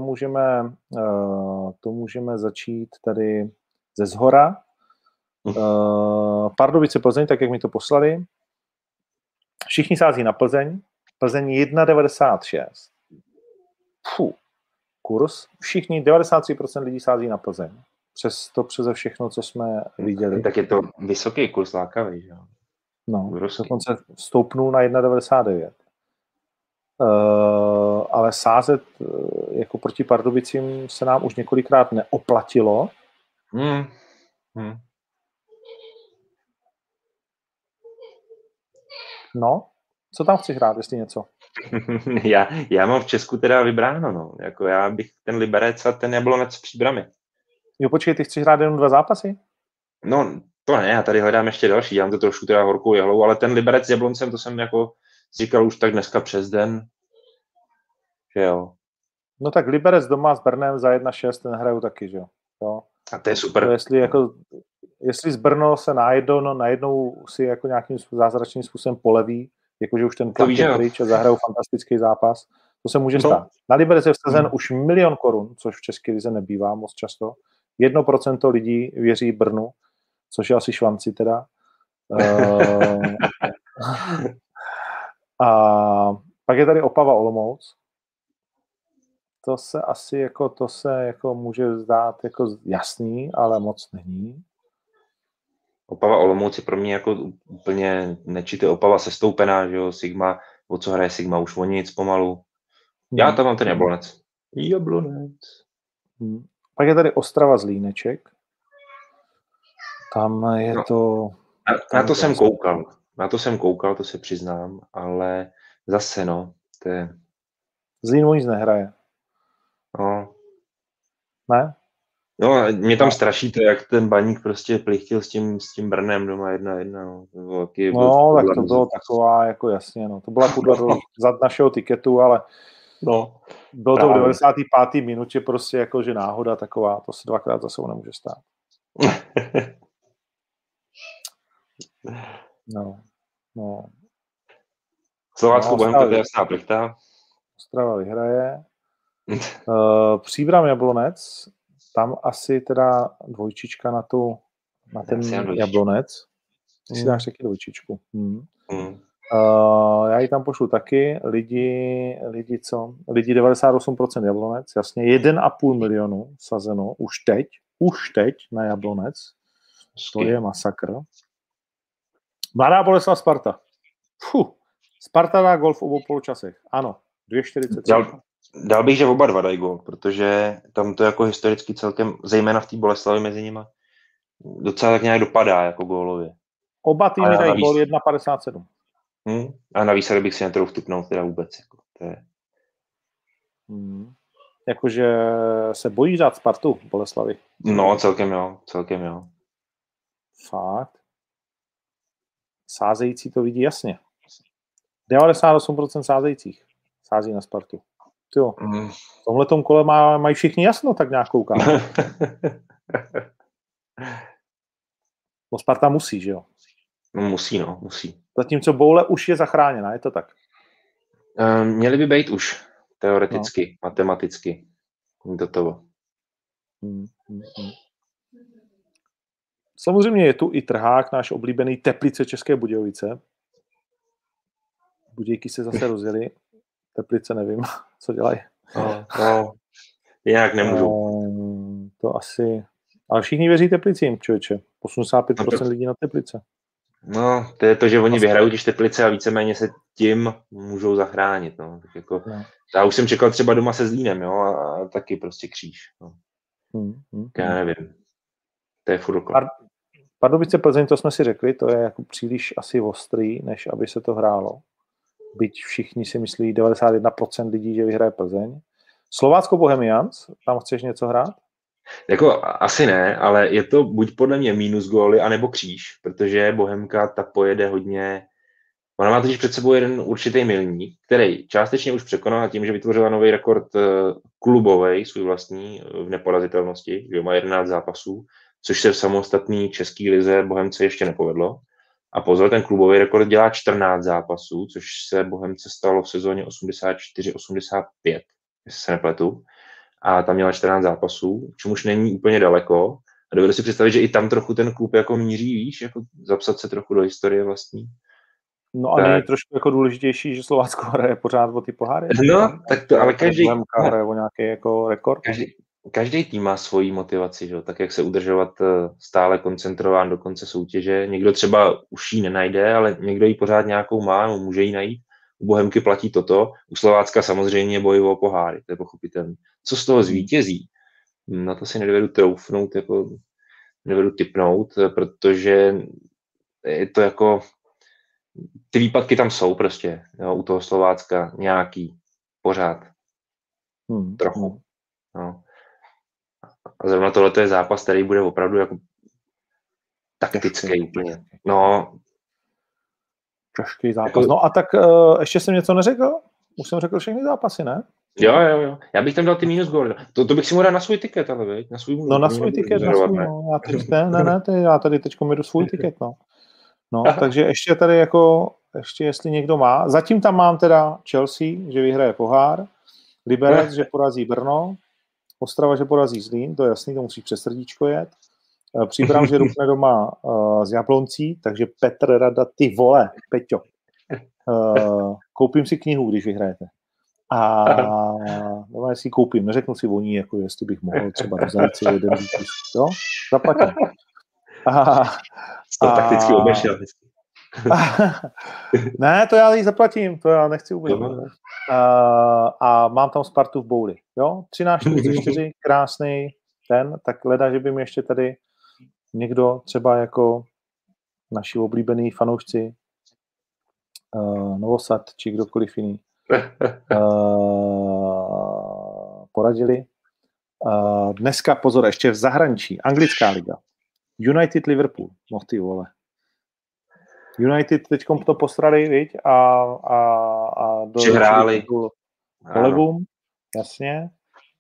můžeme začít tady ze zhora. Pardubice Plzeň, tak jak mi to poslali. Všichni sází na Plzeň. Plzeň 1,96. Kurz. Všichni, 93% lidí sází na Plzeň. Přeze všechno, co jsme viděli. Tak je to vysoký kurz, lákavý, že jo? No, dokonce stoupnul na 1,99. Ale sázet jako proti Pardubicím se nám už několikrát neoplatilo. No, co tam chci hrát, jestli něco? Já mám v Česku teda vybráno, no. Jako já bych ten liberec a ten jablonec v Příbrami. Jo, počkej, ty chceš hrát jenom 2 zápasy? No, to ne, já tady hledám ještě další, já mám to trošku teda horkou jehlou, ale ten Liberec s Jabloncem, to jsem jako říkal už tak dneska přes den, že jo. No tak Liberec doma s Brnem za 1-6, ten hrajou taky, že jo. A to je super. To jestli z Brno se najednou si jako nějakým zázračným způsobem poleví, jakože už ten tlak je pryč a zahrajou fantastický zápas, to se může stát. Na Liberec je vsazen už 1 000 000 korun, což v české lize nebývá moc často. 1% lidí věří Brnu, což je asi švanci teda. A pak je tady Opava Olomouc. To se asi jako může zdát jako jasný, ale moc není. Opava Olomouc je pro mě jako úplně nečitý. Opava sestoupená, že jo, Sigma, o co hraje Sigma, už o nic pomalu. Já tam mám ten Jablonec. Pak je tady Ostrava Zlíneček. Tam je to... Na to jsem koukal. Na to jsem koukal, to se přiznám, ale zase no, to je... Zlín o nic nehraje. No. Ne? No, mě tam straší to, jak ten Baník prostě plichtil s tím Brnem doma 1-1. No, tak to bylo taková, jako jasně, no. To byla podle za našeho tiketu, ale bylo to v 95. minutě prostě jako, že náhoda taková, to se 2krát za sebou nemůže stát. No. Slovácko Bohemka, to je jasná plichta. Ostrava vyhraje. Příbram Jablonec, tam asi teda dvojčička na ten Jablonec. Si dáš taky dvojčičku. Já ji tam pošlu taky. Lidi 98% Jablonec, jasně. 1,5 milionu sazeno už teď na Jablonec. To je masakr. Mladá Boleslav Sparta. Sparta dá gol v obou poločasech. Ano, 2,40. Dal bych, že oba dva dají gól, protože tam to jako historicky celkem, zejména v té Boleslavi mezi nima, docela tak nějak dopadá jako gólově. Oba týmy dají gól 1,57. A navíc bych si netrouf tipnout teda vůbec. Jako, to je... Jakože se bojí dát Spartu v Boleslavi. No, celkem jo. Fakt. Sázející to vidí jasně. 98% sázejících sází na Spartu. Jo. V tomhletom kole mají všichni jasno, tak nějak koukám. Bo Sparta musí, že jo? No, musí. Zatímco Boule už je zachráněna, je to tak? Měli by být už, teoreticky, matematicky. Do toho. Samozřejmě je tu i trhák, náš oblíbený Teplice České Budějovice. Budějky se zase rozjeli. Teplice nevím, co dělají. No, jinak nemůžu. To asi... Ale všichni věří Teplicím, člověče. 85% lidí na Teplice. No, to je to, že oni vyhrajou ty Teplice a víceméně se tím můžou zachránit. No. Tak jako, já už jsem čekal třeba doma se Zlínem, jo, a taky prostě kříž. No. Já nevím. To je furt okolo. Pardubice Plzeň, to jsme si řekli, to je jako příliš asi ostrý, než aby se to hrálo. Byť všichni si myslí 91% lidí, že vyhraje Plzeň. Slovácko Bohemians, tam chceš něco hrát? Jako asi ne, ale je to buď podle mě minus góly, anebo kříž, protože Bohemka ta pojede hodně... Ona má totiž před sebou jeden určitý milník, který částečně už překonala tím, že vytvořila nový rekord klubovej, svůj vlastní, v neporazitelnosti, že má 11 zápasů, což se v samostatné české lize Bohemce ještě nepovedlo. A pozor, ten klubový rekord dělá 14 zápasů, což se Bohemce stalo v sezóně 84-85, jestli se nepletu. A tam měla 14 zápasů, čemuž není úplně daleko. A dovedu si představit, že i tam trochu ten klub jako míří, víš, jako zapsat se trochu do historie vlastní. No a není trošku jako důležitější, že Slovácko hraje pořád o ty poháry? No, tak to, ale každý... hraje o nějaký jako rekord? Každý tým má svoji motivaci, že? Tak jak se udržovat stále koncentrován do konce soutěže. Někdo třeba už ji nenajde, ale někdo ji pořád nějakou má, může ji najít. U Bohemky platí toto, u Slovácka samozřejmě boj o poháry, to je pochopitelné. Co z toho zvítězí? Na to si nedovedu troufnout, jako nedovedu tipnout, protože je to jako ty výpadky tam jsou prostě, jo, u toho Slovácka nějaký, pořád. Trochu. No. A zrovna tohle je zápas, který bude opravdu jako taktický úplně. No. Těžký zápas. No a tak ještě jsem něco neřekl? Už jsem řekl všechny zápasy, ne? Jo. Já bych tam dal ty minus góly. To bych si mohl dát na svůj tiket, ale veď? Na svůj na svůj tiket, já teď já tady teď jdu svůj tiket, no. No, takže ještě tady jako, jestli někdo má. Zatím tam mám teda Chelsea, že vyhraje pohár, Liberec, že porazí Brno, Ostrava, že porazí Zlín, to je jasný, to musí přes srdíčko jet. Příbram, že rupne doma z Jabloncí, takže Petr Rada, ty vole, Peťo. Koupím si knihu, když vyhrajete. A no, si koupím, neřeknu si o ní, jako jestli bych mohl třeba do Zajce jeden výpis, jo? Zaplatím. To takticky obešel. Ne, to já jí zaplatím, to já nechci vůbec. A mám tam Spartu v Bouli, jo? 13-4, krásný ten, tak leda, že by mi ještě tady někdo třeba jako naši oblíbený fanoušci Novosad či kdokoliv jiný poradili. Dneska, pozor, ještě v zahraničí, anglická liga. United Liverpool, no ty vole. United teďkom to posrali, viď? A hráli kolegům, jasně.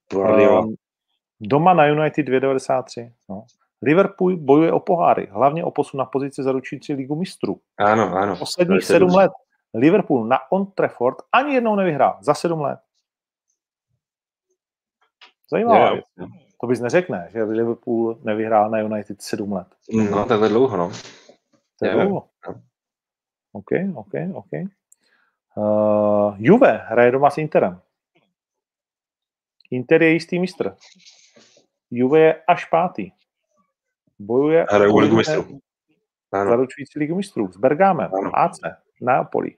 Doma na United 2,93. No. Liverpool bojuje o poháry, hlavně o posun na pozici zaručující ligu mistrů. Ano. Posledních 7 let Liverpool na Old Trafford ani jednou nevyhrál. Za 7 let. Zajímavá věc. To bys neřekne, že Liverpool nevyhrál na United 7 let. No, takhle dlouho, no. To je dlouho. OK. Juve hraje doma s Interem. Inter je jistý mistr. Juve je až 5. Bojuje o ligu mistrů. Zaručující ligu mistrů s Bergámem, AC, Neapoli.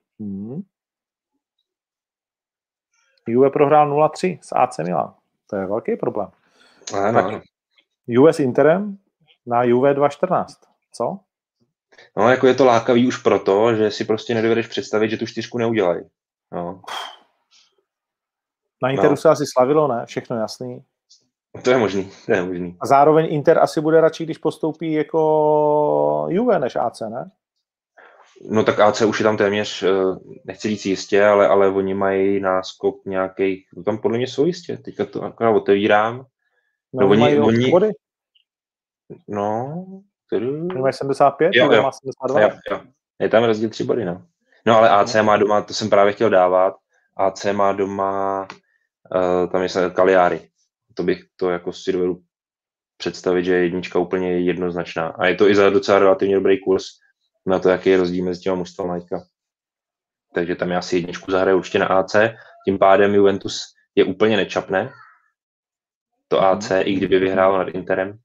Juve prohrál 0-3 s AC Milan. To je velký problém. Ano. Juve s Interem na Juve 2-14. Co? No, jako je to lákavý už proto, že si prostě nedovedeš představit, že tu 4 neudělají. No. Na Interu se asi slavilo, ne? Všechno jasný. To je možný. A zároveň Inter asi bude radši, když postoupí jako Juve než AC, ne? No tak AC už je tam téměř, nechci říct jistě, ale oni mají náskok nějakých, tam podle mě jsou jistě, teďka to akorát otevírám. No oni body. No. Oni mají 75, jo. Má 72. Jo. Je tam rozdíl 3 body, no. No ale AC má doma, to jsem právě chtěl dávat, AC má doma, tam je Cagliari. To bych to jako si dovedu představit, že je jednička úplně jednoznačná. A je to i za docela relativně dobrý kurz na to, jaký je rozdíl mezi těma mužstvama teďka. Takže tam já si jedničku zahraju určitě na AC. Tím pádem Juventus je úplně nečapné. To AC, i kdyby vyhrál nad Interem.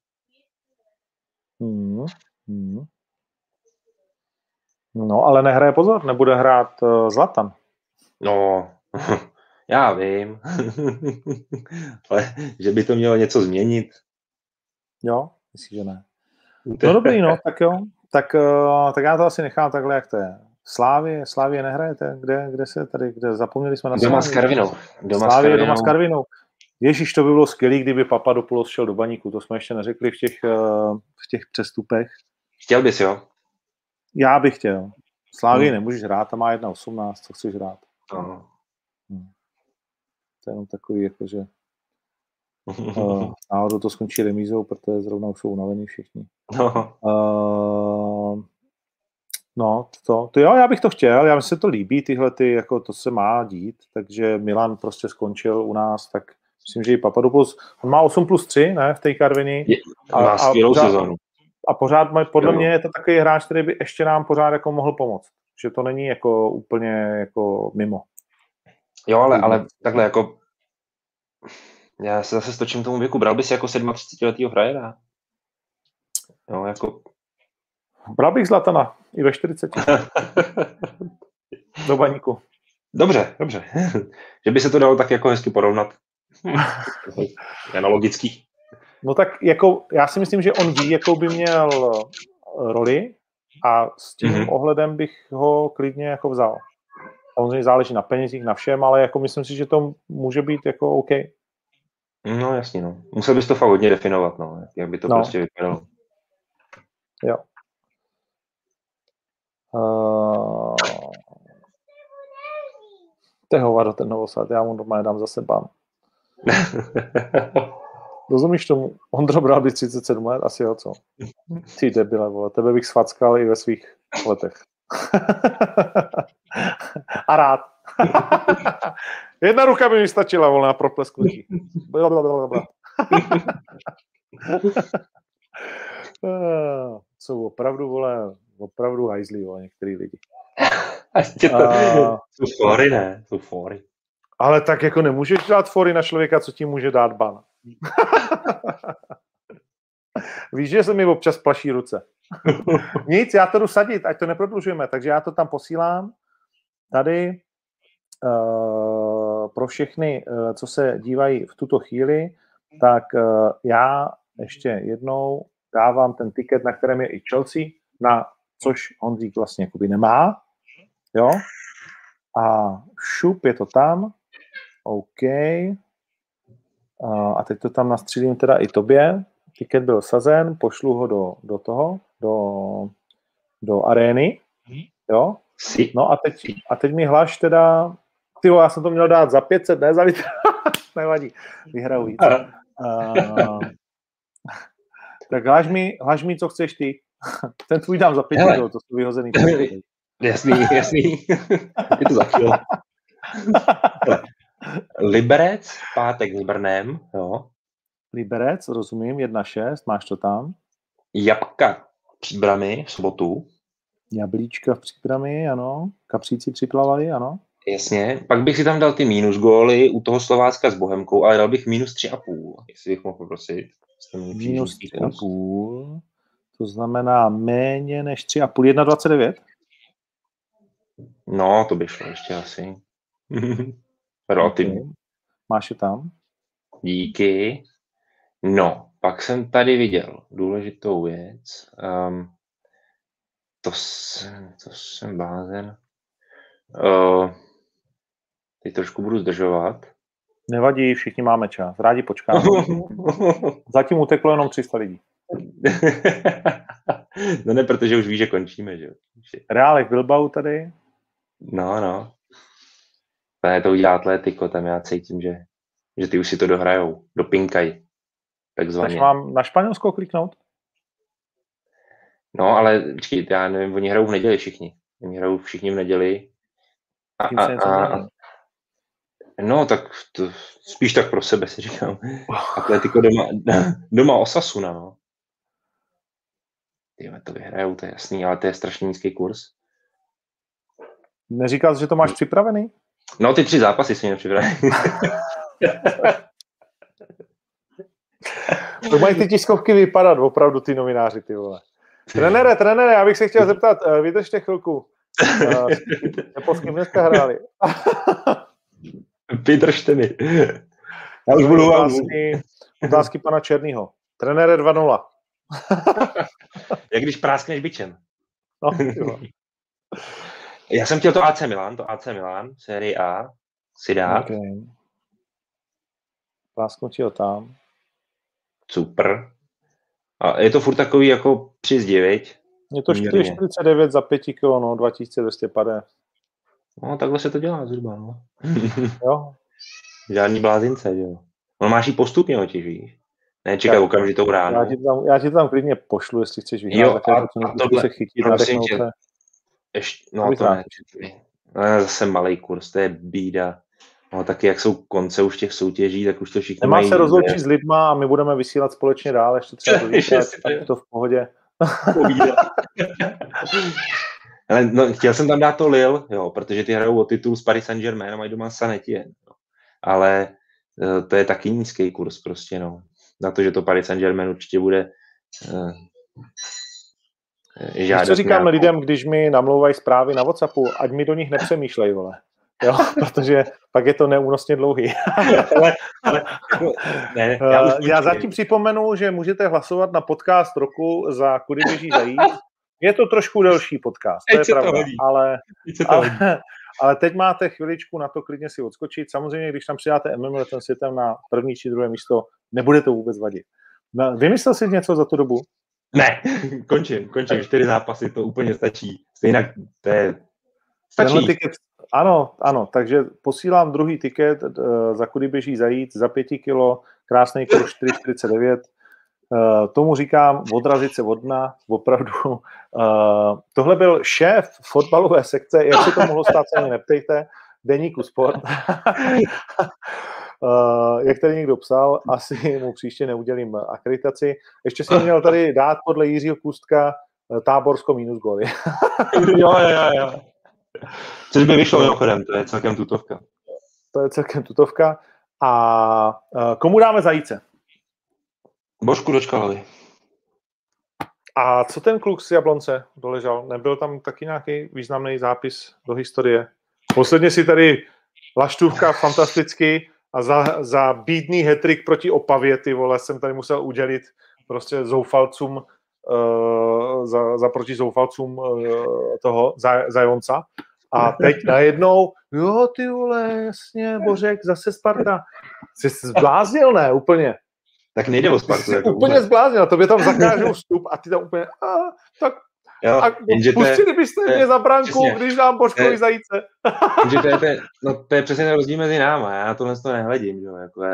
No, ale nehraje pozor, nebude hrát Zlatan. No, já vím. Ale že by to mělo něco změnit. Jo, myslím, že ne. No dobrý, no, tak jo. Tak já to asi nechám takhle, jak to je. Slávie nehrajete? Kde se tady, zapomněli jsme na Doma s Karvinou. Doma s Karvinou. Ježíš, to by bylo skvělý, kdyby Papadopoulos šel do Baníku. To jsme ještě neřekli v těch přestupech. Chtěl bys, jo? Já bych chtěl. Slávii nemůžeš hrát, tam má 1,18, co chceš hrát. To je jenom takový, jakože náhodou to skončí remízou, protože zrovna už jsou unavení všichni. To jo, já bych to chtěl, já myslím, že to líbí, jako to se má dít, takže Milan prostě skončil u nás, tak myslím, že i Papadopoulos, on má 8+3, ne, v té Karviní. Má skvělou sezonu. A pořád, podle mě je to takový hráč, který by ještě nám pořád jako mohl pomoct. Že to není jako úplně jako mimo. Jo, ale takhle jako já se zase stočím tomu věku. Bral bys jako 37letýho frajera? Jo, jako... Bral bych Zlatana i ve 40. Do Baníku. Dobře. Že by se to dalo tak jako hezky porovnat. Analogický. No tak jako, já si myslím, že on ví, jakou by měl roli a s tím ohledem bych ho klidně jako vzal. Samozřejmě záleží na penězích, na všem, ale jako myslím si, že to může být jako OK. No jasně, no. Musel bys to fakt hodně definovat, no. Jak by to prostě vypadalo. Jo. To je hovado, ten Novosad, já mu doma dám zase ban. Rozumíš tomu? Ondro bral by 37 let, asi jo, co? Ty debile, vole, tebe bych svackal i ve svých letech. A rád. Jedna ruka by mi stačila, volná pro plesknutí. Jsou opravdu, vole, opravdu hajzlí, vole, některý lidi. Jsou fory, ne? Jsou fory. Ale tak jako nemůžeš dát fory na člověka, co ti může dát ban. Víš, že se mi občas plaší ruce. Nic, já to jdu sadit, ať to neprodlužujeme, takže já to tam posílám. Tady pro všechny, co se dívají v tuto chvíli, tak já ještě jednou dávám ten tiket, na kterém je i Chelsea, na což Honzík vlastně jakoby nemá. Jo? A šup, je to tam. OK. A teď to tam nastřílím teda i tobě. Tiket byl sazen, pošlu ho do arény. Jo? No a teď mi hlaš teda, tyjo, já jsem to měl dát za 500, ne za litr. Nevadí, vyhraju víc. Tak hlaš mi, co chceš ty. Ten tvůj dám za 5 kilo, to jsou vyhozený. Jasný. Je to za kilo. Liberec, pátek s Brnem, jo. Liberec, rozumím, 1-6, máš to tam. Jabka Příbrami v sobotu. Jablíčka v Příbrami, ano. Kapříci připlavali, ano. Jasně. Pak bych si tam dal ty minus góly u toho Slovácka s Bohemkou, ale dal bych minus 3,5, jestli bych mohl poprosit. Minus 3,5, to znamená méně než 3,5, 1,29? No, to by šlo ještě asi. Relativně. Okay. Máš je tam? Díky. No, pak jsem tady viděl důležitou věc. To jsem blázen. Teď trošku budu zdržovat. Nevadí, všichni máme čas. Rádi počkáme. Zatím uteklo jenom 300 lidí. No ne, protože už víš, že končíme, že jo. Reálek Bilbao tady. No. Ne, to udělá Atletico, tam já cítím, že ty už si to dohrajou. Dopinkají. Takzvaně. Takže mám na Španělsko kliknout? No, ale počkej, já nevím, oni hrajou v neděli všichni. Oni hrajou všichni v neděli. No, tak to, spíš tak pro sebe si říkám. Atletico doma Osasuna, no. Tyhle to vyhrajou, to je jasný, ale to je strašně nízký kurz. Neříkal jsi, že to máš připravený? No, ty 3 zápasy si mě připravený. To mají ty tiskovky vypadat, opravdu ty novináři, ty vole. Trenére, já bych se chtěl zeptat, vydržte chvilku. S kým dneska hráli? Vydržte mi. Já už budu otázky pana Černýho. Trenére 2-0. Jak když práskneš bičem. No, já jsem chtěl to AC Milan, série A, si dát. Okay. Prásknutí ho tam. Super. A je to furt takový jako přizdivěť. Je to 4,49 za 5 kg, no, 2250. No, takhle se to dělá zhruba, no. Jo. Žádný blázince, jo. No máš jí postupně otiž, víš. Ne, čekaj okamžitou ránu. Já ti to tam klidně pošlu, jestli chceš vyhrát. Jo, a tohle, se chytí, prosím tě, no to ne. Zase malej kurz, to je bída. No taky jak jsou konce už těch soutěží, tak už to všichni mají. Nemá se rozloučit s lidma a my budeme vysílat společně dál, ještě třeba do více, tak je to v pohodě. Ale no, chtěl jsem tam dát to Lille, jo, protože ty hrajou o titul s Paris Saint-Germain a mají doma Saint-Étienne. Ale to je taky nízký kurz prostě, no. Na to, že to Paris Saint-Germain určitě bude žádat. Co říkám lidem, když mi namlouvají zprávy na WhatsAppu, ať mi do nich nepřemýšlej, vole. Jo, protože pak je to neúnosně dlouhý. Já zatím připomenu, že můžete hlasovat na podcast roku za Kudy běží zajíc. Je to trošku delší podcast, to je pravda, ale teď máte chviličku na to klidně si odskočit. Samozřejmě, když tam přidáte MM letem světem na první či druhé místo, nebude to vůbec vadit. Vymyslel jsi něco za tu dobu? Ne, končím. 4 zápasy, to úplně stačí. Stejně to je... Stačí. Tiket, ano, takže posílám druhý tiket, za kudy běží zajít, za 5 kilo, krásný kurz 4,49. Tomu říkám odrazit se od dna, opravdu. Tohle byl šéf fotbalové sekce, jak se to mohlo stát, se mě neptejte, Deníku Sport. Jak tady někdo psal, asi mu příště neudělím akreditaci. Ještě jsem měl tady dát podle Jiřího Kustka Táborsko minus góly. Jo. Což by vyšlo mimochodem, to je celkem tutovka. A komu dáme zajíce? Božku do Čkalovy. A co ten kluk z Jablonce doležal? Nebyl tam taky nějaký významný zápis do historie? Posledně si tady Laštůvka fantasticky a za bídný hat-trick proti Opavě, ty vole, jsem tady musel udělit prostě zoufalcům proti zoufalcům toho Zajonca. A teď najednou, jo, ty vole, jasně, Bořek, zase Sparta. Jsi zbláznil, ne? Úplně. Tak nejde o Spartu. Jsi úplně zbláznil, tobě tam zakážou vstup a ty tam úplně, tak jo, pustili byste mě za branku, když dám Božkovi zajíce. To je přesně ten rozdíl mezi náma, já tohle to nehledím, že jo, jako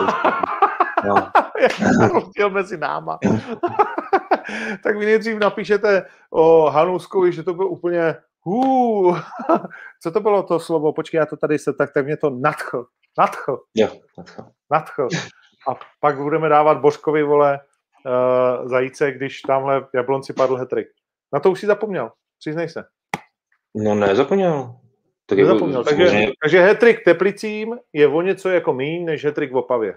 rozdíl mezi náma. Tak vy nejdřív napíšete o Hanouskovi, že to byl úplně co to bylo to slovo? Počkej, já to tady tak mě to nadchl. Jo, nadchl. A pak budeme dávat Božkovi, vole, zajíce, když tamhle v Jablonci padl hat-trick. Na to už si zapomněl, přiznej se. No nezapomněl. Nezapomněl. Takže hat-trick Teplicím je o něco jako míň, než hat-trick v Opavě.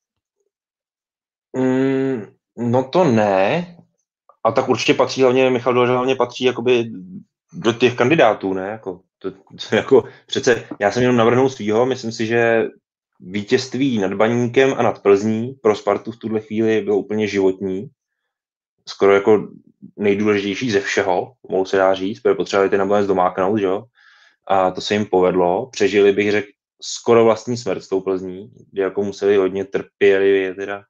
No to ne. A tak určitě patří, hlavně Michal Doležal hlavně patří jakoby do těch kandidátů, ne? Jako přece já jsem jenom navrhnul svýho, myslím si, že vítězství nad Baníkem a nad Plzní pro Spartu v tuhle chvíli bylo úplně životní. Skoro jako nejdůležitější ze všeho, mohu se dá říct, protože potřebovali ty nakonec domáknout, že jo? A to se jim povedlo. Přežili, bych řekl, skoro vlastní smrt s tou Plzní, kde jako museli hodně trpělivě teda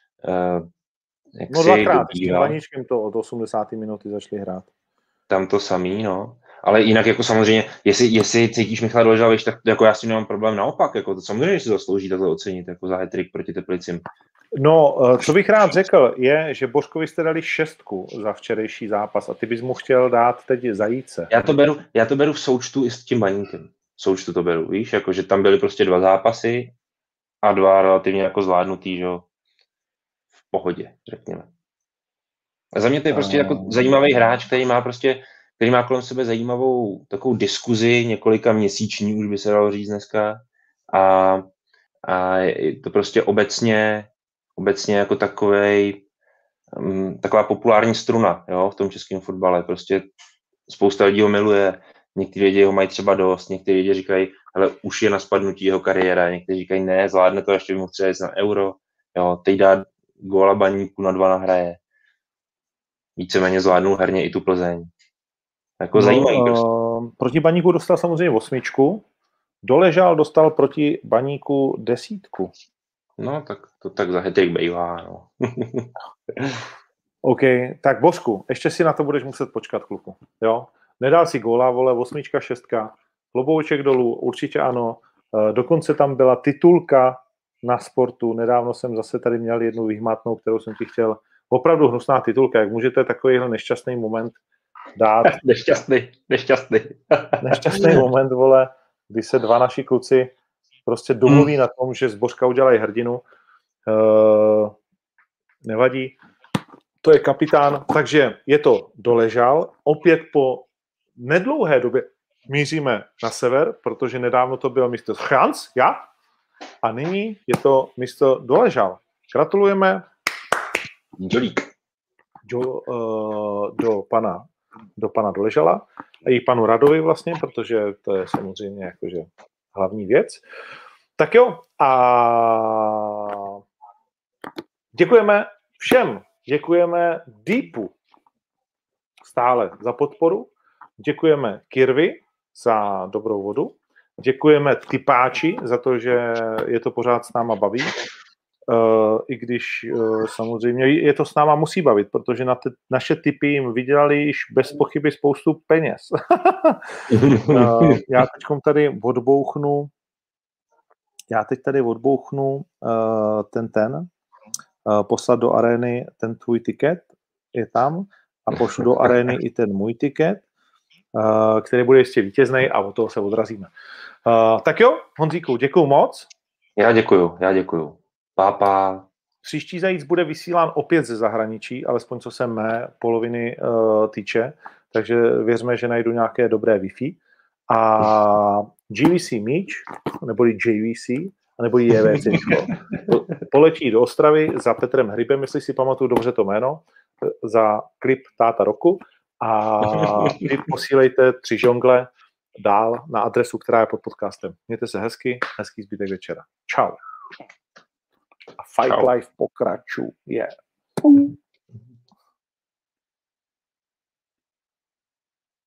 dvakrát, s tím Baníčkem to od 80. minuty začali hrát. Tam to samý, no. Ale jinak jako samozřejmě, jestli cítíš Michala Doležala, tak jako já si nemám problém naopak, jako to samozřejmě si zaslouží takhle ocenit, jako za hat-trick proti Teplicím. No, co bych rád řekl, je, že Božkovi jste dali 6 za včerejší zápas a ty bys mu chtěl dát teď zajíce. Já to beru v součtu i s tím Baníkem. V součtu to beru, víš, jako že tam byly prostě 2 zápasy a 2 relativně jako zvládnutý, že jo, v pohodě, řekněme. A za mě to je prostě jako zajímavý hráč, který má kolem sebe zajímavou takovou diskuzi, několika měsíční, už by se dalo říct dneska. A je to prostě obecně jako taková populární struna, jo, v tom českém fotbale. Prostě spousta lidí ho miluje, někteří lidi ho mají třeba dost, někteří lidi říkají, ale už je na spadnutí jeho kariéra, někteří říkají, ne, zvládne to, ještě by mohl třeba jít na Euro, jo, teď dá góla Baníku na 2 nahraje. Víceméně zvládnul herně i tu Plzeň. Jako zajímavý prostě. Proti Baníku dostal samozřejmě 8. Doležal dostal proti Baníku 10. No, tak to tak za hat-trick bývá, no. OK, tak Božku, ještě si na to budeš muset počkat, kluku. Jo? Nedal si góla, vole, 8, 6, klobouček dolů, určitě ano. Dokonce tam byla titulka na Sportu. Nedávno jsem zase tady měl jednu vyhmatnou, kterou jsem ti chtěl. Opravdu hnusná titulka. Jak můžete takovýhle nešťastný moment dát? Nešťastný moment, vole, kdy se 2 naši kluci prostě domluví na tom, že z Božka udělají hrdinu. Nevadí. To je kapitán, takže je to Doležal. Opět po nedlouhé době míříme na sever, protože nedávno to byl mistr Franz, já, a nyní je to mistr Doležal. Gratulujeme do pana Doležala a i panu Radovi vlastně, protože to je samozřejmě jakože hlavní věc. Tak jo, a děkujeme všem. Děkujeme Deepu. stále za podporu. Děkujeme Kirvi za dobrou vodu. Děkujeme Tipáči za to, že je to pořád s náma baví. I když samozřejmě je to s náma musí bavit, protože na naše tipy jim vydělali již bez pochyby spoustu peněz. Já teď tady odbouchnu poslat do arény ten tvůj tiket, je tam, a pošlu do arény i ten můj tiket, který bude jistě vítěznej a od toho se odrazíme. Tak jo, Honzíku, děkuju moc. Já děkuju. Pápa. Příští zajíc bude vysílán opět ze zahraničí, alespoň co se mé poloviny týče, takže věřme, že najdu nějaké dobré Wi-Fi. A GVC míč, neboli JVC, nebo JVC, poletí do Ostravy za Petrem Hrybem, jestli si pamatuju dobře to jméno, za klip Táta roku, a vy posílejte 3 žongle dál na adresu, která je pod podcastem. Mějte se hezky, hezký zbytek večera. Čau. A Fight Life pokračuje.